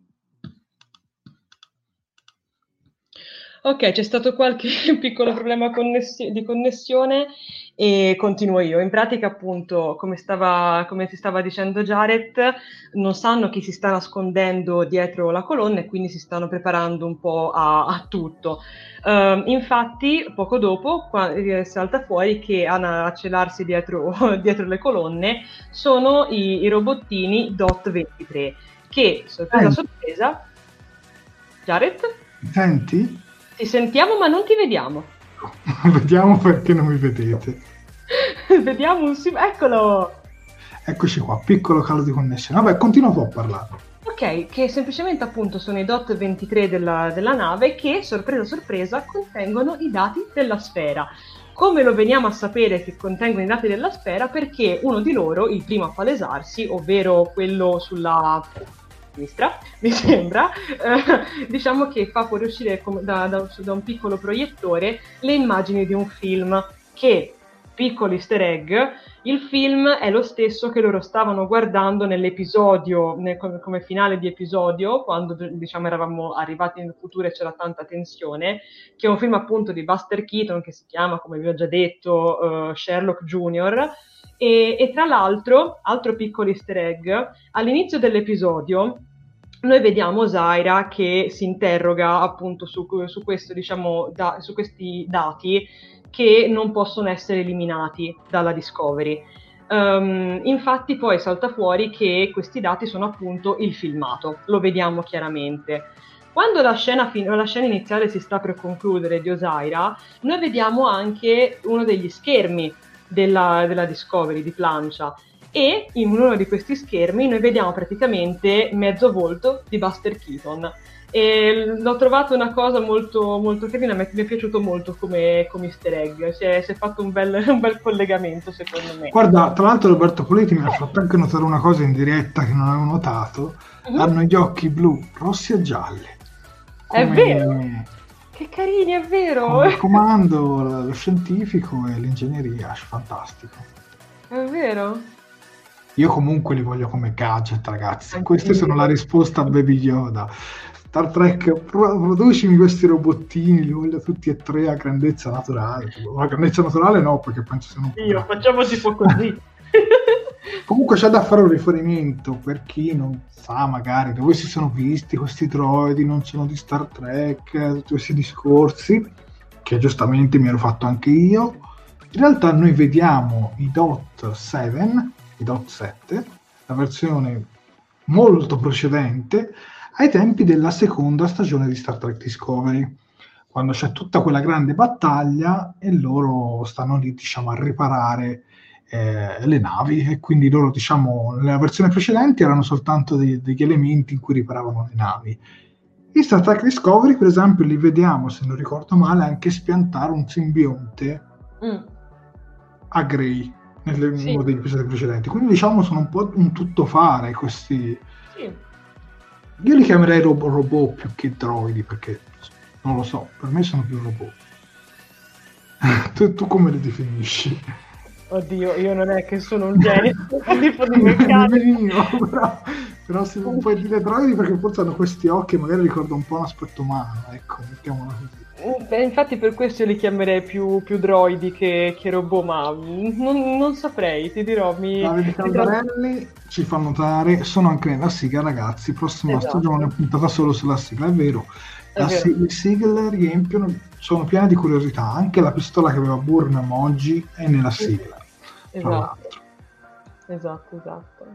Ok, c'è stato qualche piccolo problema connessi- di connessione e continuo io. In pratica, appunto, come stava, come ti stava dicendo Jared, non sanno chi si sta nascondendo dietro la colonna e quindi si stanno preparando un po' a, a tutto. Uh, infatti, poco dopo, qua, eh, salta fuori che a, a celarsi dietro, dietro le colonne sono i, i robottini D O T ventitré, che, sorpresa eh. sorpresa, Jared? Senti? Ti sentiamo ma non ti vediamo. Vediamo perché non mi vedete. Vediamo un sim... Eccolo! Eccoci qua, piccolo calo di connessione. Vabbè, continua un po' a parlare. Ok, che semplicemente appunto sono i D O T ventitré della, della nave che, sorpresa sorpresa, contengono i dati della sfera. Come lo veniamo a sapere che contengono i dati della sfera? Perché uno di loro, il primo a palesarsi, ovvero quello sulla sinistra, mi sembra, eh, diciamo che fa fuoriuscire da, da, da un piccolo proiettore le immagini di un film che, piccolo easter egg, Il film è lo stesso che loro stavano guardando nell'episodio, nel, come, come finale di episodio, quando diciamo eravamo arrivati nel futuro e c'era tanta tensione, che è un film appunto di Buster Keaton che si chiama, come vi ho già detto, uh, Sherlock Junior E, e tra l'altro, altro piccolo easter egg, all'inizio dell'episodio noi vediamo Zaira che si interroga appunto su, su, questo, diciamo, da, su questi dati che non possono essere eliminati dalla Discovery. Um, infatti poi salta fuori che questi dati sono appunto il filmato, lo vediamo chiaramente. Quando la scena, fin- la scena iniziale si sta per concludere di Osaira, noi vediamo anche uno degli schermi della, della Discovery di plancia, e in uno di questi schermi noi vediamo praticamente mezzo volto di Buster Keaton. E l'ho trovato una cosa molto, molto carina, mi è piaciuto molto come, come easter egg, si è, si è fatto un bel, un bel collegamento secondo me. Guarda, tra l'altro Roberto Politi mi ha fatto anche notare una cosa in diretta che non avevo notato, uh-huh. Hanno gli occhi blu, rossi e gialli. Come, è vero, che carini, è vero. Come comando lo scientifico e l'ingegneria, fantastico. È vero. Io comunque li voglio come gadget, ragazzi. Anche Queste io. sono la risposta a Baby Yoda. Star Trek, producimi questi robottini, li voglio tutti e tre a grandezza naturale. La grandezza naturale no, perché penso siano... Io, facciamo tipo così. Comunque c'è da fare un riferimento per chi non sa magari dove si sono visti questi droidi, non sono di Star Trek, tutti questi discorsi, che giustamente mi ero fatto anche io. In realtà noi vediamo i Dot sette, i Dot sette, la versione molto precedente, ai tempi della seconda stagione di Star Trek Discovery, quando c'è tutta quella grande battaglia e loro stanno lì, diciamo, a riparare eh, le navi, e quindi loro, diciamo, nella versione precedente erano soltanto dei, degli elementi in cui riparavano le navi. In Star Trek Discovery, per esempio, li vediamo, se non ricordo male, anche spiantare un simbionte mm. a Grey, nel, sì. uno degli episodi precedenti. Quindi, diciamo, sono un po' un tuttofare questi... Sì. Io li chiamerei rob- robot più che droidi, perché non lo so, per me sono più robot. tu, tu come li definisci? Oddio, io non è che sono un genio tipo di meccanico. però, però se non puoi dire droidi, perché forse hanno questi occhi e magari ricorda un po' un aspetto umano, ecco, mettiamola così. Beh, infatti per questo io li chiamerei più, più droidi che, che robot, ma non, non saprei, ti dirò. Mi... Davide Caldarelli mi... ci fa notare, sono anche nella sigla, ragazzi, prossima esatto. stagione puntata solo sulla sigla, è vero. La è vero. Sig- le sigle riempiono, sono piene di curiosità, anche la pistola che aveva Burnham oggi è nella sigla. Esatto, esatto, esatto.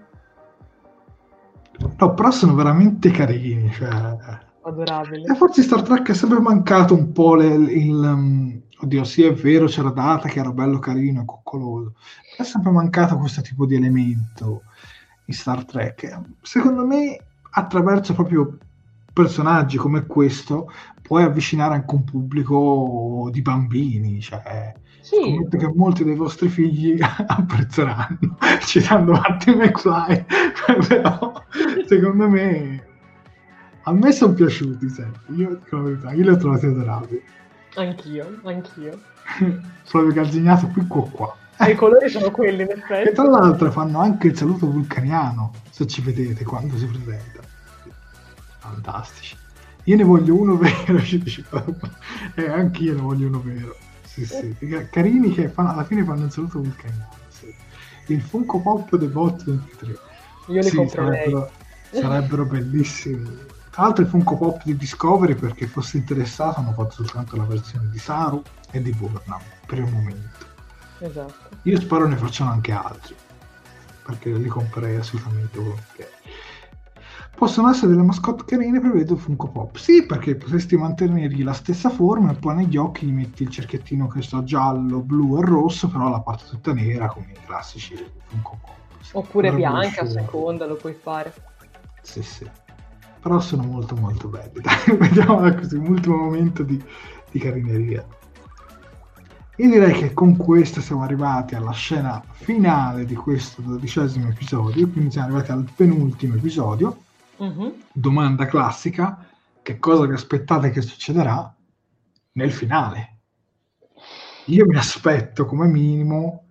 No, però sono veramente carini, cioè... adorabile. E forse Star Trek è sempre mancato un po' le, il um, oddio, sì è vero, c'era Data che era bello carino e coccoloso, è sempre mancato questo tipo di elemento in Star Trek. Secondo me attraverso proprio personaggi come questo puoi avvicinare anche un pubblico di bambini, cioè sì. Scommetto che molti dei vostri figli apprezzeranno, citando Martin McFly, però secondo me a me sono piaciuti, senti. Io dico la verità, io li ho trovati adorabili. Anch'io, anch'io. Flavio Calzignato qui qua qua. E i colori sono quelli, in effetti. E tra l'altro fanno anche il saluto vulcaniano, se ci vedete, quando si presenta. Fantastici. Io ne voglio uno vero, ci dicevo. E anche io ne voglio uno vero. Sì, sì. Carini che fanno, alla fine fanno il saluto vulcaniano. Sì. Il Funko Pop dei Bot ventitré. Io li sì, comprerei. Sarebbero, sarebbero bellissimi. Tra l'altro il Funko Pop di Discovery, perché fosse interessato, hanno fatto soltanto la versione di Saru e di Burnham per il momento. Esatto. Io spero ne facciano anche altri, perché li comprerei assolutamente volentieri. Possono essere delle mascotte carine, prevedo Funko Pop. Sì, perché potresti mantenergli la stessa forma e poi negli occhi gli metti il cerchettino che sto giallo, blu e rosso, però la parte tutta nera come i classici Funko Pop. Sì. Oppure bianca, a seconda, lo puoi fare. Sì, sì. Però sono molto molto belli. Dai, vediamola così, un ultimo momento di, di carineria. Io direi che con questo siamo arrivati alla scena finale di questo dodicesimo episodio, quindi siamo arrivati al penultimo episodio. Uh-huh. Domanda classica: che cosa vi aspettate che succederà nel finale? Io mi aspetto come minimo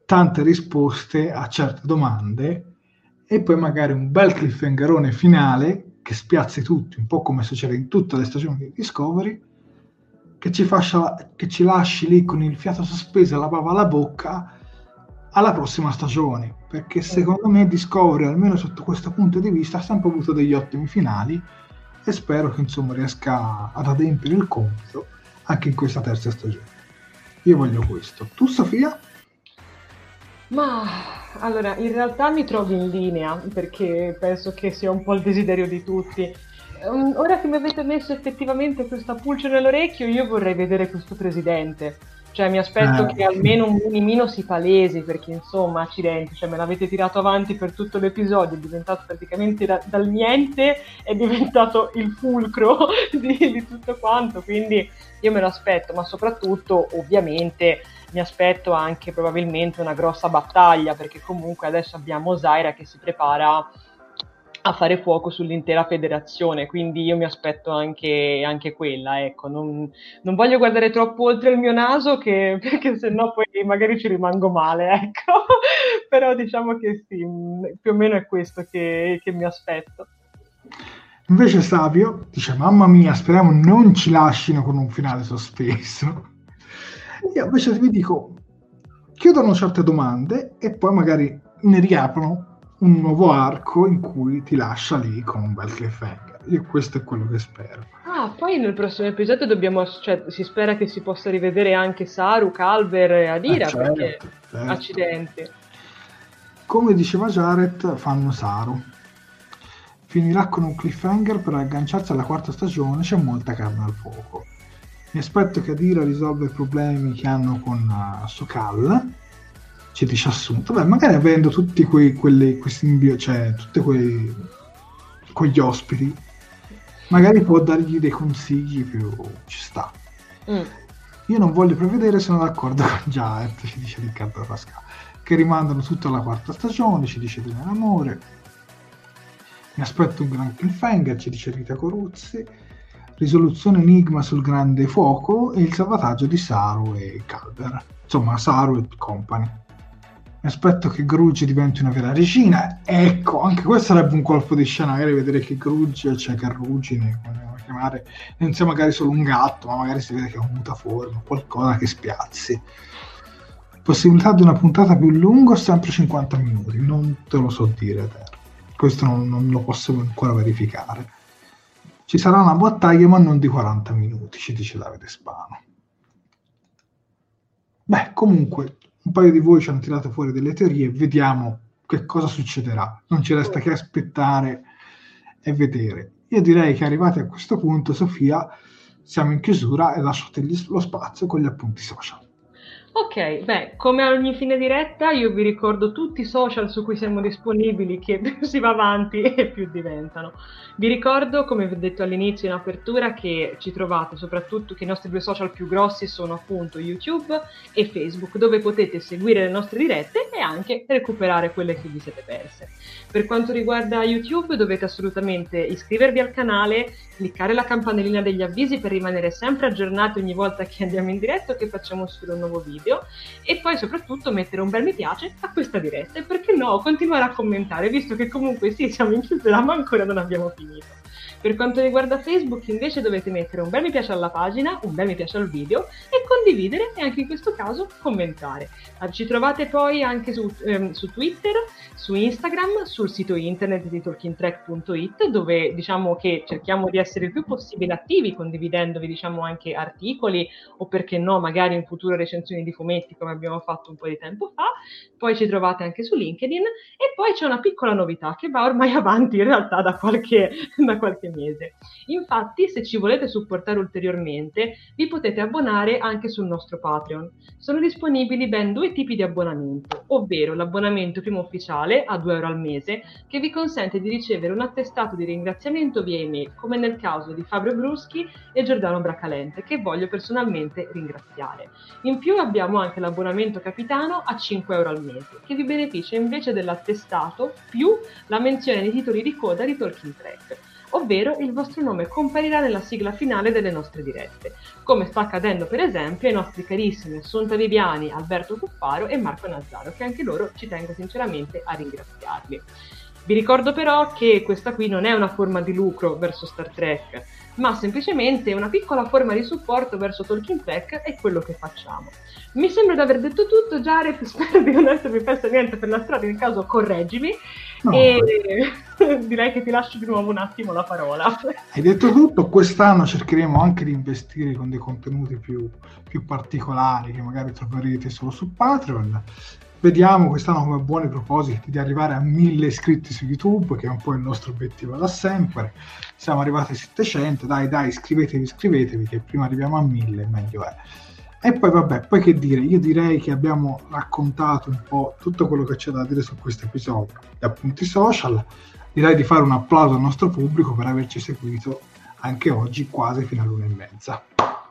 tante risposte a certe domande e poi magari un bel cliffhangerone finale che spiazzi tutti, un po' come succede in tutte le stagioni di Discovery, che ci, fascia, che ci lasci lì con il fiato sospeso e la bava alla bocca alla prossima stagione, perché secondo me Discovery, almeno sotto questo punto di vista, ha sempre avuto degli ottimi finali e spero che insomma riesca ad adempiere il compito anche in questa terza stagione. Io voglio questo. Tu, Sofia? Ma allora, in realtà mi trovo in linea, perché penso che sia un po' il desiderio di tutti. Um, ora che mi avete messo effettivamente questa pulce nell'orecchio, io vorrei vedere questo presidente. Cioè mi aspetto Eh. che almeno un minimino si palesi, perché insomma, accidenti, cioè me l'avete tirato avanti per tutto l'episodio, è diventato praticamente da, dal niente, è diventato il fulcro di, di tutto quanto, quindi io me lo aspetto, ma soprattutto ovviamente mi aspetto anche probabilmente una grossa battaglia, perché comunque adesso abbiamo Zaira che si prepara a fare fuoco sull'intera federazione, quindi io mi aspetto anche, anche quella, ecco, non, non voglio guardare troppo oltre il mio naso che, perché sennò poi magari ci rimango male, ecco, però diciamo che sì, più o meno è questo che, che mi aspetto. Invece Savio dice: mamma mia, speriamo non ci lasciano con un finale sospeso. Io invece vi dico, chiudono certe domande e poi magari ne riaprono un nuovo arco in cui ti lascia lì con un bel cliffhanger. Io questo è quello che spero. Ah, poi nel prossimo episodio dobbiamo, cioè, si spera che si possa rivedere anche Saru, Calber e Adira, Eh, certo, perché certo. accidenti. Come diceva Jared, fanno Saru. Finirà con un cliffhanger per agganciarsi alla quarta stagione, c'è molta carne al fuoco. Mi aspetto che Adira risolva i problemi che hanno con uh, Sokal, ci dice Assunto. Beh, magari avendo tutti quei, quelli, questi imbio, cioè tutti quei, quegli ospiti, magari può dargli dei consigli più, ci sta. Mm. Io non voglio prevedere, sono d'accordo con Jared, ci dice Riccardo Rasca, che rimandano tutto alla quarta stagione, ci dice Dell'Amore. Mi aspetto un gran cliffhanger, ci dice Rita Coruzzi, risoluzione enigma sul grande fuoco e il salvataggio di Saru e Calber, insomma Saru e company. Mi aspetto che Grudge diventi una vera regina, ecco, anche questo sarebbe un colpo di scena, magari vedere che Grudge, cioè Garrugine, come vogliamo chiamare, non sia magari solo un gatto, ma magari si vede che è un mutaforma, qualcosa che spiazzi. Possibilità di una puntata più lunga o sempre cinquanta minuti? Non te lo so dire, Ter. Questo non, non lo posso ancora verificare. Ci sarà una battaglia ma non di quaranta minuti, ci dice Davide Spano. Beh, comunque un paio di voi ci hanno tirato fuori delle teorie, vediamo che cosa succederà. Non ci resta che aspettare e vedere. Io direi che arrivati a questo punto, Sofia, siamo in chiusura e lascio te lo spazio con gli appunti social. Ok, beh, come a ogni fine diretta io vi ricordo tutti i social su cui siamo disponibili, che più si va avanti e più diventano. Vi ricordo, come vi ho detto all'inizio in apertura, che ci trovate soprattutto, che i nostri due social più grossi sono appunto YouTube e Facebook, dove potete seguire le nostre dirette e anche recuperare quelle che vi siete perse. Per quanto riguarda YouTube dovete assolutamente iscrivervi al canale, cliccare la campanellina degli avvisi per rimanere sempre aggiornati ogni volta che andiamo in diretta o che facciamo uscire un nuovo video, e poi soprattutto mettere un bel mi piace a questa diretta e perché no continuare a commentare, visto che comunque sì, siamo in chiusura ma ancora non abbiamo finito. Per quanto riguarda Facebook invece dovete mettere un bel mi piace alla pagina, un bel mi piace al video e condividere e anche in questo caso commentare. Ci trovate poi anche su, ehm, su Twitter, su Instagram, sul sito internet di talking track punto it, dove diciamo che cerchiamo di essere il più possibile attivi, condividendovi diciamo anche articoli o perché no magari in futuro recensioni di fumetti come abbiamo fatto un po' di tempo fa. Poi ci trovate anche su LinkedIn e poi c'è una piccola novità che va ormai avanti in realtà da qualche, da qualche mese. Infatti se ci volete supportare ulteriormente vi potete abbonare anche sul nostro Patreon. Sono disponibili ben due tipi di abbonamento, ovvero l'abbonamento primo ufficiale a due euro al mese che vi consente di ricevere un attestato di ringraziamento via email, come nel caso di Fabio Bruschi e Giordano Bracalente, che voglio personalmente ringraziare. In più abbiamo anche l'abbonamento capitano a cinque euro al mese, che vi beneficia invece dell'attestato più la menzione nei titoli di coda di Talking Track. ovvero il vostro nome comparirà nella sigla finale delle nostre dirette, come sta accadendo per esempio ai nostri carissimi Assunta Viviani, Alberto Cuffaro e Marco Nazzaro, che anche loro ci tengo sinceramente a ringraziarli. Vi ricordo però che questa qui non è una forma di lucro verso Star Trek, ma semplicemente una piccola forma di supporto verso Talking Trek e quello che facciamo. Mi sembra di aver detto tutto, Jared, spero di non essermi perso niente per la strada, in caso correggimi, no, e direi che ti lascio di nuovo un attimo la parola. Hai detto tutto, quest'anno cercheremo anche di investire con dei contenuti più, più particolari che magari troverete solo su Patreon. Vediamo quest'anno come buoni propositi di arrivare a mille iscritti su YouTube, che è un po' il nostro obiettivo da sempre. Siamo arrivati a settecento, dai dai iscrivetevi, iscrivetevi, che prima arriviamo a mille meglio è. E poi vabbè, poi che dire, io direi che abbiamo raccontato un po' tutto quello che c'è da dire su questo episodio, gli appunti social. Direi di fare un applauso al nostro pubblico per averci seguito anche oggi quasi fino all'una e mezza.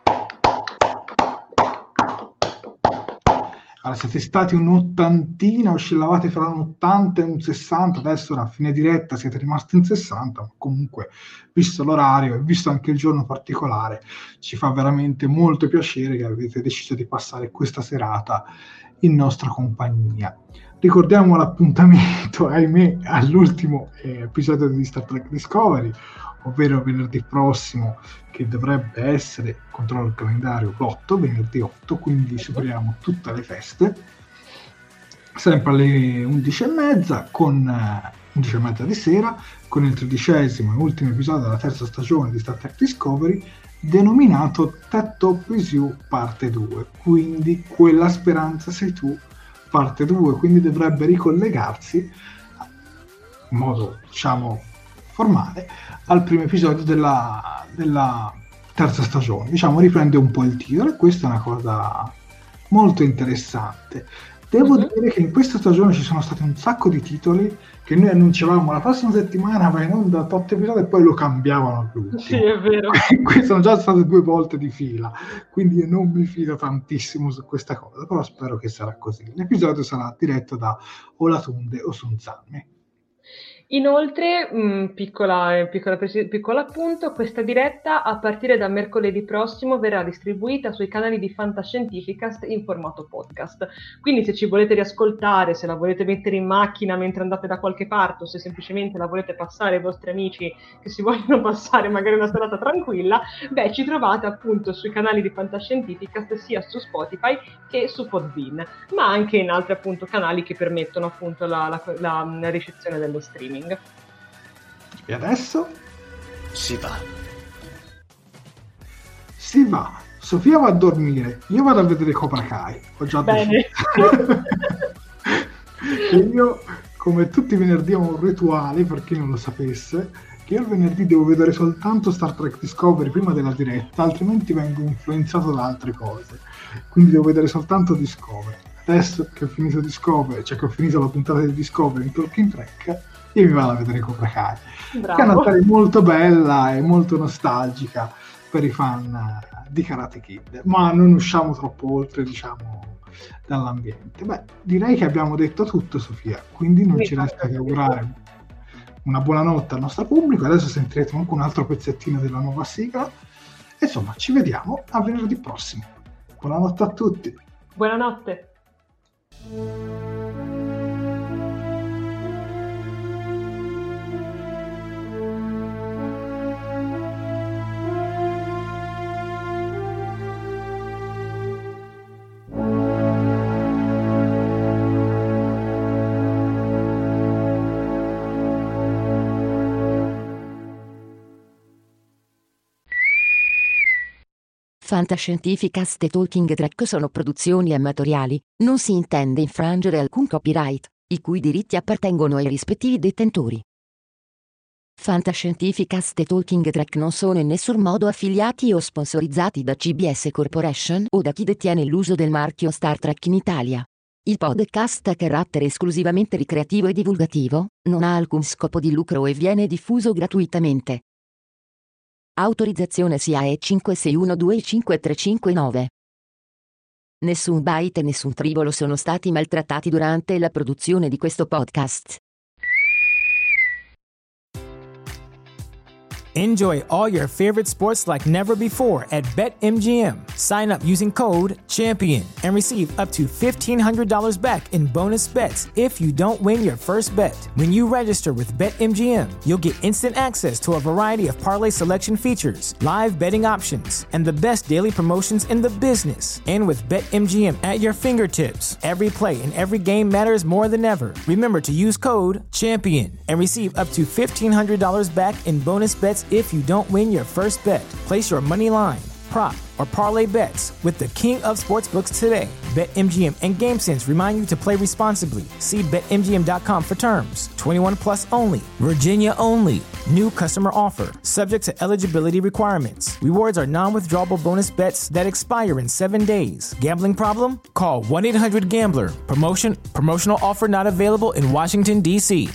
Allora, siete stati un'ottantina, oscillavate fra un ottanta e un sessanta, adesso a fine diretta siete rimasti in sessanta, ma comunque, visto l'orario e visto anche il giorno particolare, ci fa veramente molto piacere che avete deciso di passare questa serata in nostra compagnia. Ricordiamo l'appuntamento, ahimè, all'ultimo eh, episodio di Star Trek Discovery, ovvero venerdì prossimo, che dovrebbe essere, controllo il calendario, l'otto, venerdì otto, quindi superiamo tutte le feste, sempre alle undici e mezza, con eh, undici e mezza di sera, con il tredicesimo e ultimo episodio della terza stagione di Star Trek Discovery, denominato Ted Talk With You parte due, quindi Quella speranza sei tu parte due, quindi dovrebbe ricollegarsi in modo, diciamo, formale al primo episodio della, della terza stagione, diciamo riprende un po' il titolo, e questa è una cosa molto interessante. Devo mm-hmm. dire che in questa stagione ci sono stati un sacco di titoli che noi annunciavamo la prossima settimana va in onda tot episodi e poi lo cambiavano all'ultimo. Sì, è vero. Queste sono già state due volte di fila, quindi io non mi fido tantissimo su questa cosa, però spero che sarà così. L'episodio sarà diretto da Olatunde Osunsanmi. Inoltre, mh, piccola, piccola, piccolo appunto, questa diretta a partire da mercoledì prossimo verrà distribuita sui canali di Fantascientificast in formato podcast. Quindi se ci volete riascoltare, se la volete mettere in macchina mentre andate da qualche parte, o se semplicemente la volete passare ai vostri amici che si vogliono passare magari una serata tranquilla, beh, ci trovate appunto sui canali di Fantascientificast sia su Spotify che su Podbean, ma anche in altri appunto canali che permettono appunto la, la, la, la ricezione dello streaming. E adesso si va. Si va. Sofia va a dormire. Io vado a vedere Cobra Kai. Ho già Bene. E io, come tutti i venerdì, ho un rituale, per chi non lo sapesse, che io il venerdì devo vedere soltanto Star Trek Discovery prima della diretta, altrimenti vengo influenzato da altre cose. Quindi devo vedere soltanto Discovery. Adesso che ho finito Discovery, cioè che ho finito la puntata di Discovery in Talking Track, io mi vado a vedere Cobra Kai. Bravo. Che è una serie molto bella e molto nostalgica per i fan di Karate Kid, ma non usciamo troppo oltre, diciamo, dall'ambiente. Beh, direi che abbiamo detto tutto, Sofia, quindi non ci resta che augurare una buonanotte al nostro pubblico. Adesso sentirete anche un altro pezzettino della nuova sigla. Insomma, ci vediamo a venerdì prossimo. Buonanotte a tutti. Buonanotte. Fantascientificast e Talking Track sono produzioni amatoriali, non si intende infrangere alcun copyright, i cui diritti appartengono ai rispettivi detentori. Fantascientificast e Talking Track non sono in nessun modo affiliati o sponsorizzati da C B S Corporation o da chi detiene l'uso del marchio Star Trek in Italia. Il podcast ha carattere esclusivamente ricreativo e divulgativo, non ha alcun scopo di lucro e viene diffuso gratuitamente. Autorizzazione S I A E cinque sei uno due cinque tre cinque nove. Nessun byte e nessun tribolo sono stati maltrattati durante la produzione di questo podcast. Enjoy all your favorite sports like never before at BetMGM. Sign up using code CHAMPION and receive up to fifteen hundred dollars back in bonus bets if you don't win your first bet. When you register with BetMGM, you'll get instant access to a variety of parlay selection features, live betting options, and the best daily promotions in the business. And with BetMGM at your fingertips, every play and every game matters more than ever. Remember to use code CHAMPION and receive up to fifteen hundred dollars back in bonus bets if you don't win your first bet. Place your money line, prop, or parlay bets with the king of sportsbooks today. BetMGM and GameSense remind you to play responsibly. See Bet M G M dot com for terms. twenty-one plus only. Virginia only. New customer offer. Subject to eligibility requirements. Rewards are non-withdrawable bonus bets that expire in seven days. Gambling problem? Call one eight hundred gambler. Promotion. Promotional offer not available in Washington, D C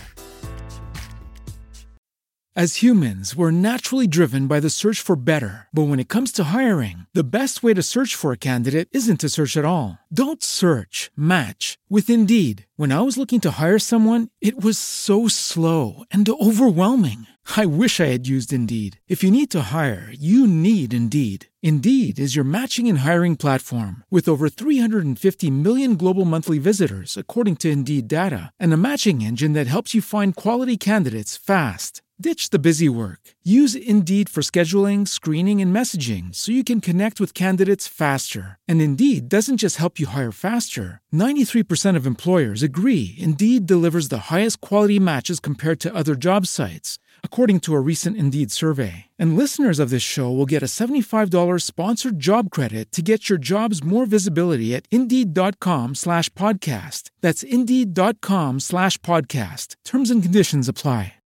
As humans, we're naturally driven by the search for better. But when it comes to hiring, the best way to search for a candidate isn't to search at all. Don't search, match with Indeed. When I was looking to hire someone, it was so slow and overwhelming. I wish I had used Indeed. If you need to hire, you need Indeed. Indeed is your matching and hiring platform with over three hundred fifty million global monthly visitors, according to Indeed data, and a matching engine that helps you find quality candidates fast. Ditch the busy work. Use Indeed for scheduling, screening, and messaging so you can connect with candidates faster. And Indeed doesn't just help you hire faster. ninety-three percent of employers agree Indeed delivers the highest quality matches compared to other job sites, according to a recent Indeed survey. And listeners of this show will get a seventy-five dollars sponsored job credit to get your jobs more visibility at Indeed.com slash podcast. That's Indeed.com slash podcast. Terms and conditions apply.